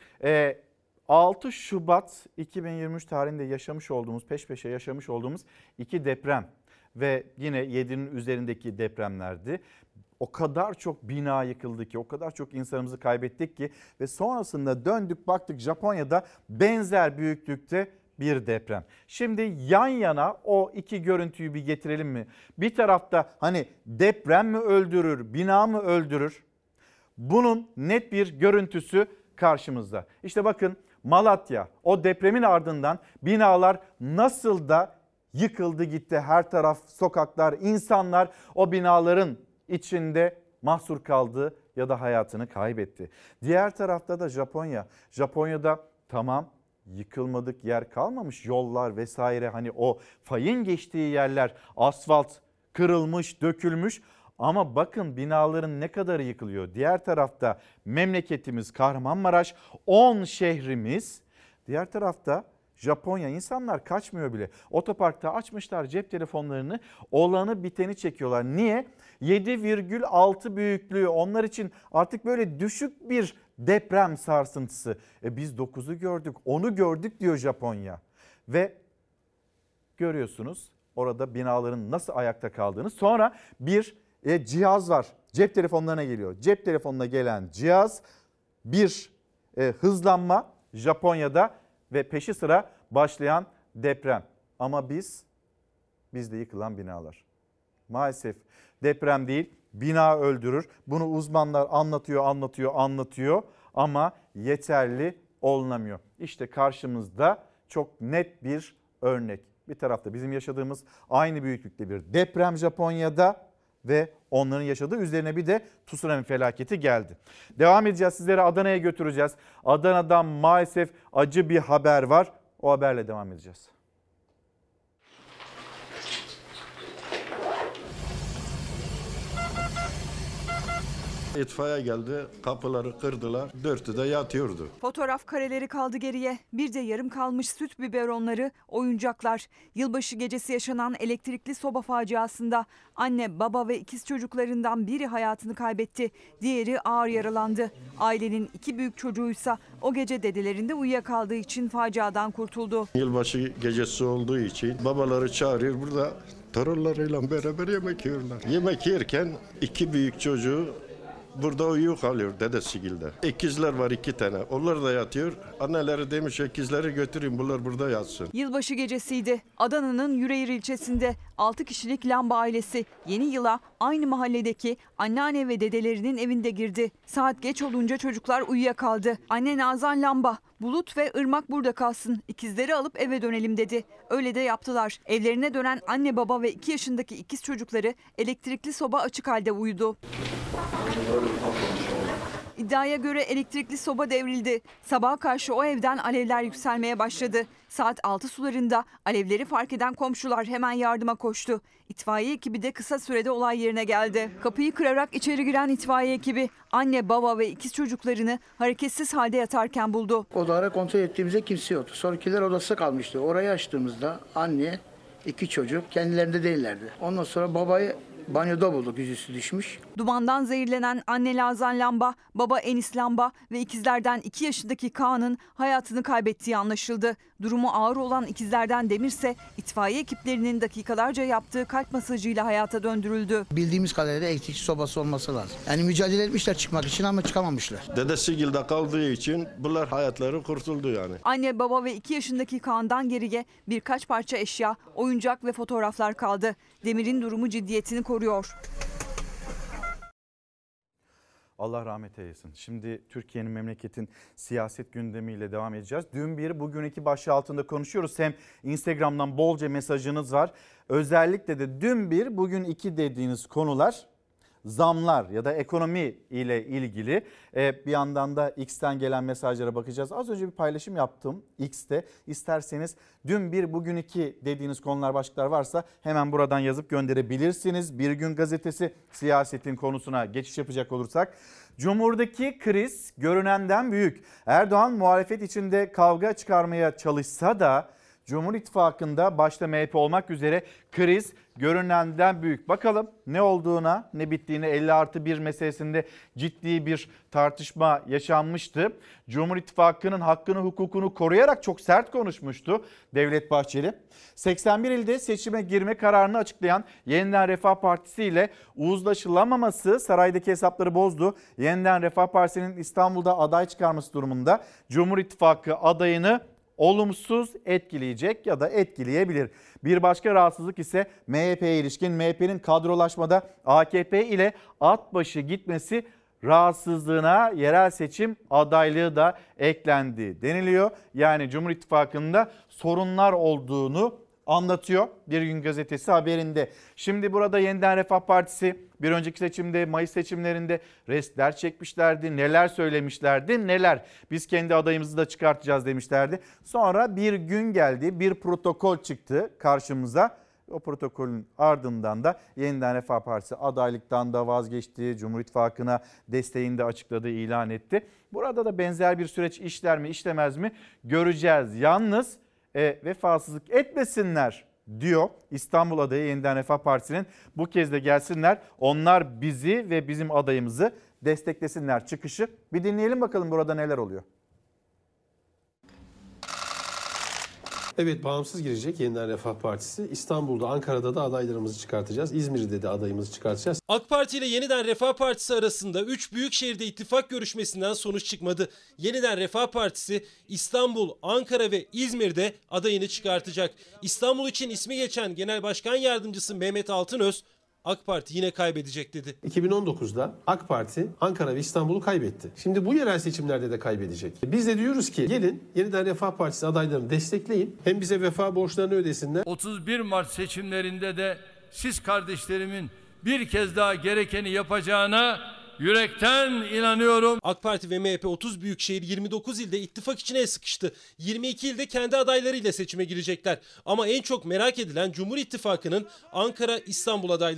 6 Şubat 2023 tarihinde yaşamış olduğumuz, peş peşe yaşamış olduğumuz 2 deprem ve yine 7'nin üzerindeki depremlerdi. O kadar çok bina yıkıldı ki, o kadar çok insanımızı kaybettik ki ve sonrasında döndük baktık Japonya'da benzer büyüklükte bir deprem. Şimdi yan yana o iki görüntüyü bir getirelim mi? Bir tarafta hani deprem mi öldürür, bina mı öldürür? Bunun net bir görüntüsü karşımızda. İşte bakın Malatya, o depremin ardından binalar nasıl da yıkıldı gitti. Her taraf sokaklar, insanlar o binaların içinde mahsur kaldı ya da hayatını kaybetti. Diğer tarafta da Japonya. Japonya'da tamam, yıkılmadık yer kalmamış, yollar vesaire, hani o fayın geçtiği yerler asfalt kırılmış, dökülmüş ama bakın binaların ne kadarı yıkılıyor. Diğer tarafta memleketimiz Kahramanmaraş, 10 şehrimiz. Diğer tarafta Japonya, insanlar kaçmıyor bile. Otoparkta açmışlar cep telefonlarını, olanı biteni çekiyorlar. Niye? 7,6 büyüklüğü onlar için artık böyle düşük bir deprem sarsıntısı. Biz 9'u gördük, 10'u gördük diyor Japonya. Ve görüyorsunuz orada binaların nasıl ayakta kaldığını. Sonra bir cihaz var, cep telefonlarına geliyor. Cep telefonuna gelen cihaz, bir hızlanma Japonya'da ve peşi sıra başlayan deprem. Ama bizde yıkılan binalar. Maalesef deprem değil, bina öldürür. Bunu uzmanlar anlatıyor ama yeterli olunamıyor. İşte karşımızda çok net bir örnek. Bir tarafta bizim yaşadığımız aynı büyüklükte bir deprem Japonya'da ve onların yaşadığı üzerine bir de tsunami felaketi geldi. Devam edeceğiz, sizleri Adana'ya götüreceğiz. Adana'dan maalesef acı bir haber var. O haberle devam edeceğiz. İtfaiye geldi, kapıları kırdılar, dörtü de yatıyordu. Fotoğraf kareleri kaldı geriye. Bir de yarım kalmış süt biberonları, oyuncaklar. Yılbaşı gecesi yaşanan elektrikli soba faciasında anne, baba ve ikiz çocuklarından biri hayatını kaybetti. Diğeri ağır yaralandı. Ailenin 2 büyük çocuğuysa o gece dedelerinde uyuyakaldığı için faciadan kurtuldu. Yılbaşı gecesi olduğu için babaları çağırıyor, burada torunlarıyla beraber yemek yiyorlar. Yemek yerken 2 büyük çocuğu burada uyuyor kalıyor dedesgilde. İkizler var 2 tane. Onlar da yatıyor. Anneleri demiş ikizleri götürün bunlar burada yatsın. Yılbaşı gecesiydi. Adana'nın Yüreğir ilçesinde 6 kişilik Lamba ailesi yeni yıla aynı mahalledeki anneanne ve dedelerinin evinde girdi. Saat geç olunca çocuklar uyuyakaldı. Anne Nazan Lamba, Bulut ve Irmak burada kalsın, ikizleri alıp eve dönelim dedi. Öyle de yaptılar. Evlerine dönen anne baba ve 2 yaşındaki ikiz çocukları elektrikli soba açık halde uyudu. İddiaya göre elektrikli soba devrildi. Sabaha karşı o evden alevler yükselmeye başladı. Saat 6 sularında alevleri fark eden komşular hemen yardıma koştu. İtfaiye ekibi de kısa sürede olay yerine geldi. Kapıyı kırarak içeri giren itfaiye ekibi anne, baba ve ikiz çocuklarını hareketsiz halde yatarken buldu. Odalara kontrol ettiğimizde kimse yoktu. Sonrakiler odası kalmıştı. Orayı açtığımızda anne, 2 çocuk kendilerinde değillerdi. Ondan sonra babayı banyoda bulduk, yüzüstü düşmüş. Dumandan zehirlenen anne Lazan Lamba, baba Enis Lamba ve ikizlerden 2 yaşındaki Kaan'ın hayatını kaybettiği anlaşıldı. Durumu ağır olan ikizlerden Demir ise itfaiye ekiplerinin dakikalarca yaptığı kalp masajıyla hayata döndürüldü. Bildiğimiz kadarıyla elektrikli sobası olması lazım. Yani mücadele etmişler çıkmak için ama çıkamamışlar. Dedesgilde kaldığı için bunlar hayatları kurtuldu yani. Anne, baba ve 2 yaşındaki Kaan'dan geriye birkaç parça eşya, oyuncak ve fotoğraflar kaldı. Demir'in durumu ciddiyetini koruyor. Allah rahmet eylesin. Şimdi Türkiye'nin, memleketin siyaset gündemiyle devam edeceğiz. Dün bir, bugün iki başlığı altında konuşuyoruz. Hem Instagram'dan bolca mesajınız var. Özellikle de dün bir, bugün iki dediğiniz konular zamlar ya da ekonomi ile ilgili. Bir yandan da X'ten gelen mesajlara bakacağız. Az önce bir paylaşım yaptım X'te. İsterseniz dün bir, bugün iki dediğiniz konular, başlıklar varsa hemen buradan yazıp gönderebilirsiniz. Bir Gün Gazetesi siyasetin konusuna geçiş yapacak olursak. Cumhur'daki kriz görünenden büyük. Erdoğan muhalefet içinde kavga çıkarmaya çalışsa da Cumhur İttifakı'nda başta MHP olmak üzere kriz görünenden büyük. Bakalım ne olduğuna, ne bittiğine. 50+1 meselesinde ciddi bir tartışma yaşanmıştı. Cumhur İttifakı'nın hakkını, hukukunu koruyarak çok sert konuşmuştu Devlet Bahçeli. 81 ilde seçime girme kararını açıklayan Yeniden Refah Partisi ile uzlaşılamaması saraydaki hesapları bozdu. Yeniden Refah Partisi'nin İstanbul'da aday çıkarması durumunda Cumhur İttifakı adayını olumsuz etkileyecek ya da etkileyebilir. Bir başka rahatsızlık ise MHP'ye ilişkin. MHP'nin kadrolaşmada AKP ile at başı gitmesi rahatsızlığına yerel seçim adaylığı da eklendi deniliyor. Yani Cumhur İttifakı'nda sorunlar olduğunu anlatıyor Bir Gün Gazetesi haberinde. Şimdi burada Yeniden Refah Partisi bir önceki seçimde, Mayıs seçimlerinde restler çekmişlerdi. Neler söylemişlerdi, neler. Biz kendi adayımızı da çıkartacağız demişlerdi. Sonra bir gün geldi, bir protokol çıktı karşımıza. O protokolün ardından da Yeniden Refah Partisi adaylıktan da vazgeçti. Cumhur İttifakı'na desteğini de açıkladı, ilan etti. Burada da benzer bir süreç işler mi, işlemez mi göreceğiz. Yalnız vefasızlık etmesinler diyor İstanbul adayı Yeniden Refah Partisi'nin. Bu kez de gelsinler, onlar bizi ve bizim adayımızı desteklesinler çıkışı. Bir dinleyelim bakalım burada neler oluyor. Evet, bağımsız girecek Yeniden Refah Partisi. İstanbul'da, Ankara'da da adaylarımızı çıkartacağız. İzmir'de de adayımızı çıkartacağız. AK Parti ile Yeniden Refah Partisi arasında 3 büyük şehirde ittifak görüşmesinden sonuç çıkmadı. Yeniden Refah Partisi İstanbul, Ankara ve İzmir'de adayını çıkartacak. İstanbul için ismi geçen Genel Başkan Yardımcısı Mehmet Altınöz, AK Parti yine kaybedecek dedi. 2019'da AK Parti Ankara ve İstanbul'u kaybetti. Şimdi bu yerel seçimlerde de kaybedecek. Biz de diyoruz ki gelin Yeniden Refah Partisi adaylarını destekleyin. Hem bize vefa borçlarını ödesinler. 31 Mart seçimlerinde de siz kardeşlerimin bir kez daha gerekeni yapacağına yürekten inanıyorum. AK Parti ve MHP 30 büyükşehir 29 ilde ittifak içine el sıkıştı. 22 ilde kendi adaylarıyla seçime girecekler. Ama en çok merak edilen Cumhur İttifakı'nın Ankara, İstanbul adayları.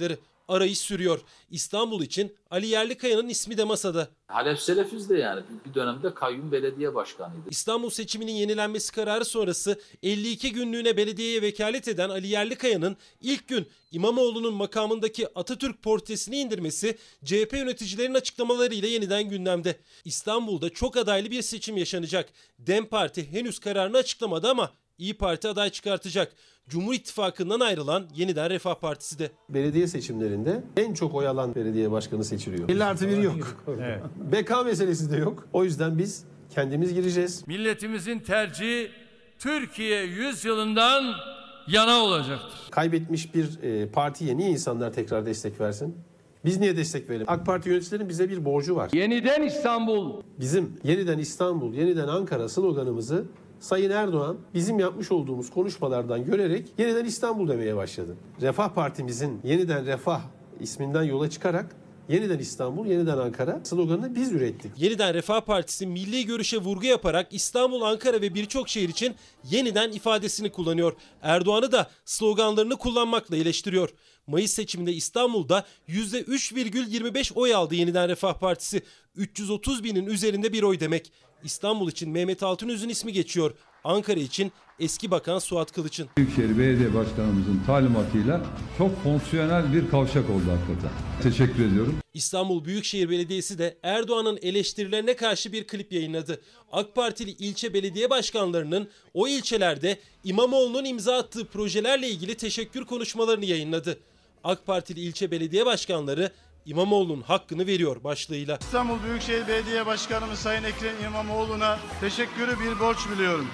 arayış sürüyor. İstanbul için Ali Yerlikaya'nın ismi de masada. Halef Selefiz de yani bir dönemde kayyum belediye başkanıydı. İstanbul seçiminin yenilenmesi kararı sonrası 52 günlüğüne belediyeye vekalet eden Ali Yerlikaya'nın ilk gün İmamoğlu'nun makamındaki Atatürk portresini indirmesi CHP yöneticilerinin açıklamalarıyla yeniden gündemde. İstanbul'da çok adaylı bir seçim yaşanacak. DEM Parti henüz kararını açıklamadı ama İYİ Parti aday çıkartacak. Cumhur İttifakı'ndan ayrılan Yeniden Refah Partisi de. Belediye seçimlerinde en çok oy alan belediye başkanı seçiliyor. 50+1 yok. Evet. Beka meselesi de yok. O yüzden biz kendimiz gireceğiz. Milletimizin tercihi Türkiye 100 yılından yana olacaktır. Kaybetmiş bir partiye niye insanlar tekrar destek versin? Biz niye destek verelim? AK Parti yöneticilerinin bize bir borcu var. Yeniden İstanbul. Bizim yeniden İstanbul, yeniden Ankara sloganımızı Sayın Erdoğan bizim yapmış olduğumuz konuşmalardan görerek yeniden İstanbul demeye başladı. Refah Partimizin yeniden Refah isminden yola çıkarak yeniden İstanbul, yeniden Ankara sloganını biz ürettik. Yeniden Refah Partisi milli görüşe vurgu yaparak İstanbul, Ankara ve birçok şehir için yeniden ifadesini kullanıyor. Erdoğan'ı da sloganlarını kullanmakla eleştiriyor. Mayıs seçiminde İstanbul'da %3,25 oy aldı Yeniden Refah Partisi. 330 binin üzerinde bir oy demek. İstanbul için Mehmet Altınöz'ün ismi geçiyor. Ankara için eski bakan Suat Kılıç'ın. Büyükşehir Belediye Başkanımızın talimatıyla çok fonksiyonel bir kavşak oldu hakikaten. Teşekkür ediyorum. İstanbul Büyükşehir Belediyesi de Erdoğan'ın eleştirilerine karşı bir klip yayınladı. AK Partili ilçe belediye başkanlarının o ilçelerde İmamoğlu'nun imza attığı projelerle ilgili teşekkür konuşmalarını yayınladı. AK Partili ilçe belediye başkanları İmamoğlu'nun hakkını veriyor başlığıyla. İstanbul Büyükşehir Belediye Başkanımız Sayın Ekrem İmamoğlu'na teşekkürü bir borç biliyorum.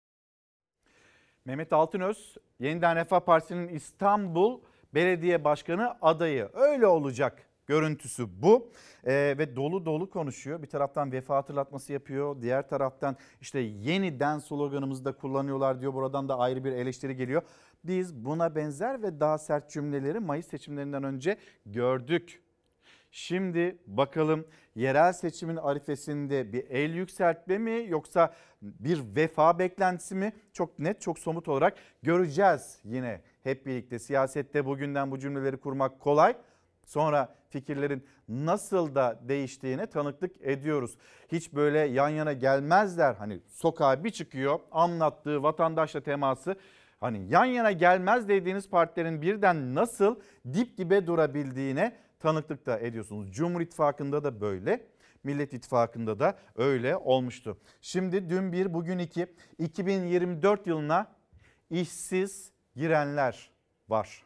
Mehmet Altınöz, Yeniden Refah Partisi'nin İstanbul Belediye Başkanı adayı. Öyle olacak görüntüsü bu. Ve dolu dolu konuşuyor. Bir taraftan vefa hatırlatması yapıyor. Diğer taraftan işte yeniden sloganımızı da kullanıyorlar diyor. Buradan da ayrı bir eleştiri geliyor. Biz buna benzer ve daha sert cümleleri Mayıs seçimlerinden önce gördük. Şimdi bakalım yerel seçimin arifesinde bir el yükseltme mi yoksa bir vefa beklentisi mi? Çok net, çok somut olarak göreceğiz yine hep birlikte. Siyasette bugünden bu cümleleri kurmak kolay. Sonra fikirlerin nasıl da değiştiğine tanıklık ediyoruz. Hiç böyle yan yana gelmezler. Hani sokağa bir çıkıyor, anlattığı vatandaşla teması. Hani yan yana gelmez dediğiniz partilerin birden nasıl dip dibe durabildiğine tanıklık da ediyorsunuz. Cumhur İttifakı'nda da böyle, Millet İttifakı'nda da öyle olmuştu. Şimdi dün bir, bugün iki, 2024 yılına işsiz girenler var.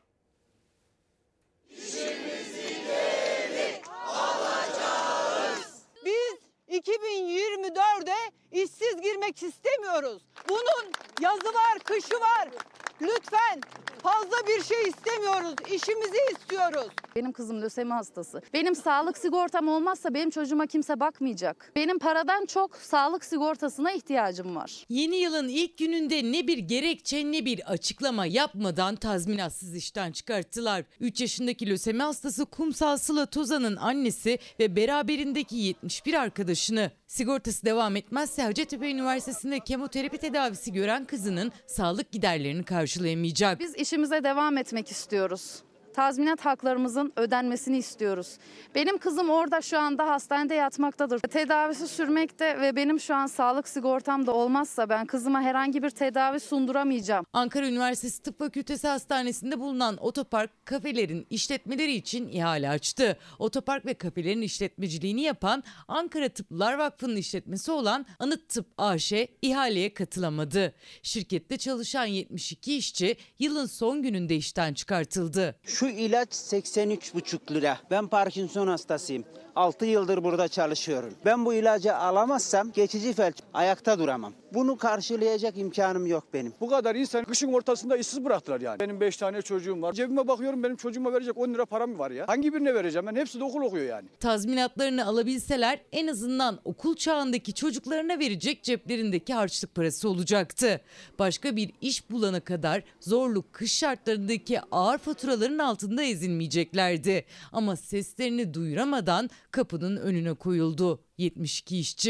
İşimizi geri alacağız. Biz 2024'e işsiz girmek istemiyoruz. Bunun yazı var, kışı var. Lütfen fazla bir şey istemiyoruz. İşimizi istiyoruz. Benim kızım lösemi hastası. Benim sağlık sigortam olmazsa benim çocuğuma kimse bakmayacak. Benim paradan çok sağlık sigortasına ihtiyacım var. Yeni yılın ilk gününde ne bir gerekçe ne bir açıklama yapmadan tazminatsız işten çıkarttılar. 3 yaşındaki lösemi hastası Kumsal Sıla Tozan'ın annesi ve beraberindeki 71 arkadaşını. Sigortası devam etmezse Hacettepe Üniversitesi'nde kemoterapi tedavisi gören kızının sağlık giderlerini karşılayamayacak. Biz işimize devam etmek istiyoruz. Tazminat haklarımızın ödenmesini istiyoruz. Benim kızım orada şu anda hastanede yatmaktadır. Tedavisi sürmekte ve benim şu an sağlık sigortam da olmazsa ben kızıma herhangi bir tedavi sunduramayacağım. Ankara Üniversitesi Tıp Fakültesi Hastanesi'nde bulunan otopark kafelerin işletmeleri için ihale açtı. Otopark ve kafelerin işletmeciliğini yapan Ankara Tıplılar Vakfı'nın işletmesi olan Anıt Tıp AŞ ihaleye katılamadı. Şirkette çalışan 72 işçi yılın son gününde işten çıkartıldı. Şu ilaç 83,5 lira. Ben Parkinson hastasıyım. 6 yıldır burada çalışıyorum. Ben bu ilacı alamazsam geçici felç, ayakta duramam. Bunu karşılayacak imkanım yok benim. Bu kadar insan kışın ortasında işsiz bıraktılar yani. Benim 5 tane çocuğum var. Cebime bakıyorum benim çocuğuma verecek 10 lira param var ya. Hangi birine vereceğim ben? Hepsi de okul okuyor yani. Tazminatlarını alabilseler en azından okul çağındaki çocuklarına verecek ceplerindeki harçlık parası olacaktı. Başka bir iş bulana kadar zorlu kış şartlarındaki ağır faturaların altında ezilmeyeceklerdi. Ama seslerini duyuramadan kapının önüne koyuldu 72 işçi.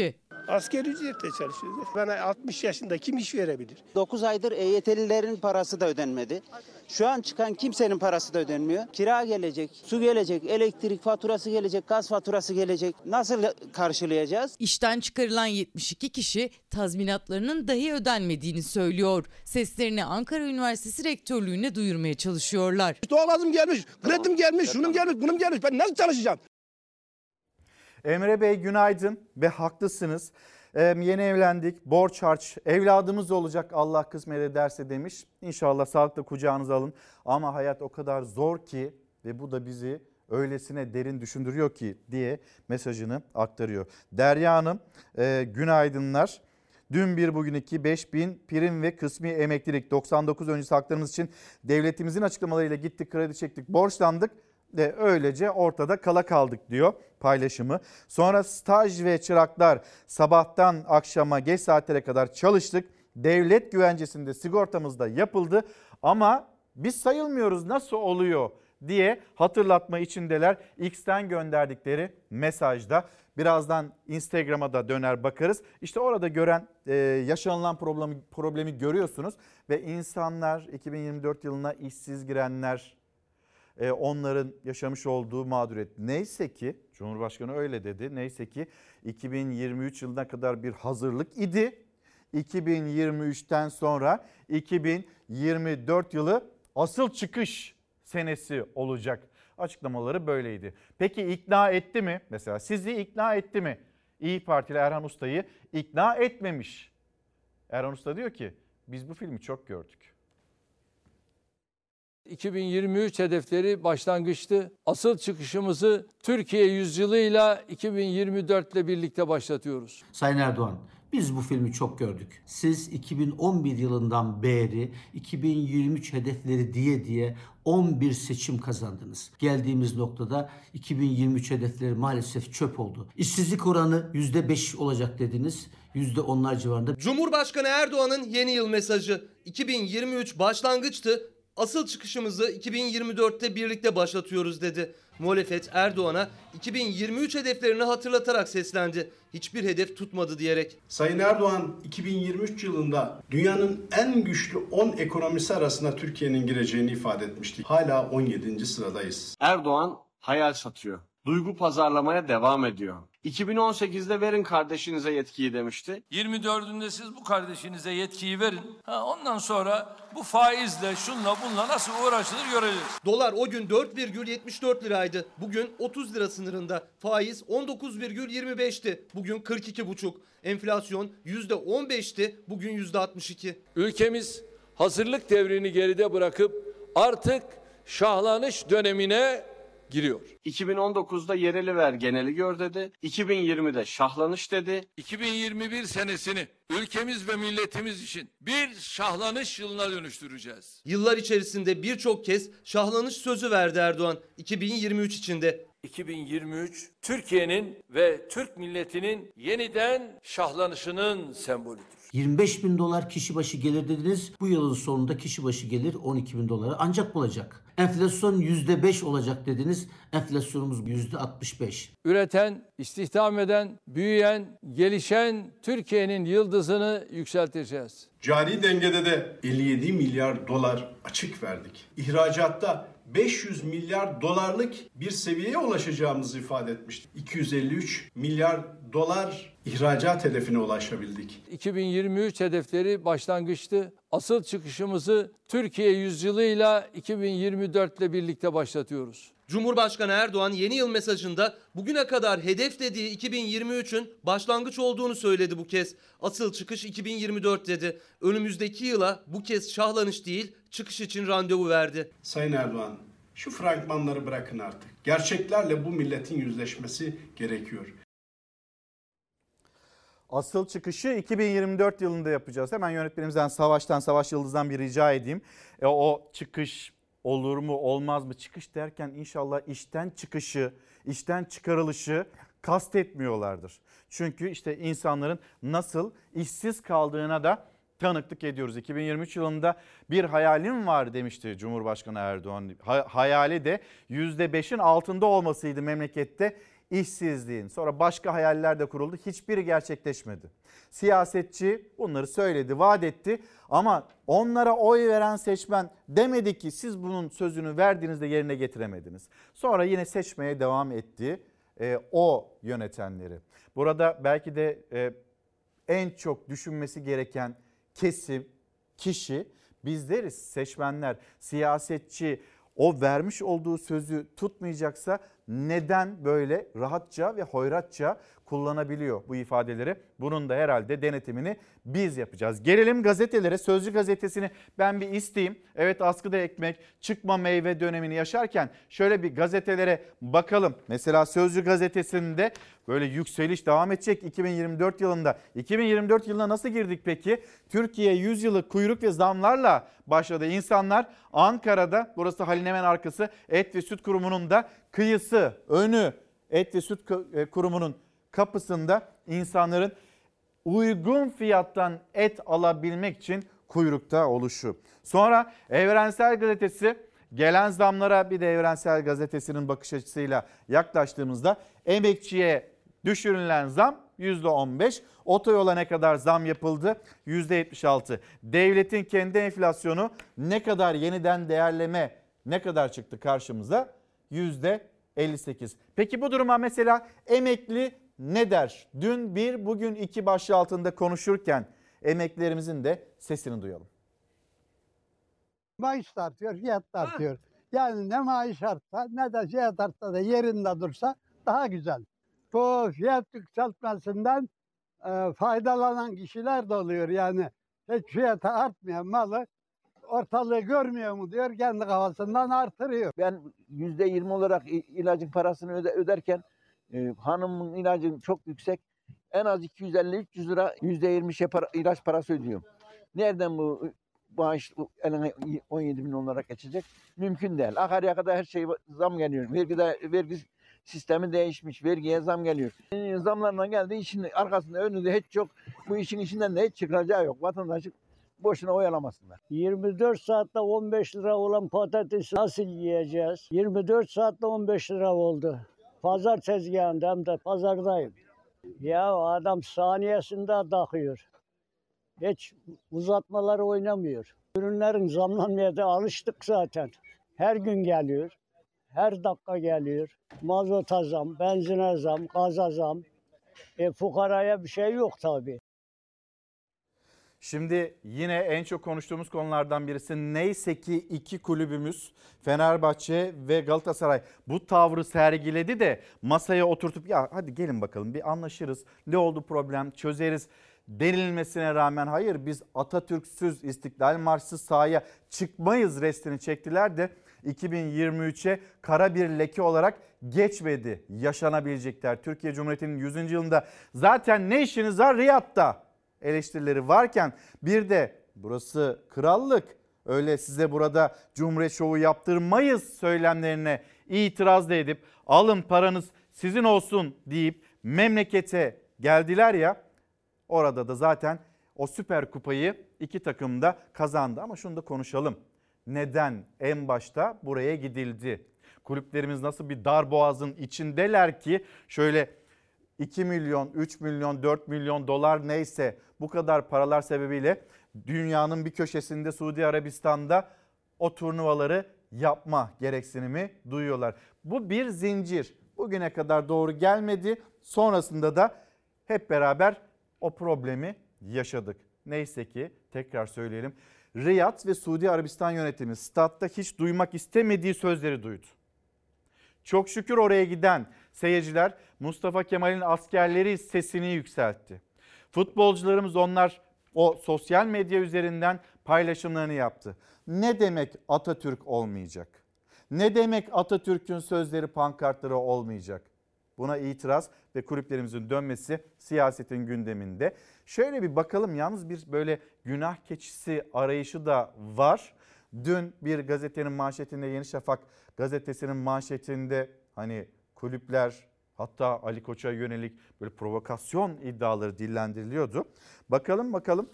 Asgari ücretle çalışıyoruz. Bana 60 yaşında kim iş verebilir? 9 aydır EYT'lilerin parası da ödenmedi. Şu an çıkan kimsenin parası da ödenmiyor. Kira gelecek, su gelecek, elektrik faturası gelecek, gaz faturası gelecek. Nasıl karşılayacağız? İşten çıkarılan 72 kişi tazminatlarının dahi ödenmediğini söylüyor. Seslerini Ankara Üniversitesi Rektörlüğü'ne duyurmaya çalışıyorlar. Doğalgazım gelmiş, kredim gelmiş, şunun gelmiş, bunun gelmiş. Ben nasıl çalışacağım? Emre Bey günaydın ve haklısınız. Yeni evlendik, borç harç, evladımız olacak Allah kısmet ederse demiş. İnşallah sağlıkla kucağınıza alın. Ama hayat o kadar zor ki ve bu da bizi öylesine derin düşündürüyor ki diye mesajını aktarıyor. Derya Hanım günaydınlar. Dün bir bugün iki 5.000 prim ve kısmi emeklilik 99 öncesi haklarımız için devletimizin açıklamalarıyla gittik kredi çektik borçlandık. De öylece ortada kala kaldık diyor paylaşımı. Sonra staj ve çıraklar sabahtan akşama geç saatlere kadar çalıştık. Devlet güvencesinde sigortamız da yapıldı ama biz sayılmıyoruz nasıl oluyor diye hatırlatma içindeler. X'ten gönderdikleri mesajda. Birazdan Instagram'a da döner bakarız. İşte orada gören yaşanılan problemi görüyorsunuz ve insanlar 2024 yılına işsiz girenler, onların yaşamış olduğu mağduriyet. Neyse ki Cumhurbaşkanı öyle dedi. Neyse ki 2023 yılına kadar bir hazırlık idi. 2023'ten sonra 2024 yılı asıl çıkış senesi olacak. Açıklamaları böyleydi. Peki ikna etti mi? Mesela sizi ikna etti mi? İYİ Partili Erhan Usta'yı ikna etmemiş. Erhan Usta diyor ki biz bu filmi çok gördük. 2023 hedefleri başlangıçtı. Asıl çıkışımızı Türkiye yüzyılıyla 2024 ile birlikte başlatıyoruz. Sayın Erdoğan, biz bu filmi çok gördük. Siz 2011 yılından beri 2023 hedefleri diye 11 seçim kazandınız. Geldiğimiz noktada 2023 hedefleri maalesef çöp oldu. İşsizlik oranı %5 olacak dediniz. %10'lar civarında. Cumhurbaşkanı Erdoğan'ın yeni yıl mesajı. 2023 başlangıçtı. Asıl çıkışımızı 2024'te birlikte başlatıyoruz dedi. Muhalefet Erdoğan'a 2023 hedeflerini hatırlatarak seslendi. Hiçbir hedef tutmadı diyerek. Sayın Erdoğan 2023 yılında dünyanın en güçlü 10 ekonomisi arasında Türkiye'nin gireceğini ifade etmişti. Hala 17. sıradayız. Erdoğan hayal satıyor. Duygu pazarlamaya devam ediyor. 2018'de verin kardeşinize yetkiyi demişti. 24'ünde siz bu kardeşinize yetkiyi verin. Ondan sonra bu faizle şunla bunla nasıl uğraşılır göreceğiz. Dolar o gün 4,74 liraydı. Bugün 30 lira sınırında. Faiz 19,25'ti. Bugün 42,5. Enflasyon %15'ti. Bugün %62. Ülkemiz hazırlık devrini geride bırakıp artık şahlanış dönemine giriyor. 2019'da yereli ver geneli gör dedi. 2020'de şahlanış dedi. 2021 senesini ülkemiz ve milletimiz için bir şahlanış yılına dönüştüreceğiz. Yıllar içerisinde birçok kez şahlanış sözü verdi Erdoğan 2023 içinde. 2023 Türkiye'nin ve Türk milletinin yeniden şahlanışının sembolüdür. 25.000 dolar kişi başı gelir dediniz. Bu yılın sonunda kişi başı gelir 12.000 dolara ancak bulacak. Enflasyon %5 olacak dediniz. Enflasyonumuz %65. Üreten, istihdam eden, büyüyen, gelişen Türkiye'nin yıldızını yükselteceğiz. Cari dengede de 57 milyar dolar açık verdik. İhracatta 500 milyar dolarlık bir seviyeye ulaşacağımızı ifade etmiştik. 253 milyar dolar ihracat hedefine ulaşabildik. 2023 hedefleri başlangıçtı. Asıl çıkışımızı Türkiye yüzyılıyla 2024 ile birlikte başlatıyoruz. Cumhurbaşkanı Erdoğan yeni yıl mesajında bugüne kadar hedef dediği 2023'ün başlangıç olduğunu söyledi bu kez. Asıl çıkış 2024 dedi. Önümüzdeki yıla bu kez şahlanış değil çıkış için randevu verdi. Sayın Erdoğan, şu fragmanları bırakın artık. Gerçeklerle bu milletin yüzleşmesi gerekiyor. Asıl çıkışı 2024 yılında yapacağız. Hemen yönetmenimizden Savaş Yıldız'dan bir rica edeyim. O çıkış olur mu olmaz mı? Çıkış derken inşallah işten çıkışı, işten çıkarılışı kastetmiyorlardır. Çünkü işte insanların nasıl işsiz kaldığına da tanıklık ediyoruz. 2023 yılında bir hayalim var demişti Cumhurbaşkanı Erdoğan. Hayali de %5'in altında olmasıydı memlekette işsizliğin, sonra başka hayaller de kuruldu. Hiçbiri gerçekleşmedi. Siyasetçi bunları söyledi, vaat etti ama onlara oy veren seçmen demedi ki siz bunun sözünü verdiğinizde yerine getiremediniz. Sonra yine seçmeye devam etti o yönetenleri. Burada belki de en çok düşünmesi gereken kesim, kişi bizleriz, seçmenler. Siyasetçi o vermiş olduğu sözü tutmayacaksa neden böyle rahatça ve hoyratça kullanabiliyor bu ifadeleri? Bunun da herhalde denetimini biz yapacağız. Gelelim gazetelere. Sözcü gazetesini ben bir isteyeyim. Evet, askıda ekmek, çıkma meyve dönemini yaşarken şöyle bir gazetelere bakalım. Mesela Sözcü gazetesinde böyle yükseliş devam edecek 2024 yılında. 2024 yılına nasıl girdik peki? Türkiye 100 yılı kuyruk ve zamlarla başladı. İnsanlar Ankara'da, burası Halil'in hemen arkası, Et ve Süt Kurumu'nun da kıyısı, önü, Et ve Süt Kurumu'nun kapısında insanların uygun fiyattan et alabilmek için kuyrukta oluşu. Sonra Evrensel Gazetesi, gelen zamlara bir de Evrensel Gazetesi'nin bakış açısıyla yaklaştığımızda emekçiye düşürülen zam %15, otoyola ne kadar zam yapıldı? %76. Devletin kendi enflasyonu ne kadar, yeniden değerleme ne kadar çıktı karşımıza? %58. Peki bu duruma mesela emekli ne der? Dün 1, bugün 2 başlığı altında konuşurken emeklilerimizin de sesini duyalım. Maaş da artıyor, fiyat da artıyor. Yani ne maaş artsa ne de fiyat artsa da yerinde dursa daha güzel. Bu fiyat yükseltmesinden faydalanan kişiler de oluyor. Yani hiç fiyatı artmayan malı ortalığı görmüyor mu diyor, kendi kafasından artırıyor. Ben %20 olarak ilacın parasını öderken hanımın ilacı çok yüksek. En az 250-300 lira %20 ilaç parası ödüyorum. Nereden bu maaş eline 17 bin olarak geçecek? Mümkün değil. Akaryakıta her şey zam geliyor. Vergi sistemi değişmiş. Vergiye zam geliyor. Zamlarla geldi. İşin arkasında önünde hiç yok. Bu işin içinden de hiç çıkacağı yok. Vatandaşı boşuna oyalamasınlar. 24 saatte 15 lira olan patatesi nasıl yiyeceğiz? 24 saatte 15 lira oldu. Pazar tezgahında, hem de pazardayım. Ya adam saniyesinde takıyor. Hiç uzatmaları oynamıyor. Ürünlerin zamlanmaya da alıştık zaten. Her gün geliyor. Her dakika geliyor. Mazota zam, benzine zam, gaza zam. Fukaraya bir şey yok tabii. Şimdi yine en çok konuştuğumuz konulardan birisi, neyse ki iki kulübümüz Fenerbahçe ve Galatasaray bu tavrı sergiledi de masaya oturtup ya hadi gelin bakalım bir anlaşırız, ne oldu problem çözeriz denilmesine rağmen hayır biz Atatürk'süz, İstiklal Marşı'sız sahaya çıkmayız restini çektiler de 2023'e kara bir leke olarak geçmedi yaşanabilecekler. Türkiye Cumhuriyeti'nin 100. yılında zaten ne işiniz var Riyad'da eleştirileri varken bir de burası krallık, öyle size burada Cumhuriyet şovu yaptırmayız söylemlerine itiraz da edip alın paranız sizin olsun deyip memlekete geldiler ya, orada da zaten o Süper Kupayı iki takım da kazandı. Ama şunu da konuşalım. Neden en başta buraya gidildi? Kulüplerimiz nasıl bir darboğazın içindeler ki şöyle 2 milyon, 3 milyon, 4 milyon dolar neyse bu kadar paralar sebebiyle dünyanın bir köşesinde Suudi Arabistan'da o turnuvaları yapma gereksinimi duyuyorlar. Bu bir zincir. Bugüne kadar doğru gelmedi. Sonrasında da hep beraber o problemi yaşadık. Neyse ki tekrar söyleyelim. Riyad ve Suudi Arabistan yönetimi statta hiç duymak istemediği sözleri duydu. Çok şükür oraya giden seyirciler Mustafa Kemal'in askerleri sesini yükseltti. Futbolcularımız onlar o sosyal medya üzerinden paylaşımlarını yaptı. Ne demek Atatürk olmayacak? Ne demek Atatürk'ün sözleri pankartları olmayacak? Buna itiraz ve kulüplerimizin dönmesi siyasetin gündeminde. Şöyle bir bakalım, yalnız bir böyle günah keçisi arayışı da var. Dün bir gazetenin manşetinde, Yeni Şafak gazetesinin manşetinde hani kulüpler, hatta Ali Koç'a yönelik böyle provokasyon iddiaları dillendiriliyordu. Bakalım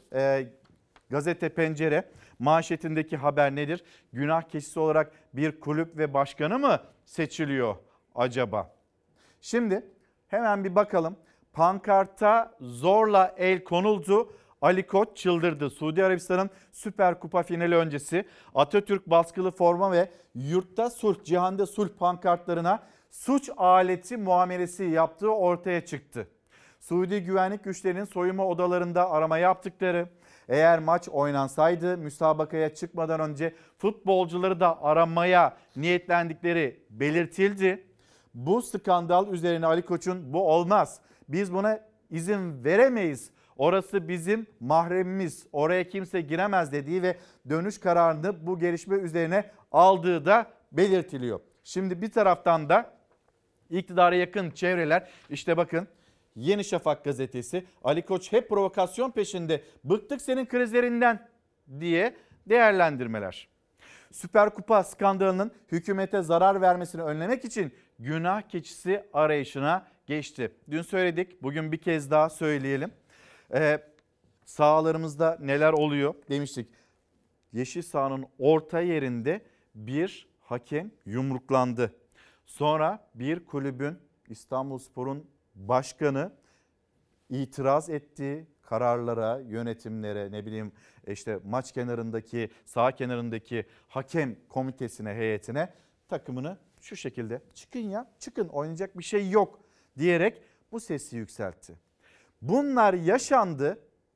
gazete Pencere manşetindeki haber nedir? Günah keçisi olarak bir kulüp ve başkanı mı seçiliyor acaba? Şimdi hemen bir bakalım. Pankarta zorla el konuldu. Ali Koç çıldırdı. Suudi Arabistan'ın Süper Kupa finali öncesi Atatürk baskılı forma ve yurtta sulh, cihanda sulh pankartlarına suç aleti muamelesi yaptığı ortaya çıktı. Suudi güvenlik güçlerinin soyunma odalarında arama yaptıkları, eğer maç oynansaydı müsabakaya çıkmadan önce futbolcuları da aramaya niyetlendikleri belirtildi. Bu skandal üzerine Ali Koç'un bu olmaz, biz buna izin veremeyiz, orası bizim mahremimiz, oraya kimse giremez dediği ve dönüş kararını bu gelişme üzerine aldığı da belirtiliyor. Şimdi bir taraftan da iktidara yakın çevreler, işte bakın Yeni Şafak gazetesi, Ali Koç hep provokasyon peşinde, bıktık senin krizlerinden diye değerlendirmeler. Süper Kupa skandalının hükümete zarar vermesini önlemek için günah keçisi arayışına geçti. Dün söyledik, bugün bir kez daha söyleyelim. Sahalarımızda neler oluyor demiştik. Yeşil sahanın orta yerinde bir hakem yumruklandı. Sonra bir kulübün, İstanbulspor'un başkanı itiraz etti kararlara, yönetimlere, ne bileyim işte maç kenarındaki, saha kenarındaki hakem komitesine, heyetine, takımını şu şekilde çıkın ya, çıkın, oynayacak bir şey yok diyerek bu sesi yükseltti. Bunlar yaşandı.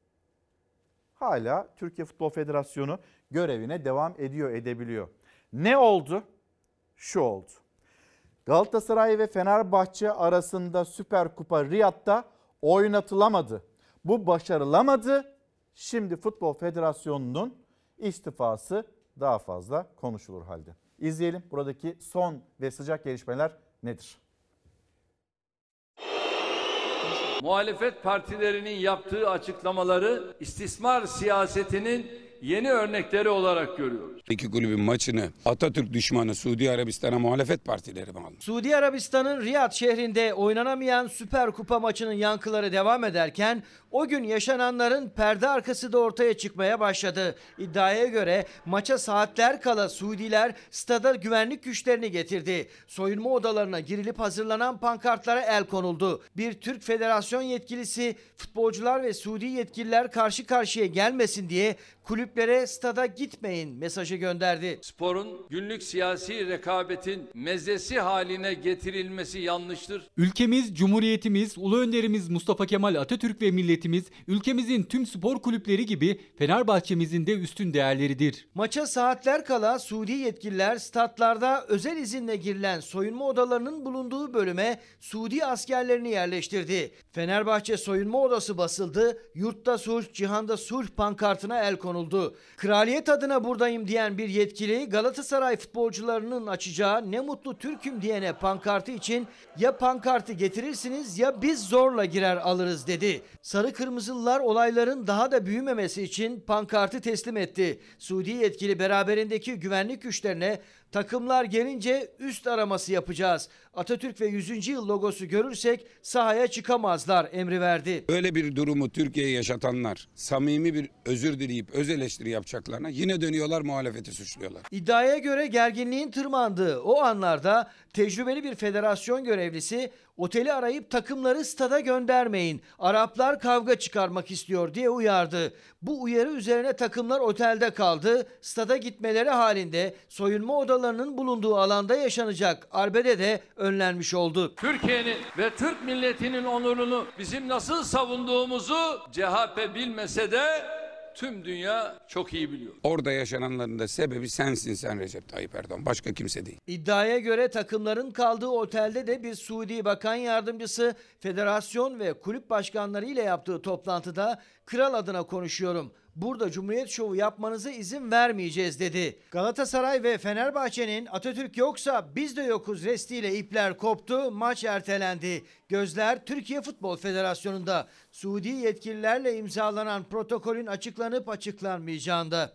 Hala Türkiye Futbol Federasyonu görevine devam ediyor, edebiliyor. Ne oldu? Şu oldu. Galatasaray ve Fenerbahçe arasında Süper Kupa Riyad'da oynatılamadı. Bu başarılamadı. Şimdi Futbol Federasyonu'nun istifası daha fazla konuşulur halde. İzleyelim buradaki son ve sıcak gelişmeler nedir? Muhalefet partilerinin yaptığı açıklamaları istismar siyasetinin yeni örnekleri olarak görüyoruz. İki kulübün maçını Atatürk düşmanı Suudi Arabistan'a muhalefet partileri mi almış? Suudi Arabistan'ın Riyad şehrinde oynanamayan Süper Kupa maçının yankıları devam ederken o gün yaşananların perde arkası da ortaya çıkmaya başladı. İddiaya göre maça saatler kala Suudiler stada güvenlik güçlerini getirdi. Soyunma odalarına girilip hazırlanan pankartlara el konuldu. Bir Türk Federasyon yetkilisi futbolcular ve Suudi yetkililer karşı karşıya gelmesin diye kulüplere stada gitmeyin mesajı gönderdi. Sporun günlük siyasi rekabetin mezdesi haline getirilmesi yanlıştır. Ülkemiz, Cumhuriyetimiz, Ulu Önderimiz Mustafa Kemal Atatürk ve milletimiz, ülkemizin tüm spor kulüpleri gibi Fenerbahçe'mizin de üstün değerleridir. Maça saatler kala Suudi yetkililer statlarda özel izinle girilen soyunma odalarının bulunduğu bölüme Suudi askerlerini yerleştirdi. Fenerbahçe soyunma odası basıldı, yurtta sulh, cihanda sulh pankartına el konuldu. Kraliyet adına buradayım diyen bir yetkili Galatasaray futbolcularının açacağı ne mutlu Türk'üm diyene pankartı için ya pankartı getirirsiniz ya biz zorla girer alırız dedi. Sarı Kırmızılılar olayların daha da büyümemesi için pankartı teslim etti. Suudi yetkili beraberindeki güvenlik güçlerine takımlar gelince üst araması yapacağız. Atatürk ve 100. yıl logosu görürsek sahaya çıkamazlar emri verdi. Öyle bir durumu Türkiye'ye yaşatanlar samimi bir özür dileyip öz eleştiri yapacaklarına yine dönüyorlar muhalefeti suçluyorlar. İddiaya göre gerginliğin tırmandığı o anlarda tecrübeli bir federasyon görevlisi oteli arayıp takımları stada göndermeyin, Araplar kavga çıkarmak istiyor diye uyardı. Bu uyarı üzerine takımlar otelde kaldı. Stada gitmeleri halinde soyunma odalarının bulunduğu alanda yaşanacak arbede de önlenmiş oldu. Türkiye'nin ve Türk milletinin onurunu bizim nasıl savunduğumuzu CHP bilmese de tüm dünya çok iyi biliyor. Orada yaşananların da sebebi sensin sen Recep Tayyip Erdoğan. Başka kimse değil. İddiaya göre takımların kaldığı otelde de bir Suudi Bakan Yardımcısı federasyon ve kulüp başkanları ile yaptığı toplantıda kral adına konuşuyorum, burada Cumhuriyet şovu yapmanıza izin vermeyeceğiz dedi. Galatasaray ve Fenerbahçe'nin Atatürk yoksa biz de yokuz restiyle ipler koptu, maç ertelendi. Gözler Türkiye Futbol Federasyonu'nda. Suudi yetkililerle imzalanan protokolün açıklanıp açıklanmayacağında.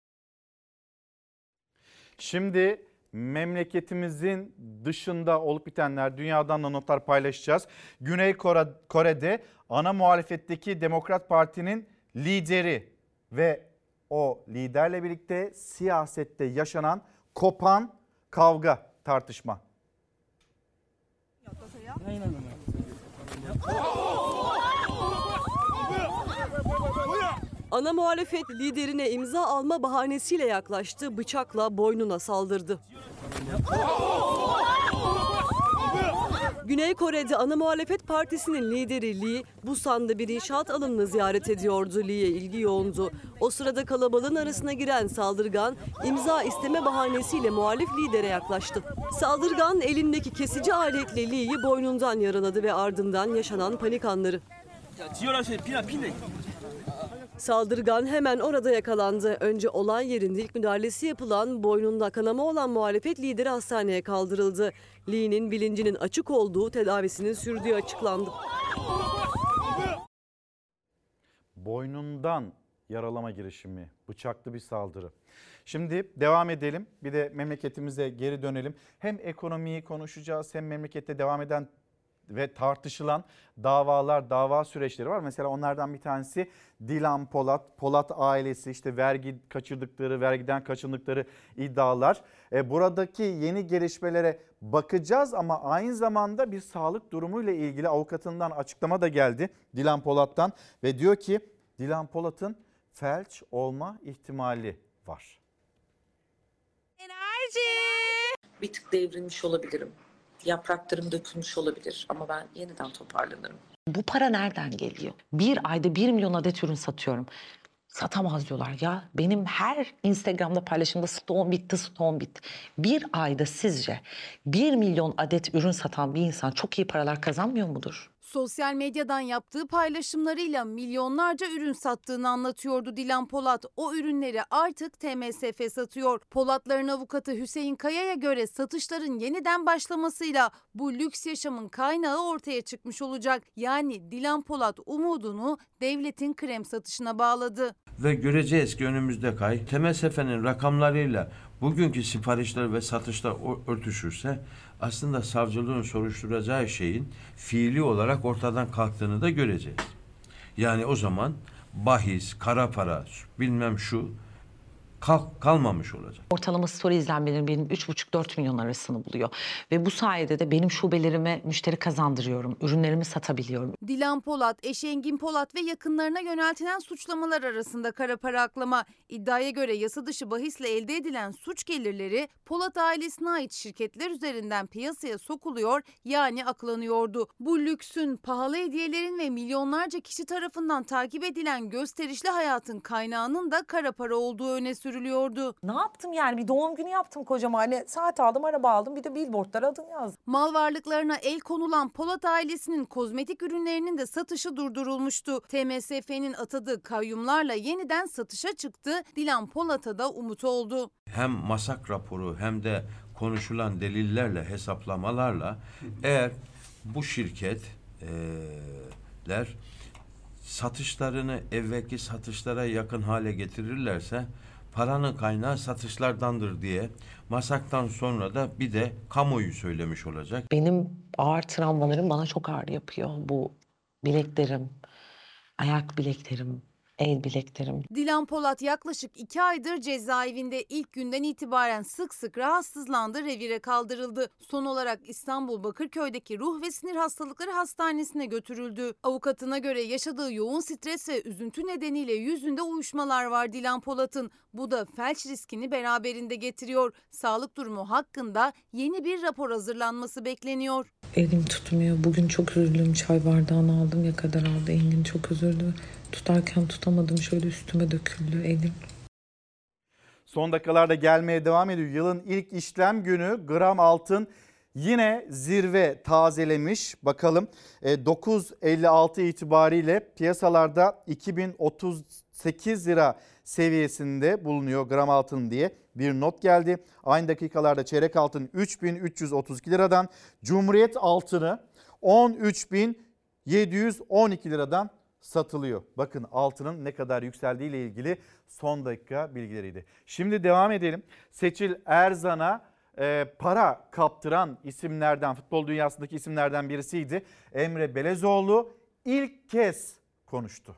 Şimdi memleketimizin dışında olup bitenler, dünyadan da notlar paylaşacağız. Güney Kore'de ana muhalefetteki Demokrat Parti'nin lideri ve o liderle birlikte siyasette yaşanan kopan kavga, tartışma. Ana muhalefet liderine imza alma bahanesiyle yaklaştı, bıçakla boynuna saldırdı. Güney Kore'de ana muhalefet partisinin lideri Lee, Busan'da bir inşaat alanını ziyaret ediyordu. Lee'ye ilgi yoğundu. O sırada kalabalığın arasına giren saldırgan imza isteme bahanesiyle muhalif lidere yaklaştı. Saldırgan elindeki kesici aletle Lee'yi boynundan yaraladı ve ardından yaşanan panik anları. Saldırgan hemen orada yakalandı. Önce olay yerinde ilk müdahalesi yapılan, boynunda kanama olan muhalefet lideri hastaneye kaldırıldı. Lee'nin bilincinin açık olduğu, tedavisinin sürdüğü açıklandı. Boynundan yaralama girişimi, bıçaklı bir saldırı. Şimdi devam edelim. Bir de memleketimize geri dönelim. Hem ekonomiyi konuşacağız, hem memlekette devam eden ve tartışılan davalar, dava süreçleri var. Mesela onlardan bir tanesi Dilan Polat, Polat ailesi, işte vergi kaçırdıkları, vergiden kaçındıkları iddialar. Buradaki yeni gelişmelere bakacağız ama aynı zamanda bir sağlık durumuyla ilgili avukatından açıklama da geldi Dilan Polat'tan ve diyor ki Dilan Polat'ın felç olma ihtimali var. Bir tık devrilmiş olabilirim. Yapraklarım dökülmüş olabilir ama ben yeniden toparlanırım. Bu para nereden geliyor? Bir ayda 1 milyon adet ürün satıyorum. Satamaz diyorlar ya. Benim her Instagram'da paylaşımda stoğum bitti, stoğum bitti. Bir ayda sizce 1 milyon adet ürün satan bir insan çok iyi paralar kazanmıyor mudur? Sosyal medyadan yaptığı paylaşımlarıyla milyonlarca ürün sattığını anlatıyordu Dilan Polat. O ürünleri artık TMSF satıyor. Polatların avukatı Hüseyin Kaya'ya göre satışların yeniden başlamasıyla bu lüks yaşamın kaynağı ortaya çıkmış olacak. Yani Dilan Polat umudunu devletin krem satışına bağladı. Ve göreceğiz ki önümüzdeki ay TMSF'nin rakamlarıyla bugünkü siparişler ve satışlar örtüşürse aslında savcılığın soruşturacağı şeyin fiili olarak ortadan kalktığını da göreceğiz. Yani o zaman bahis, kara para, bilmem şu kalmamış olacak. Ortalama story izlenmeleri benim 3,5-4 milyon arasını buluyor. Ve bu sayede de benim şubelerime müşteri kazandırıyorum, ürünlerimi satabiliyorum. Dilan Polat, eşi Engin Polat ve yakınlarına yöneltilen suçlamalar arasında kara para aklama. İddiaya göre yasa dışı bahisle elde edilen suç gelirleri Polat ailesine ait şirketler üzerinden piyasaya sokuluyor, yani aklanıyordu. Bu lüksün, pahalı hediyelerin ve milyonlarca kişi tarafından takip edilen gösterişli hayatın kaynağının da kara para olduğu öne sürülüyordu. Ne yaptım yani, bir doğum günü yaptım kocama, hani saat aldım, araba aldım, bir de billboardlara adım yazdım. Mal varlıklarına el konulan Polat ailesinin kozmetik ürünlerinin de satışı durdurulmuştu. TMSF'nin atadığı kayyumlarla yeniden satışa çıktı. Dilan Polat'a da umut oldu. Hem masak raporu hem de konuşulan delillerle, hesaplamalarla eğer bu şirketler satışlarını evvelki satışlara yakın hale getirirlerse paranın kaynağı satışlardandır diye masaktan sonra da bir de kamuoyu söylemiş olacak. Benim ağır travmalarım bana çok ağır yapıyor. Bu bileklerim, ayak bileklerim, el bileklerim. Dilan Polat yaklaşık 2 aydır cezaevinde. İlk günden itibaren sık sık rahatsızlandı, revire kaldırıldı. Son olarak İstanbul Bakırköy'deki Ruh ve Sinir Hastalıkları Hastanesi'ne götürüldü. Avukatına göre yaşadığı yoğun stres ve üzüntü nedeniyle yüzünde uyuşmalar var Dilan Polat'ın. Bu da felç riskini beraberinde getiriyor. Sağlık durumu hakkında yeni bir rapor hazırlanması bekleniyor. Elim tutmuyor. Bugün çok üzüldüm. Çay bardağını aldım, ya kadar aldı. Engin çok üzüldü. Tutarken tutamadım. Şöyle üstüme döküldü elim. Son dakikalarda gelmeye devam ediyor. Yılın ilk işlem günü gram altın yine zirve tazelemiş. Bakalım 9.56 itibariyle piyasalarda 2038 lira seviyesinde bulunuyor gram altın diye bir not geldi. Aynı dakikalarda çeyrek altın 3.332 liradan, Cumhuriyet altını 13.712 liradan satılıyor. Bakın altının ne kadar yükseldiği ile ilgili son dakika bilgileriydi. Şimdi devam edelim. Seçil Erzan'a para kaptıran isimlerden, futbol dünyasındaki isimlerden birisiydi. Emre Belezoğlu ilk kez konuştu.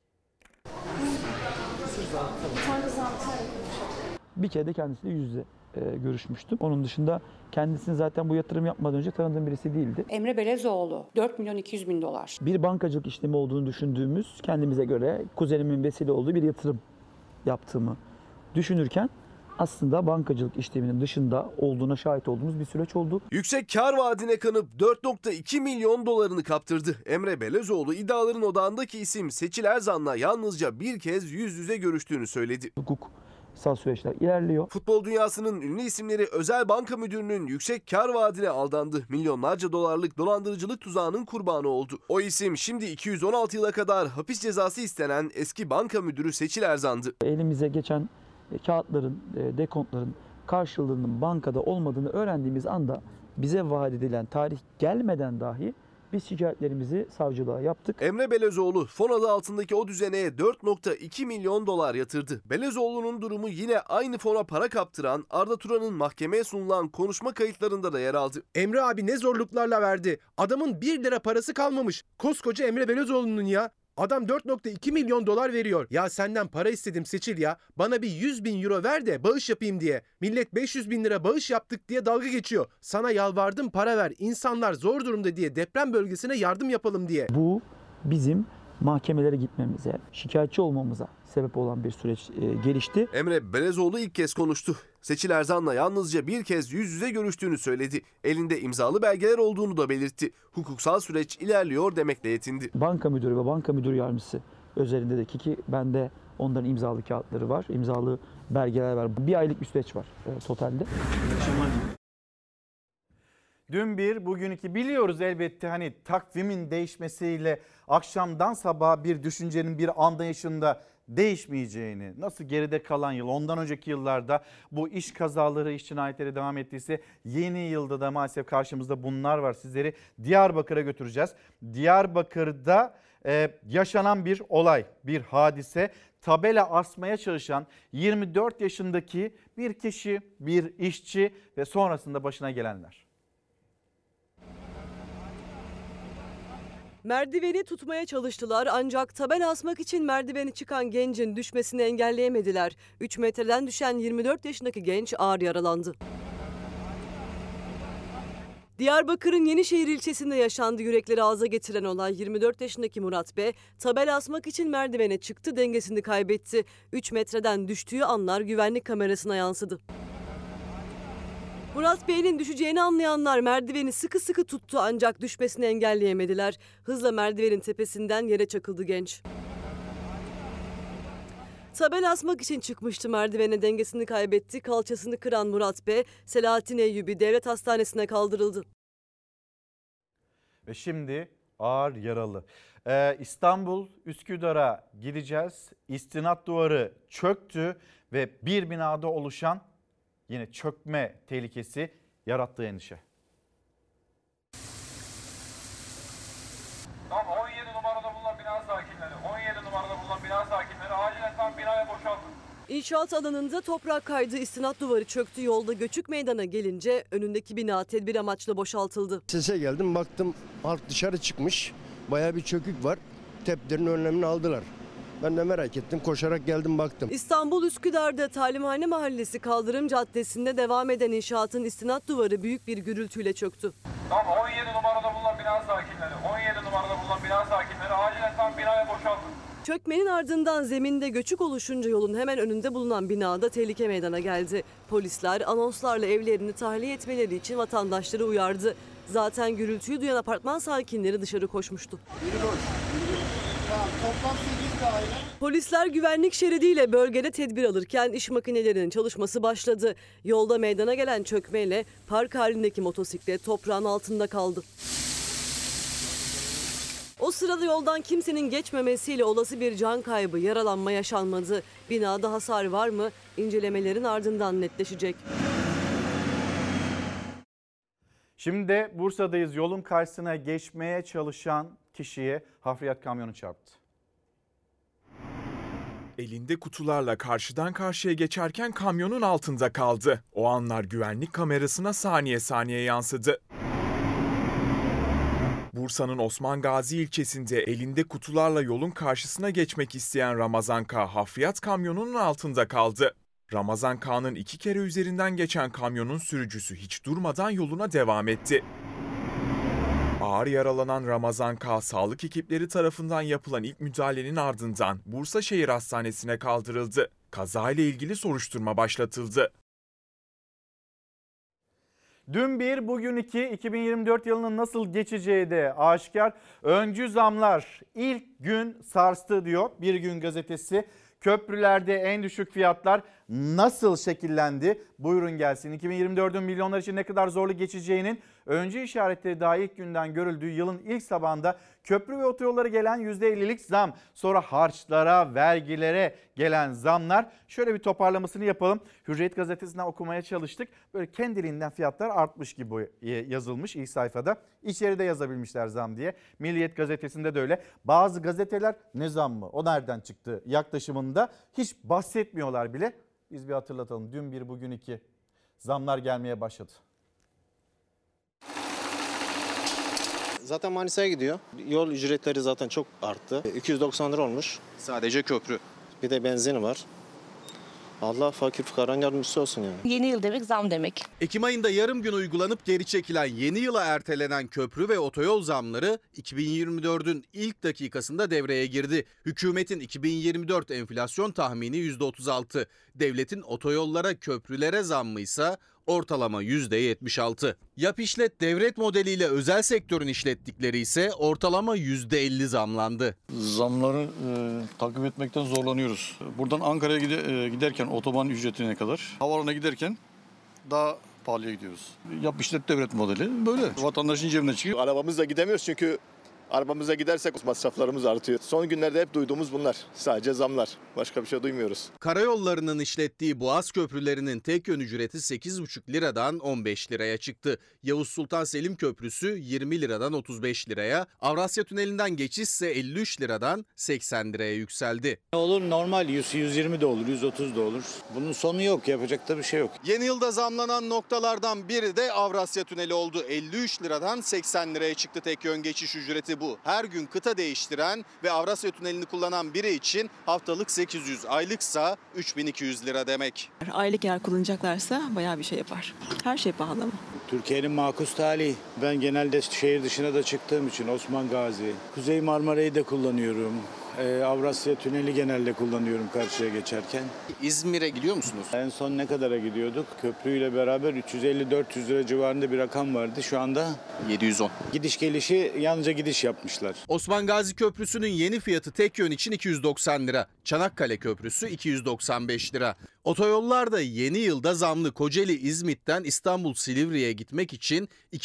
Bir kere de kendisiyle yüz yüze görüşmüştüm. Onun dışında kendisini zaten bu yatırım yapmadan önce tanıdığım birisi değildi. Emre Belezoğlu 4.200.000 dolar. Bir bankacılık işlemi olduğunu düşündüğümüz, kendimize göre kuzenimin vesile olduğu bir yatırım yaptığımı düşünürken aslında bankacılık işleminin dışında olduğuna şahit olduğumuz bir süreç oldu. Yüksek kar vaadine kanıp 4.2 milyon dolarını kaptırdı. Emre Belezoğlu iddiaların odağındaki isim Seçil Erzan'la yalnızca bir kez yüz yüze görüştüğünü söyledi. Hukuksal süreçler ilerliyor. Futbol dünyasının ünlü isimleri özel banka müdürünün yüksek kar vaadine aldandı. Milyonlarca dolarlık dolandırıcılık tuzağının kurbanı oldu. O isim şimdi 216 yıla kadar hapis cezası istenen eski banka müdürü Seçil Erzan'dı. Elimize geçen kağıtların, dekontların karşılığının bankada olmadığını öğrendiğimiz anda bize vaat edilen tarih gelmeden dahi biz şikayetlerimizi savcılığa yaptık. Emre Belezoğlu fon adı altındaki o düzeneye 4.2 milyon dolar yatırdı. Belezoğlu'nun durumu yine aynı fona para kaptıran Arda Turan'ın mahkemeye sunulan konuşma kayıtlarında da yer aldı. Emre abi ne zorluklarla verdi. Adamın 1 lira parası kalmamış. Koskoca Emre Belezoğlu'nun ya. Adam 4.2 milyon dolar veriyor. Ya senden para istedim Seçil ya. Bana bir 100.000 euro ver de bağış yapayım diye. Millet 500.000 lira bağış yaptık diye dalga geçiyor. Sana yalvardım para ver. İnsanlar zor durumda diye deprem bölgesine yardım yapalım diye. Bu bizim mahkemelere gitmemize, şikayetçi olmamıza sebep olan bir süreç gelişti. Emre Belezoğlu ilk kez konuştu. Seçil Erzan'la yalnızca bir kez yüz yüze görüştüğünü söyledi. Elinde imzalı belgeler olduğunu da belirtti. Hukuksal süreç ilerliyor demekle yetindi. Banka müdürü ve banka müdür yardımcısı özelindeki ki bende onların imzalı kağıtları var, imzalı belgeler var. Bir aylık bir süreç var totalde. Dün bir, bugün iki, biliyoruz elbette hani takvimin değişmesiyle akşamdan sabaha bir düşüncenin, bir anlayışında değişmeyeceğini, nasıl geride kalan yıl, ondan önceki yıllarda bu iş kazaları, iş cinayetleri devam ettiyse yeni yılda da maalesef karşımızda bunlar var. Sizleri Diyarbakır'a götüreceğiz. Diyarbakır'da yaşanan bir olay, bir hadise. Tabela asmaya çalışan 24 yaşındaki bir kişi, bir işçi ve sonrasında başına gelenler. Merdiveni tutmaya çalıştılar ancak tabela asmak için merdiveni çıkan gencin düşmesini engelleyemediler. 3 metreden düşen 24 yaşındaki genç ağır yaralandı. Diyarbakır'ın Yenişehir ilçesinde yaşandı. Yürekleri ağza getiren olay. 24 yaşındaki Murat B. tabela asmak için merdivene çıktı, dengesini kaybetti. 3 metreden düştüğü anlar güvenlik kamerasına yansıdı. Murat Bey'in düşeceğini anlayanlar merdiveni sıkı sıkı tuttu ancak düşmesini engelleyemediler. Hızla merdivenin tepesinden yere çakıldı genç. Tabela asmak için çıkmıştı, merdivene dengesini kaybetti. Kalçasını kıran Murat Bey, Selahattin Eyyubi Devlet Hastanesi'ne kaldırıldı. Ve şimdi ağır yaralı. İstanbul Üsküdar'a gideceğiz. İstinat duvarı çöktü ve bir binada oluşan yine çökme tehlikesi yarattığı endişe. Tam 17 numarada bulunan bina sakinleri, 17 numarada bulunan bina sakinleri acilen tam binaya boşaltın. İnşaat alanında toprak kaydı, istinat duvarı çöktü. Yolda göçük meydana gelince önündeki bina tedbir amaçlı boşaltıldı. Sese geldim, baktım halk dışarı çıkmış. Bayağı bir çökük var. Tedbirin önlemini aldılar. Ben de merak ettim, koşarak geldim baktım. İstanbul Üsküdar'da Talimhane Mahallesi Kaldırım Caddesi'nde devam eden inşaatın istinat duvarı büyük bir gürültüyle çöktü. Tam 17 numarada bulunan bina sakinleri, 17 numarada bulunan bina sakinleri acilen tam binaya boşaltın. Çökmenin ardından zeminde göçük oluşunca yolun hemen önünde bulunan binada tehlike meydana geldi. Polisler anonslarla evlerini tahliye etmeleri için vatandaşları uyardı. Zaten gürültüyü duyan apartman sakinleri dışarı koşmuştu. Polisler güvenlik şeridiyle bölgede tedbir alırken iş makinelerinin çalışması başladı. Yolda meydana gelen çökmeyle park halindeki motosiklet toprağın altında kaldı. O sırada yoldan kimsenin geçmemesiyle olası bir can kaybı, yaralanma yaşanmadı. Binada hasar var mı? İncelemelerin ardından netleşecek. Şimdi de Bursa'dayız. Yolun karşısına geçmeye çalışan kişiye hafriyat kamyonu çarptı. Elinde kutularla karşıdan karşıya geçerken kamyonun altında kaldı. O anlar güvenlik kamerasına saniye saniye yansıdı. Bursa'nın Osman Gazi ilçesinde elinde kutularla yolun karşısına geçmek isteyen Ramazan K. hafriyat kamyonunun altında kaldı. Ramazan K'nın 2 kere üzerinden geçen kamyonun sürücüsü hiç durmadan yoluna devam etti. Ağır yaralanan Ramazan K, sağlık ekipleri tarafından yapılan ilk müdahalenin ardından Bursa Şehir Hastanesi'ne kaldırıldı. Kazayla ilgili soruşturma başlatıldı. Dün 1, bugün 2, 2024 yılının nasıl geçeceği de aşikar. Öncü zamlar ilk gün sarstı diyor Bir Gün gazetesi. Köprülerde en düşük fiyatlar nasıl şekillendi? Buyurun gelsin. 2024'ün milyonlar için ne kadar zorlu geçeceğinin öncü işaretleri daha ilk günden görüldüğü yılın ilk sabahında köprü ve otoyollara gelen %50'lik zam, sonra harçlara, vergilere gelen zamlar. Şöyle bir toparlamasını yapalım. Hürriyet gazetesinden okumaya çalıştık. Böyle kendiliğinden fiyatlar artmış gibi yazılmış ilk sayfada. İçeride yazabilmişler zam diye. Milliyet gazetesinde de öyle. Bazı gazeteler ne zam mı? O nereden çıktı yaklaşımında hiç bahsetmiyorlar bile. Biz bir hatırlatalım. Dün 1, bugün 2 zamlar gelmeye başladı. Zaten Manisa'ya gidiyor. Yol ücretleri zaten çok arttı. 290 lira olmuş. Sadece köprü. Bir de benzin var. Allah fakir fukaranın yardımcısı olsun yani. Yeni yıl demek zam demek. Ekim ayında yarım gün uygulanıp geri çekilen yeni yıla ertelenen köprü ve otoyol zamları 2024'ün ilk dakikasında devreye girdi. Hükümetin 2024 enflasyon tahmini %36. Devletin otoyollara, köprülere zammı ise ortalama %76. Yap işlet devret modeliyle özel sektörün işlettikleri ise ortalama %50 zamlandı. Zamları takip etmekten zorlanıyoruz. Buradan Ankara'ya giderken otoban ücretine kadar, havaalanına giderken daha pahalıya gidiyoruz. Yap işlet devret modeli böyle. Vatandaşın cebine çıkıyor. Arabamızla gidemiyoruz çünkü arabamıza gidersek masraflarımız artıyor. Son günlerde hep duyduğumuz bunlar. Sadece zamlar. Başka bir şey duymuyoruz. Karayollarının işlettiği Boğaz köprülerinin tek yön ücreti 8,5 liradan 15 liraya çıktı. Yavuz Sultan Selim Köprüsü 20 liradan 35 liraya, Avrasya Tüneli'nden geçiş ise 53 liradan 80 liraya yükseldi. Olur normal 120 de olur, 130 da olur. Bunun sonu yok, yapacak da bir şey yok. Yeni yılda zamlanan noktalardan biri de Avrasya Tüneli oldu. 53 liradan 80 liraya çıktı tek yön geçiş ücreti bu. Her gün kıta değiştiren ve Avrasya Tüneli'ni kullanan biri için haftalık 800, aylıksa 3200 lira demek. Aylık eğer kullanacaklarsa bayağı bir şey yapar. Her şey pahalı ama. Türkiye'nin makus talihi. Ben genelde şehir dışına da çıktığım için Osman Gazi, Kuzey Marmara'yı da kullanıyorum. Avrasya Tüneli genelde kullanıyorum karşıya geçerken. İzmir'e gidiyor musunuz? En son ne kadara gidiyorduk? Köprüyle beraber 350-400 lira civarında bir rakam vardı. Şu anda 710. Gidiş gelişi yalnızca gidiş yapmışlar. Osman Gazi Köprüsü'nün yeni fiyatı tek yön için 290 lira. Çanakkale Köprüsü 295 lira. Otoyollarda yeni yılda zamlı. Kocaeli İzmit'ten İstanbul Silivri'ye gitmek için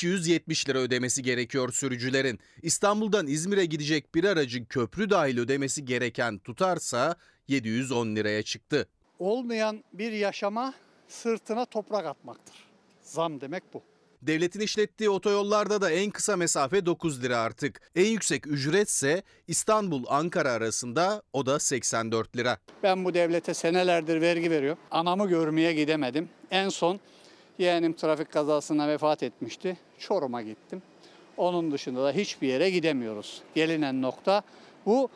270 lira ödemesi gerekiyor sürücülerin. İstanbul'dan İzmir'e gidecek bir aracın köprü dahil ödemesi gereken tutarsa 710 liraya çıktı. Olmayan bir yaşama sırtına toprak atmaktır. Zam demek bu. Devletin işlettiği otoyollarda da en kısa mesafe 9 lira artık. En yüksek ücretse İstanbul-Ankara arasında, o da 84 lira. Ben bu devlete senelerdir vergi veriyorum. Anamı görmeye gidemedim. En son yeğenim trafik kazasına vefat etmişti. Çorum'a gittim. Onun dışında da hiçbir yere gidemiyoruz. Gelinen nokta bu.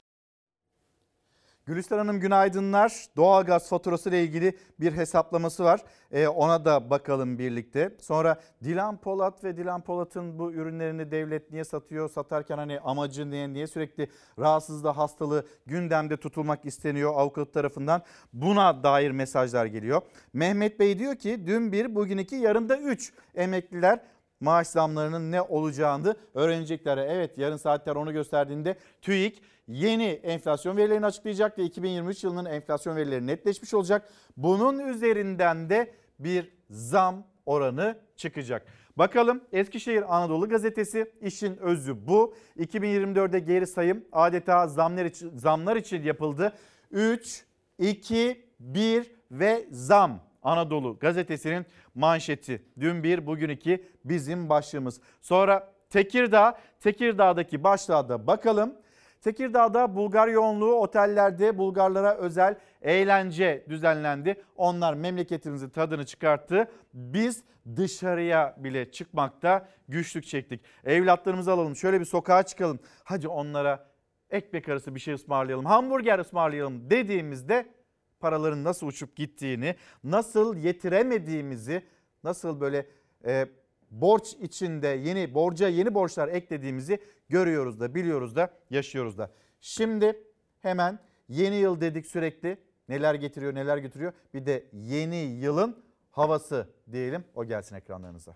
Gülistan Hanım günaydınlar. Doğalgaz faturası ile ilgili bir hesaplaması var. Ona da bakalım birlikte. Sonra Dilan Polat ve Dilan Polat'ın bu ürünlerini devlet niye satıyor? Satarken hani amacı niye sürekli rahatsızlığı, hastalığı gündemde tutulmak isteniyor avukat tarafından? Buna dair mesajlar geliyor. Mehmet Bey diyor ki dün 1, bugün 2, yarın da 3 emekliler maaş zamlarının ne olacağını öğrenecekler. Evet, yarın saatler onu gösterdiğinde TÜİK yeni enflasyon verilerini açıklayacak ve 2023 yılının enflasyon verileri netleşmiş olacak. Bunun üzerinden de bir zam oranı çıkacak. Bakalım Eskişehir Anadolu Gazetesi, işin özü bu. 2024'de geri sayım adeta zamlar için yapıldı. 3, 2, 1 ve zam. Anadolu Gazetesi'nin manşeti. Dün 1, bugün 2 bizim başlığımız. Sonra Tekirdağ'daki başlığa da bakalım. Tekirdağ'da Bulgar yoğunluğu, otellerde Bulgarlara özel eğlence düzenlendi. Onlar memleketimizin tadını çıkarttı. Biz dışarıya bile çıkmakta güçlük çektik. Evlatlarımızı alalım, şöyle bir sokağa çıkalım. Hadi onlara ekmek arası bir şey ısmarlayalım, hamburger ısmarlayalım dediğimizde paraların nasıl uçup gittiğini, nasıl yetiremediğimizi, nasıl böyle borç içinde borca yeni borçlar eklediğimizi görüyoruz da, biliyoruz da, yaşıyoruz da. Şimdi hemen yeni yıl dedik sürekli. Neler getiriyor, neler götürüyor. Bir de yeni yılın havası diyelim. O gelsin ekranlarınıza.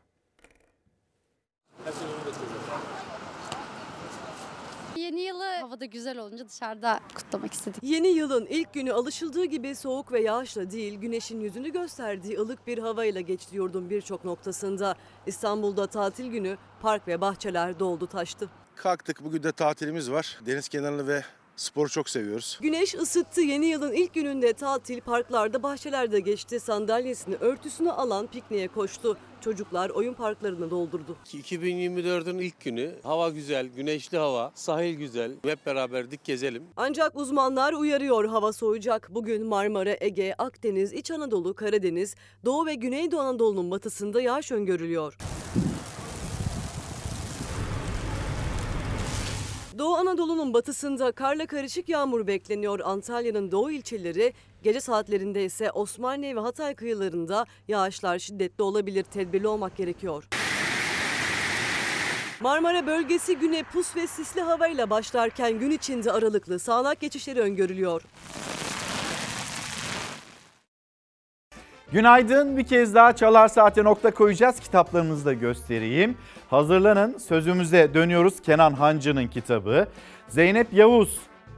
Yeni yılı havada güzel olunca dışarıda kutlamak istedik. Yeni yılın ilk günü alışıldığı gibi soğuk ve yağışla değil, güneşin yüzünü gösterdiği ılık bir havayla geçti yurdun birçok noktasında. İstanbul'da tatil günü park ve bahçeler doldu taştı. Kalktık, bugün de tatilimiz var. Deniz kenarını ve sporu çok seviyoruz. Güneş ısıttı. Yeni yılın ilk gününde tatil parklarda, bahçelerde geçti. Sandalyesini, örtüsünü alan pikniğe koştu. Çocuklar oyun parklarını doldurdu. 2024'ün ilk günü. Hava güzel, güneşli hava, sahil güzel. Hep beraberdik, gezelim. Ancak uzmanlar uyarıyor, hava soğuyacak. Bugün Marmara, Ege, Akdeniz, İç Anadolu, Karadeniz, Doğu ve Güneydoğu Anadolu'nun batısında yağış öngörülüyor. Doğu Anadolu'nun batısında karla karışık yağmur bekleniyor. Antalya'nın doğu ilçeleri, gece saatlerinde ise Osmaniye ve Hatay kıyılarında yağışlar şiddetli olabilir. Tedbirli olmak gerekiyor. Marmara bölgesi güne pus ve sisli havayla başlarken gün içinde aralıklı sağanak geçişleri öngörülüyor. Günaydın, bir kez daha Çalar Saat'e nokta koyacağız. Kitaplarımızı da göstereyim. Hazırlanın, sözümüze dönüyoruz. Kenan Hancı'nın kitabı. Zeynep Yavuz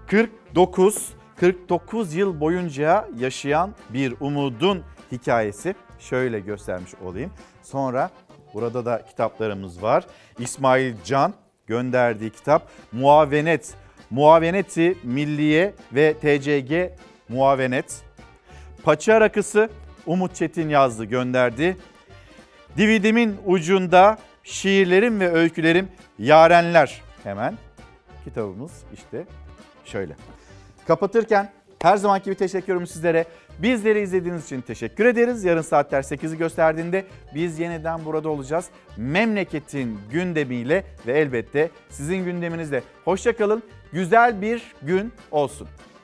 49 yıl boyunca yaşayan bir umudun hikayesi. Şöyle göstermiş olayım. Sonra burada da kitaplarımız var. İsmail Can gönderdiği kitap Muavenet. Muaveneti Milliye ve TCG Muavenet. Paça Rakısı Umut Çetin yazdı, gönderdi. DVD'min ucunda şiirlerim ve öykülerim Yarenler. Hemen kitabımız işte şöyle. Kapatırken her zamanki gibi teşekkürüm sizlere. Bizleri izlediğiniz için teşekkür ederiz. Yarın saatler 8'i gösterdiğinde biz yeniden burada olacağız. Memleketin gündemiyle ve elbette sizin gündeminizle. Hoşça kalın. Güzel bir gün olsun.